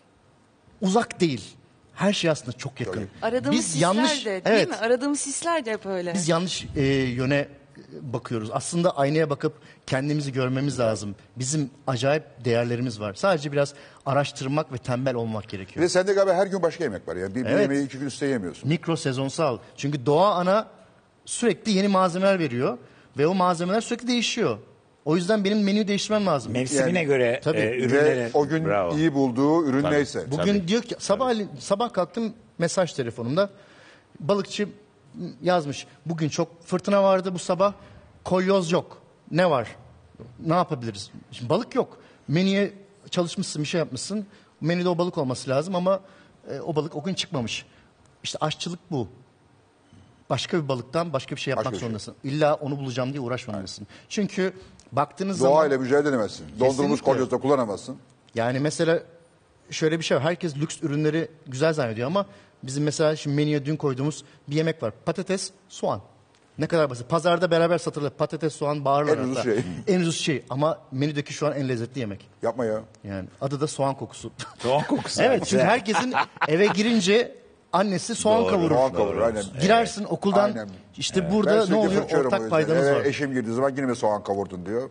uzak değil. Her şey aslında çok yakın. Aradığımız Biz hisler yanlış, de değil evet, mi? Aradığımız hisler de hep öyle. biz yanlış e, yöne bakıyoruz. Aslında aynaya bakıp kendimizi görmemiz lazım. Bizim acayip değerlerimiz var. Sadece biraz araştırmak ve tembel olmak Bir gerekiyor. de sende galiba her gün başka yemek var. Yani bir, bir Evet. yemeği iki gün üstte yemiyorsun. Mikro sezonsal. Çünkü doğa ana sürekli yeni malzemeler veriyor ve o malzemeler sürekli değişiyor. O yüzden benim menüyü değiştirmem lazım. Mevsimine Yani, göre tabii. e, Ve ürünlere... o gün Bravo. iyi bulduğu ürün Tabii. neyse. Bugün diyor ki sabah sabah kalktım, mesaj telefonumda balıkçı yazmış. Bugün çok fırtına vardı bu sabah. Kolyoz yok. Ne var? Ne yapabiliriz? Şimdi balık yok. Menüye çalışmışsın, bir şey yapmışsın. Menüde o balık olması lazım ama e, o balık o gün çıkmamış. İşte aşçılık bu. Başka bir balıktan başka bir şey yapmak Başka bir şey. zorundasın. İlla onu bulacağım diye uğraşmamalısın. Çünkü baktığınız zaman Doğayla mücadele edemezsin. Dondurulmuş Kesinlikle. kolyozda kullanamazsın. yani mesela şöyle bir şey var. Herkes lüks ürünleri güzel zannediyor ama bizim mesela şimdi menüye dün koyduğumuz bir yemek var. Patates, soğan. Ne kadar basit. Pazarda beraber satılır. Patates, soğan bağırlar. En ucuz hatta. şey. En ucuz şey. Ama menüdeki şu an en lezzetli yemek. Yapma ya. Yani adı da soğan kokusu. Soğan kokusu. Evet, çünkü herkesin eve girince annesi soğan Doğru, kavurur. Soğan kavurur, aynen. Girersin okuldan Aynen. işte Ben burada ne sürekli oluyor? fırçıyorum o Ortak yüzden. paydamız Eve var. eşim girdiği zaman yine mi soğan kavurdun diyor.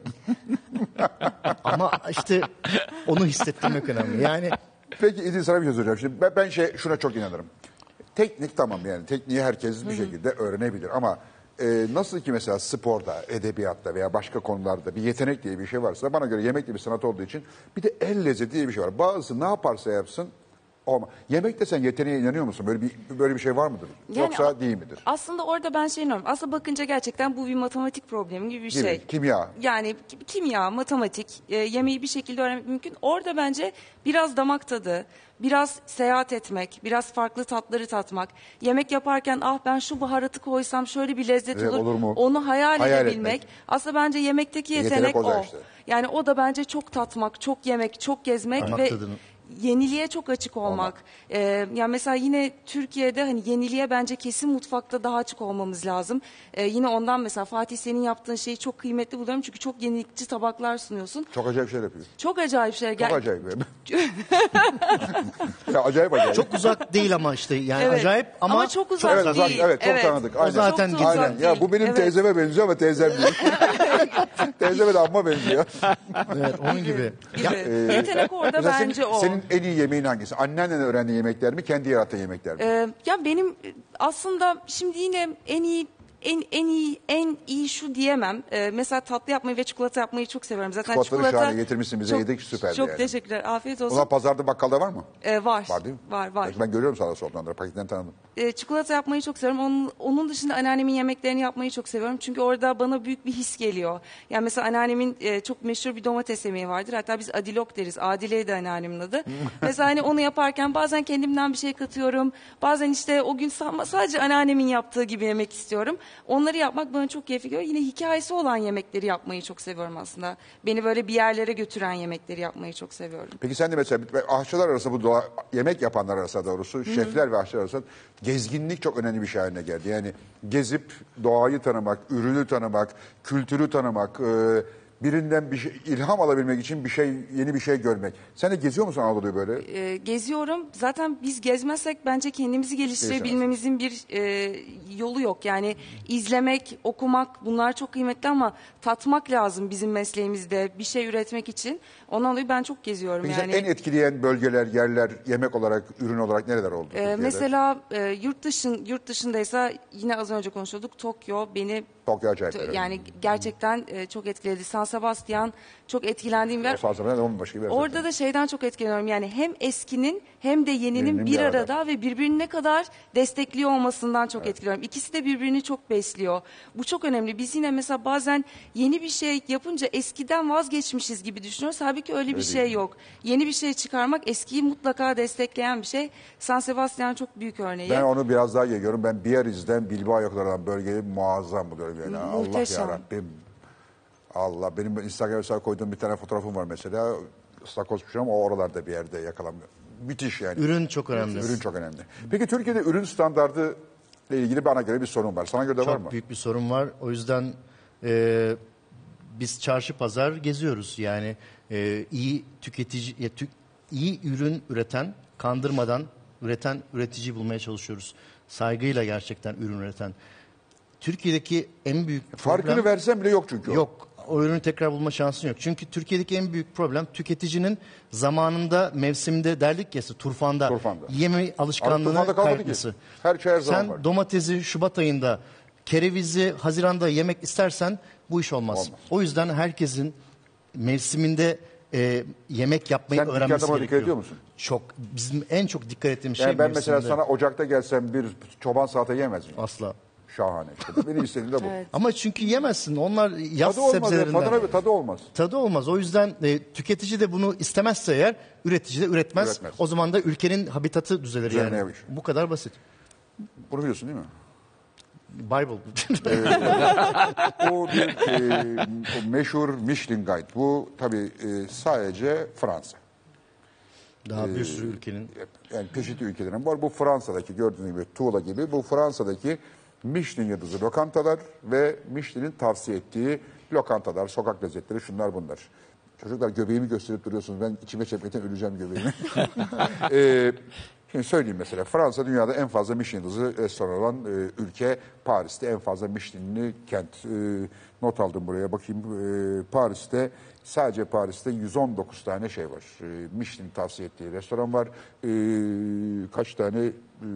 Ama işte onu hissettirmek önemli. Yani Peki İdil sana bir şey soracağım. Şimdi ben, ben şey şuna çok inanırım. Teknik tamam yani tekniği herkes bir şekilde öğrenebilir ama e, nasıl ki mesela sporda, edebiyatta veya başka konularda bir yetenek diye bir şey varsa bana göre yemek de bir sanat olduğu için bir de el lezzeti diye bir şey var. Bazısı ne yaparsa yapsın olma. Yemekte sen yeteneğe inanıyor musun? Böyle bir böyle bir şey var mıdır? Yani Yoksa a- değil midir? Aslında orada ben şey inanıyorum. Aslında bakınca gerçekten bu bir matematik problemi gibi bir Gibi, şey. kimya. Yani ki- kimya, matematik, e, yemeği bir şekilde öğrenmek mümkün. Orada bence biraz damak tadı, biraz seyahat etmek, biraz farklı tatları tatmak. Yemek yaparken ah ben şu baharatı koysam şöyle bir lezzet Evet, olur. olur mu? Onu hayal, Hayal edebilmek. etmek. Aslında bence yemekteki Yetenek yetenek, o o. da işte. Yani o da bence çok tatmak, çok yemek, çok gezmek Damak ve tadını. yeniliğe çok açık olmak. Ee, yani mesela yine Türkiye'de hani yeniliğe bence kesin mutfakta daha açık olmamız lazım. Ee, yine ondan mesela Fatih senin yaptığın şeyi çok kıymetli buluyorum. Çünkü çok yenilikçi tabaklar sunuyorsun. Çok acayip şeyler yapıyor. Çok acayip şeyler. Çok Ger- acayip. ya acayip acayip. çok uzak değil ama işte yani Evet. acayip ama, Ama çok uzak Evet, uzak, değil. evet, çok tanıdık. Aynen. zaten Çok da uzak Aynen. Ya bu değil. benim Evet. teyzeme benziyor ama teyzem değil. Teyzeme de amma benziyor. evet, onun gibi. Gibi. Yetenek orada Mesela bence senin, o. senin en iyi yemeğin hangisi? Annenden öğrendiğin yemekler mi, kendi yarattığın yemekler mi? Ee, ya benim e, aslında şimdi yine en iyi en en iyi en iyi şu diyemem. Ee, mesela tatlı yapmayı ve çikolata yapmayı çok severim. Zaten Çikolataları çikolata şahane getirmişsin bize, çok- yedik, süperdi Çok yani. teşekkürler. Afiyet olsun. Ulan pazarda bakkalda var mı? Ee, var. Var değil mi? Var var. Ben görüyorum sana soldan paketinden tanıdım. e, çikolata yapmayı çok seviyorum. Onun, onun dışında anneannemin yemeklerini yapmayı çok seviyorum. Çünkü orada bana büyük bir his geliyor. Yani mesela anneannemin e, çok meşhur bir domates yemeği vardır. Hatta biz adilok deriz. Adile'ydi anneannemin adı. Mesela hani onu yaparken bazen kendimden bir şey katıyorum. Bazen işte o gün sadece anneannemin yaptığı gibi yemek istiyorum. Onları yapmak bana çok keyifli geliyor. Yine hikayesi olan yemekleri yapmayı çok seviyorum aslında. Beni böyle bir yerlere götüren yemekleri yapmayı çok seviyorum. Peki sen de mesela aşçılar arasında bu doğa, yemek yapanlar arasında doğrusu şefler ve aşçılar arasında gezginlik çok önemli bir şey haline geldi. Yani gezip doğayı tanımak, ürünü tanımak, kültürü tanımak, e, birinden bir şey, ilham alabilmek için bir şey, yeni bir şey görmek. Sen de geziyor musun Anadolu'yu böyle? E, geziyorum. Zaten biz gezmezsek bence kendimizi geliştirebilmemizin bir e, yolu yok. Yani izlemek, okumak bunlar çok kıymetli ama tatmak lazım bizim mesleğimizde bir şey üretmek için. Ondan dolayı ben çok geziyorum. Peki yani. sen en etkileyen bölgeler, yerler, yemek olarak, ürün olarak nereler oldu? Ee, Türkiye'de? mesela e, yurt dışın yurt dışındaysa yine az önce konuşuyorduk. Tokyo beni Tokyo acayip. t- evet. yani gerçekten e, çok etkiledi. San Sebastian çok etkilendiğim bir O yer. Sansever'den onun başka bir yer Orada zaten. da şeyden çok etkileniyorum. Yani hem eskinin hem de yeninin Yeninin bir bir arada. arada ve birbirini ne kadar destekliyor olmasından çok etkileniyorum. İkisi de birbirini çok besliyor. Bu çok önemli. Biz yine mesela bazen yeni bir şey yapınca eskiden vazgeçmişiz gibi düşünüyoruz. Halbuki öyle bir Öyle şey değil. yok. Yeni bir şey çıkarmak eskiyi mutlaka destekleyen bir şey. San Sebastian çok büyük örneği. Ben onu biraz daha geliyorum. Ben Biarritz'den Bilbao'ya kadar bölgeyi muazzam buluyorum. Yani. Allah Muhteşem. yarabbim. Allah. Benim Instagram'a koyduğum bir tane fotoğrafım var mesela. Istakoz pişiriyorum. O oralarda bir yerde yakalanmıyor. Müthiş yani. Ürün çok önemli. Ürün çok önemli. Peki Türkiye'de ürün standardı ile ilgili bana göre bir sorun var. Sana göre de var mı? Çok büyük bir sorun var. O yüzden e, biz çarşı pazar geziyoruz. Yani e, iyi tüketici, ya, tü- iyi ürün üreten, kandırmadan üreten üreticiyi bulmaya çalışıyoruz. Saygıyla gerçekten ürün üreten. Türkiye'deki en büyük Farkını problem versen bile yok çünkü o. yok. O ürünü tekrar bulma şansın yok. Çünkü Türkiye'deki en büyük problem tüketicinin zamanında, mevsimde derdik ya turfanda, Turfanda. yeme Artık alışkanlığını turfanda kalmadı ki. kaybetmesi. Her şey her zaman Sen var. domatesi Şubat ayında, kerevizi Haziran'da yemek istersen bu iş olmaz. Olmaz. O yüzden herkesin mevsiminde e, yemek yapmayı Sen öğrenmesi dükkanda buna gerekiyor. dikkat ediyor musun? Çok. Bizim en çok dikkat ettiğimiz Yani şey ben mesela mevsiminde. sana Ocak'ta gelsem bir çoban salata yemez miyim? Asla. Şahane. İşte. Beni istediğim de bu. Ama çünkü yemezsin. Onlar yaz Tadı olmaz. Ya, sebzelerinden. tadına, tadı olmaz. Tadı olmaz. O yüzden e, tüketici de bunu istemezse eğer üretici de üretmez. Üretmez. O zaman da ülkenin habitatı düzelir Düzenine yani. yapış. Bu kadar basit. Bunu biliyorsun değil mi? Bible. O bir e, o meşhur Michelin Guide. Bu tabii e, sadece Fransa. Daha bir sürü ülkenin. Yani çeşitli ülkelerin var. Bu Fransa'daki gördüğünüz gibi Tuğla gibi bu Fransa'daki Michelin yıldızı lokantalar ve Michelin'in tavsiye ettiği lokantalar, sokak lezzetleri şunlar bunlar. Çocuklar göbeğimi gösterip duruyorsunuz. Ben içime çekmekten öleceğim göbeğimi. ee, şimdi söyleyeyim mesela. Fransa dünyada en fazla Michelin yıldızı restoran olan e, ülke. Paris'te en fazla Michelin'li kent. E, not aldım buraya bakayım. E, Paris'te sadece Paris'te yüz on dokuz tane şey var. E, Michelin tavsiye ettiği restoran var. E, kaç tane... E,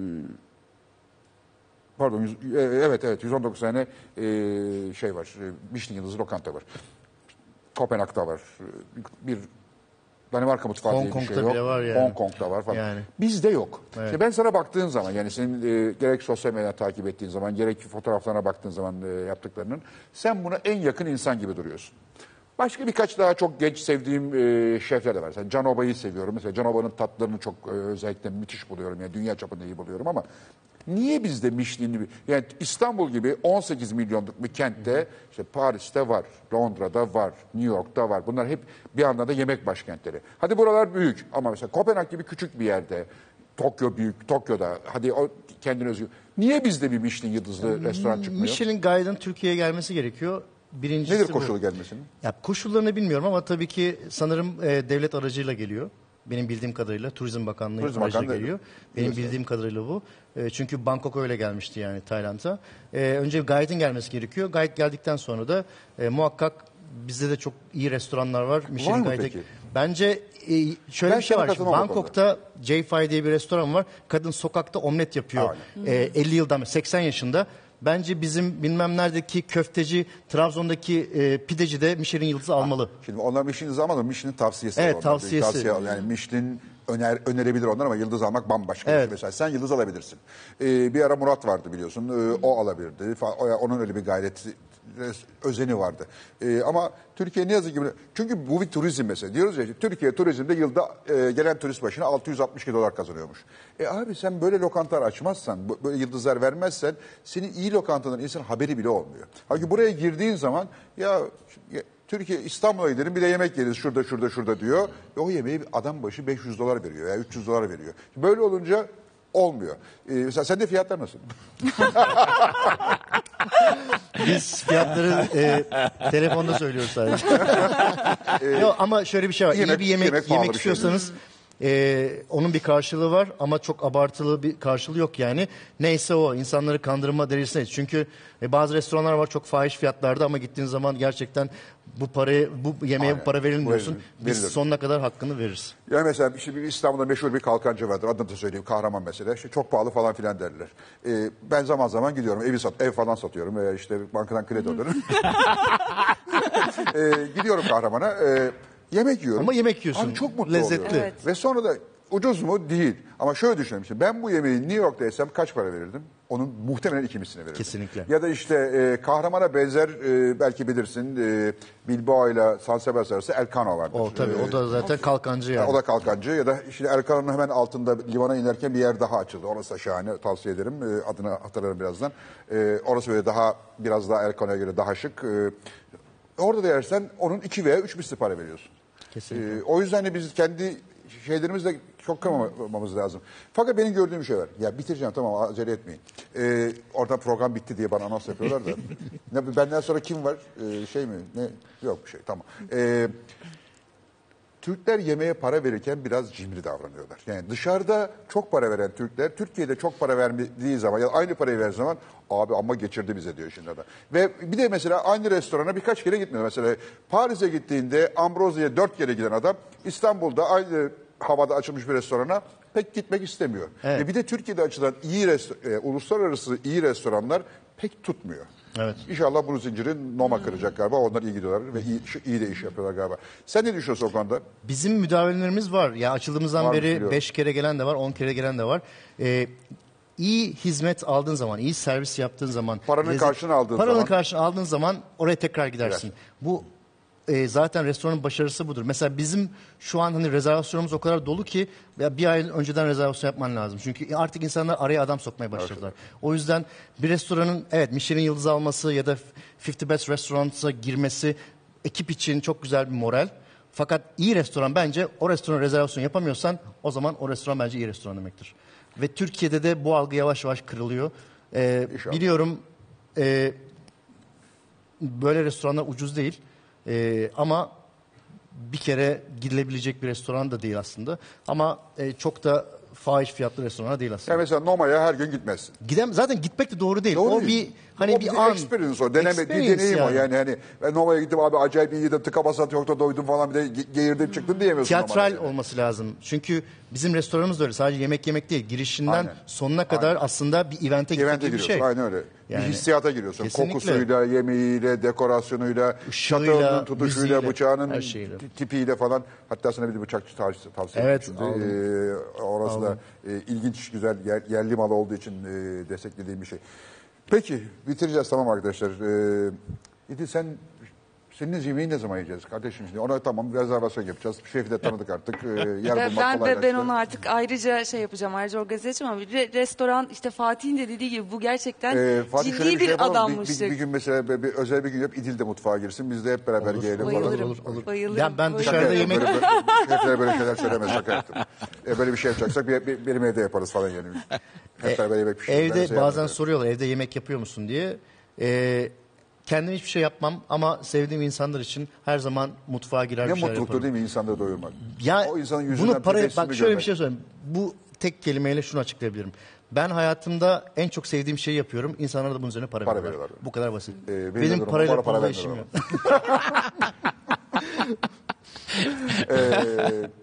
Pardon, yüz- e, evet evet yüz on dokuz tane e, şey var, e, Michelin yıldızı lokanta var. Kopenhag'da var, e, bir Danimarka mutfağı Hong diye bir şey Kong'da yok. bile var yani. Hong Kong'da var falan. Yani. Bizde yok. Evet. İşte ben sana baktığın zaman yani senin e, gerek sosyal medyadan takip ettiğin zaman gerek fotoğraflarına baktığın zaman e, yaptıklarının sen buna en yakın insan gibi duruyorsun. Başka birkaç daha çok genç sevdiğim e, şefler de var. Mesela Can Oba'yı seviyorum. Mesela Can Oba'nın tatlarını çok e, özellikle müthiş buluyorum. Yani dünya çapında iyi buluyorum ama niye bizde Michelin'li bir... Yani İstanbul gibi on sekiz milyonluk bir kentte işte Paris'te var, Londra'da var, New York'ta var. Bunlar hep bir anlamda yemek başkentleri. Hadi buralar büyük ama mesela Kopenhag gibi küçük bir yerde, Tokyo büyük, Tokyo'da hadi o kendine özgü. Niye bizde bir Michelin yıldızlı restoran çıkmıyor? Michelin Guide'ın Türkiye'ye gelmesi gerekiyor. Birincisi Nedir bu. koşulu gelmesinin? Ya koşullarını bilmiyorum ama tabii ki sanırım e, devlet aracıyla geliyor. Benim bildiğim kadarıyla Turizm Bakanlığı Turizm aracıyla Bakanlığı, geliyor. Benim evet. bildiğim kadarıyla bu. E, çünkü Bangkok öyle gelmişti yani Tayland'a. E, önce Guide'in gelmesi gerekiyor. Guide geldikten sonra da e, muhakkak bizde de çok iyi restoranlar var. Michelin mı Guide'e- peki? Bence e, şöyle Ben bir şey sana var. Şimdi katılmam bu Bangkok'ta J F diye bir restoran var. Kadın sokakta omlet yapıyor. E, elli yıldan seksen yaşında. Bence bizim bilmem neredeki köfteci, Trabzon'daki e, pideci de Michelin yıldızı almalı. Şimdi onlar Michelin yıldızı ama Michelin tavsiyesi. Evet, var. tavsiyesi. Tavsiye, yani Michelin öner, önerebilir onlar ama yıldız almak bambaşka. Evet. Bir şey. Mesela sen yıldız alabilirsin. Ee, bir ara Murat vardı biliyorsun. Ee, o alabilirdi. Fa- o- Onun öyle bir gayreti, özeni vardı. Ee, ama Türkiye ne yazık ki... Çünkü bu bir turizm mesela. Diyoruz ya Türkiye turizmde yılda e, gelen turist başına altı yüz altmış iki dolar kazanıyormuş. E abi sen böyle lokantalar açmazsan, bu- böyle yıldızlar vermezsen senin iyi lokantadan insan haberi bile olmuyor. Halbuki buraya girdiğin zaman ya... ya Türkiye İstanbul'a gidelim bir de yemek yeriz şurada şurada şurada diyor. E o yemeği adam başı beş yüz dolar veriyor ya üç yüz dolar veriyor. Böyle olunca olmuyor. Ee, mesela sende fiyatlar nasıl? Biz fiyatları e, telefonda söylüyoruz sadece. Yok, ama şöyle bir şey var. Yemek- İyi bir yemek yemek yemek, pahalı bir şey. istiyorsanız e, onun bir karşılığı var ama çok abartılı bir karşılığı yok yani. Neyse o insanları kandırma derisindeyiz. Çünkü e, bazı restoranlar var çok fahiş fiyatlarda ama gittiğin zaman gerçekten bu parayı bu yemeğe Aynen. bu para verilmiyorsun. Verilir, Biz verilir. sonuna kadar hakkını veririz. Yani mesela işte bir İstanbul'da meşhur bir kalkancı vardır. Adını da söyleyeyim. Kahraman mesela. İşte çok pahalı falan filan derler. Ee, ben zaman zaman gidiyorum. Evi sat, ev falan satıyorum. Veya işte bankadan kredi alıyorum. ee, gidiyorum Kahraman'a. Ee, yemek yiyorum. Ama yemek yiyorsun. Abi çok mutlu Lezzetli. oluyorum. Evet. Ve sonra da ucuz mu? Değil. Ama şöyle düşünüyorum. Işte ben bu yemeği New York'ta yesem kaç para verirdim? Onun muhtemelen iki misline verirdim. Kesinlikle. Ya da işte e, Kahraman'a benzer e, belki bilirsin e, Bilbao ile San Sebastian arası Elcano vardır. O tabii Ee, o da zaten kalkancı yani. o da kalkancı ya da işte Erkan'ın hemen altında limana inerken bir yer daha açıldı. Orası da şahane, tavsiye ederim. Ee, adını hatırlarım birazdan. Ee, orası böyle daha biraz daha Erkan'a göre daha şık. Ee, orada da yersen onun iki veya üç misli para veriyorsun. Kesinlikle. Ee, o yüzden de biz kendi şeylerimizle çok kırmamamız lazım. Fakat benim gördüğüm şey var. Ya bitireceğim tamam acele etmeyin. Ee, orada program bitti diye bana anons yapıyorlar da. Ne, benden sonra kim var? Ee, şey mi? Ne? Yok bir şey tamam. Ee, Türkler yemeğe para verirken biraz cimri davranıyorlar. Yani dışarıda çok para veren Türkler, Türkiye'de çok para vermediği zaman ya da aynı parayı verdiği zaman abi ama geçirdi bize diyor şimdi adam. Ve bir de mesela aynı restorana birkaç kere gitmiyor. Mesela Paris'e gittiğinde Ambrosia'ya dört kere giden adam İstanbul'da aynı havada açılmış bir restorana pek gitmek istemiyor. Evet. Ve bir de Türkiye'de açılan iyi resto- e, uluslararası iyi restoranlar pek tutmuyor. Evet. İnşallah bunu zincirin Noma kıracak galiba. Onlar iyi gidiyorlar ve iyi, iyi de iş yapıyorlar galiba. Sen ne düşünüyorsun o konuda? Bizim müdavimlerimiz var. Ya açıldığımızdan Var mı beri biliyorum. beş kere gelen de var, on kere gelen de var. Ee, iyi hizmet aldığın zaman, iyi servis yaptığın zaman, Paranın karşılığını aldığın paranın zaman- karşılığını aldığın zaman oraya tekrar gidersin. Bu e, zaten restoranın başarısı budur. Mesela bizim şu an hani rezervasyonumuz o kadar dolu ki ya bir ay önceden rezervasyon yapman lazım. Çünkü artık insanlar araya adam sokmaya başladılar. O yüzden bir restoranın evet Michelin yıldızı alması ya da fifty Best Restaurants'a girmesi ekip için çok güzel bir moral. Fakat iyi restoran bence o restoran rezervasyon yapamıyorsan o zaman o restoran bence iyi restoran demektir. Ve Türkiye'de de bu algı yavaş yavaş kırılıyor. Ee, İnşallah. biliyorum e, böyle restoranlar ucuz değil. Ee, ama bir kere gidilebilecek bir restoran da değil aslında. Ama e, çok da fahiş fiyatlı restoran değil aslında. Yani mesela Noma'ya her gün gitmezsin. Gidem zaten gitmek de doğru değil. Doğru o değil. bir hani O bir an experience o. Deneme, bir Experience deneyim o. Yani hani ben Noma'ya gittim abi acayip iyi yedim tıka basat yoktu doydum falan bir de ge- geğirdim çıktım diyemiyorsun. tiyatral Noma'da. olması lazım. Çünkü bizim restoranımız da öyle. Sadece yemek yemek değil. Girişinden Aynen. sonuna kadar aslında bir evente gitmek Evente gibi bir giriyorsun. şey. Aynen öyle. Yani, bir hissiyata giriyorsun. kesinlikle. Kokusuyla, yemeğiyle, dekorasyonuyla, Işığıyla, çatalının tutuşuyla, müziğiyle, bıçağının her şeyle. t- tipiyle falan. Hatta sana bir de bıçak tavsiye, tavsiye Evet, ettim. aldım. Ee, orası da e, ilginç, güzel, yer- yerli malı olduğu için e, desteklediğim bir şey. Peki, bitireceğiz tamam arkadaşlar. Ee, İdil sen... Senin yemeği ne zaman yiyeceğiz kardeşim? Şimdi ona tamam rezervasyon yapacağız. Şefi de tanıdık artık. Ee, yer Ben, bulmak ben, ben, kolaylaştı. ben onu artık ayrıca şey yapacağım, ayrıca organize edeceğim ama bir re- restoran işte Fatih'in de dediği gibi bu gerçekten Ee, Fatih şöyle ciddi bir bir, şey yapalım. Bir, adammışlık. bir, bir gün mesela bir, bir özel bir gün yap İdil de mutfağa girsin. Biz de hep beraber yiyelim. Bayılırım, olur, olur. bayılırım. Ya ben bayılırım. dışarıda Şaka yemek- yaptım. Böyle, böyle, şeflere böyle şeyler söyleme şaka yaptım. E, böyle bir şey yapacaksak bir, bir, benim evde yaparız falan yani. Hep beraber yemek pişiririz. Ben Evde şey bazen yapmıyorum. soruyorlar evde yemek yapıyor musun diye. Ee, kendim hiçbir şey yapmam ama sevdiğim insanlar için her zaman mutfağa girer Ne bir şeyler mutluluktur yaparım. değil mi insanları doyurmak? Ya o insanın yüzünden bunu paraya tebessümü bak şöyle bir görmek. şey söyleyeyim. Bu tek kelimeyle şunu açıklayabilirim. Ben hayatımda en çok sevdiğim şeyi yapıyorum. İnsanlara da bunun üzerine para, Para veriyorlar. veriyorlar. Bu kadar basit. Ee, benim de Benim durumum, parayla bana para pulla vermiyorlar işim yok. Ee, Biz öyle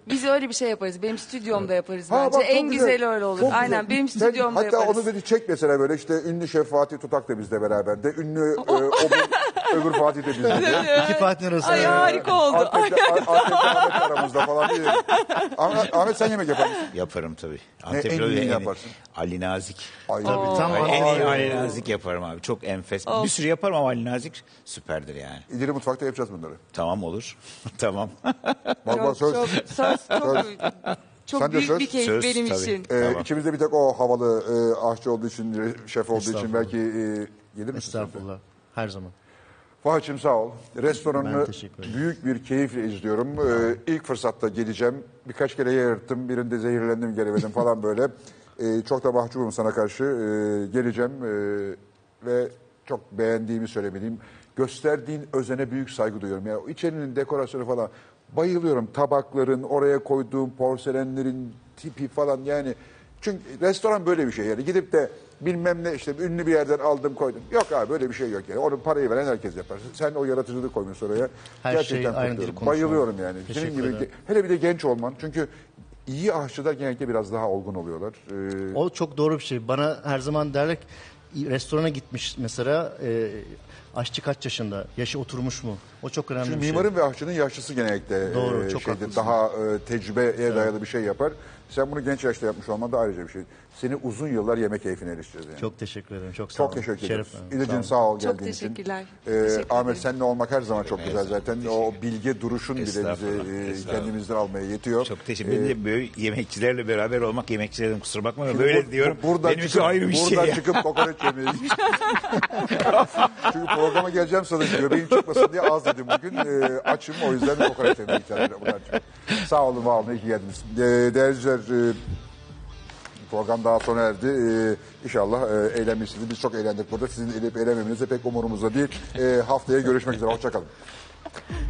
öyle bir şey yaparız. Benim stüdyomda yaparız Ha, bence. bak, çok En güzel. güzeli öyle olur. Çok Aynen güzel. benim Sen- stüdyomda hatta yaparız. onu dedi çek mesela böyle işte ünlü şef Fatih Tutak da bizde beraber de. Ünlü e, öbür, öbür Fatih de bizde. İki partner arasında. Ay harika oldu. Antep'te, Antep'te Ahmet aramızda falan değil. Ahmet, Ahmet sen yemek yapar mısın? Yaparım tabii. en Antepli iyi en- yaparsın? Ali Nazik. Ay, Tam Ay, en iyi Aa, Ali Nazik yaparım abi. Çok enfes. Bir sürü yaparım ama Ali Nazik süperdir yani. İleri mutfakta yapacağız bunları. Tamam olur. Tamam. Bak bak Çok, söz. çok, söz çok, çok Sen de büyük söz. bir keyif Söz, benim tabii. için. Ee, Tamam. İçimizde bir tek o havalı e, aşçı olduğu için, e, şef olduğu için Estağfurullah. belki e, gelir misin? Estağfurullah. Her zaman. Fahçım sağ ol. Ben Restoranını teşekkür ederim. büyük bir keyifle izliyorum. Ee, ilk fırsatta geleceğim. Birkaç kere yayırttım. Birinde zehirlendim gelemedim falan böyle. Ee, çok da mahcubum sana karşı. Ee, geleceğim ee, ve çok beğendiğimi söylemeliyim. Gösterdiğin özene büyük saygı duyuyorum. Yani içerinin dekorasyonu falan bayılıyorum. Tabakların, oraya koyduğum porselenlerin tipi falan yani. Çünkü restoran böyle bir şey yani. Gidip de bilmem ne işte ünlü bir yerden aldım koydum. Yok abi böyle bir şey yok yani. Onun parayı veren herkes yapar. Sen o yaratıcılığı koymuyorsun oraya. Her Gerçekten şey aynı kutluyorum. dili konuşuyor. Bayılıyorum yani. Senin Teşekkür gibi ederim. hele bir de genç olman. Çünkü iyi aşçılar genellikle biraz daha olgun oluyorlar. Ee, O çok doğru bir şey. Bana her zaman derler ki, restorana gitmiş mesela e, aşçı kaç yaşında? Yaşı oturmuş mu? O çok önemli Çünkü bir şey. mimarın ve aşçının yaşlısı genellikle Doğru, e, çok şeydir, haklısın. daha e, tecrübeye dayalı bir şey yapar. Sen bunu genç yaşta yapmış olman da ayrıca bir şey. Seni uzun yıllar yemek keyfine eriştirdi. Yani. Çok teşekkür ederim. Çok sağ Çok olun. teşekkür Şeref ederiz. verdim. İlacım Sağ sağ olun. ol Çok geldiğin için. teşekkürler. Ee, Teşekkür Ahmet ederim. seninle olmak her zaman çok güzel zaten. O bilge duruşun bile bizi Estağfurullah, e, estağfurullah. kendimizden almaya yetiyor. Çok teşekkür ederim. Bir de böyle yemekçilerle beraber olmak, yemekçilerden kusura bakma ama Şimdi böyle bu- diyorum. bu- buradan Benim için çıkıp, ayrı bir şey buradan ya. çıkıp kokoreç yemeyi. Çünkü programa geleceğim sana göbeğim çıkmasın diye az dedim bugün. Ee, açım o yüzden kokoreç yemeyi ihtiyacım var. Sağ olun var olun iyi ki geldiniz. Ee, değerliler e, program daha sona erdi. Ee, inşallah e, eğlenmişsiniz. Biz çok eğlendik burada. Sizin eğlenip eğlenmemeniz de pek umurumuzda değil. Ee, haftaya görüşmek üzere. Hoşçakalın.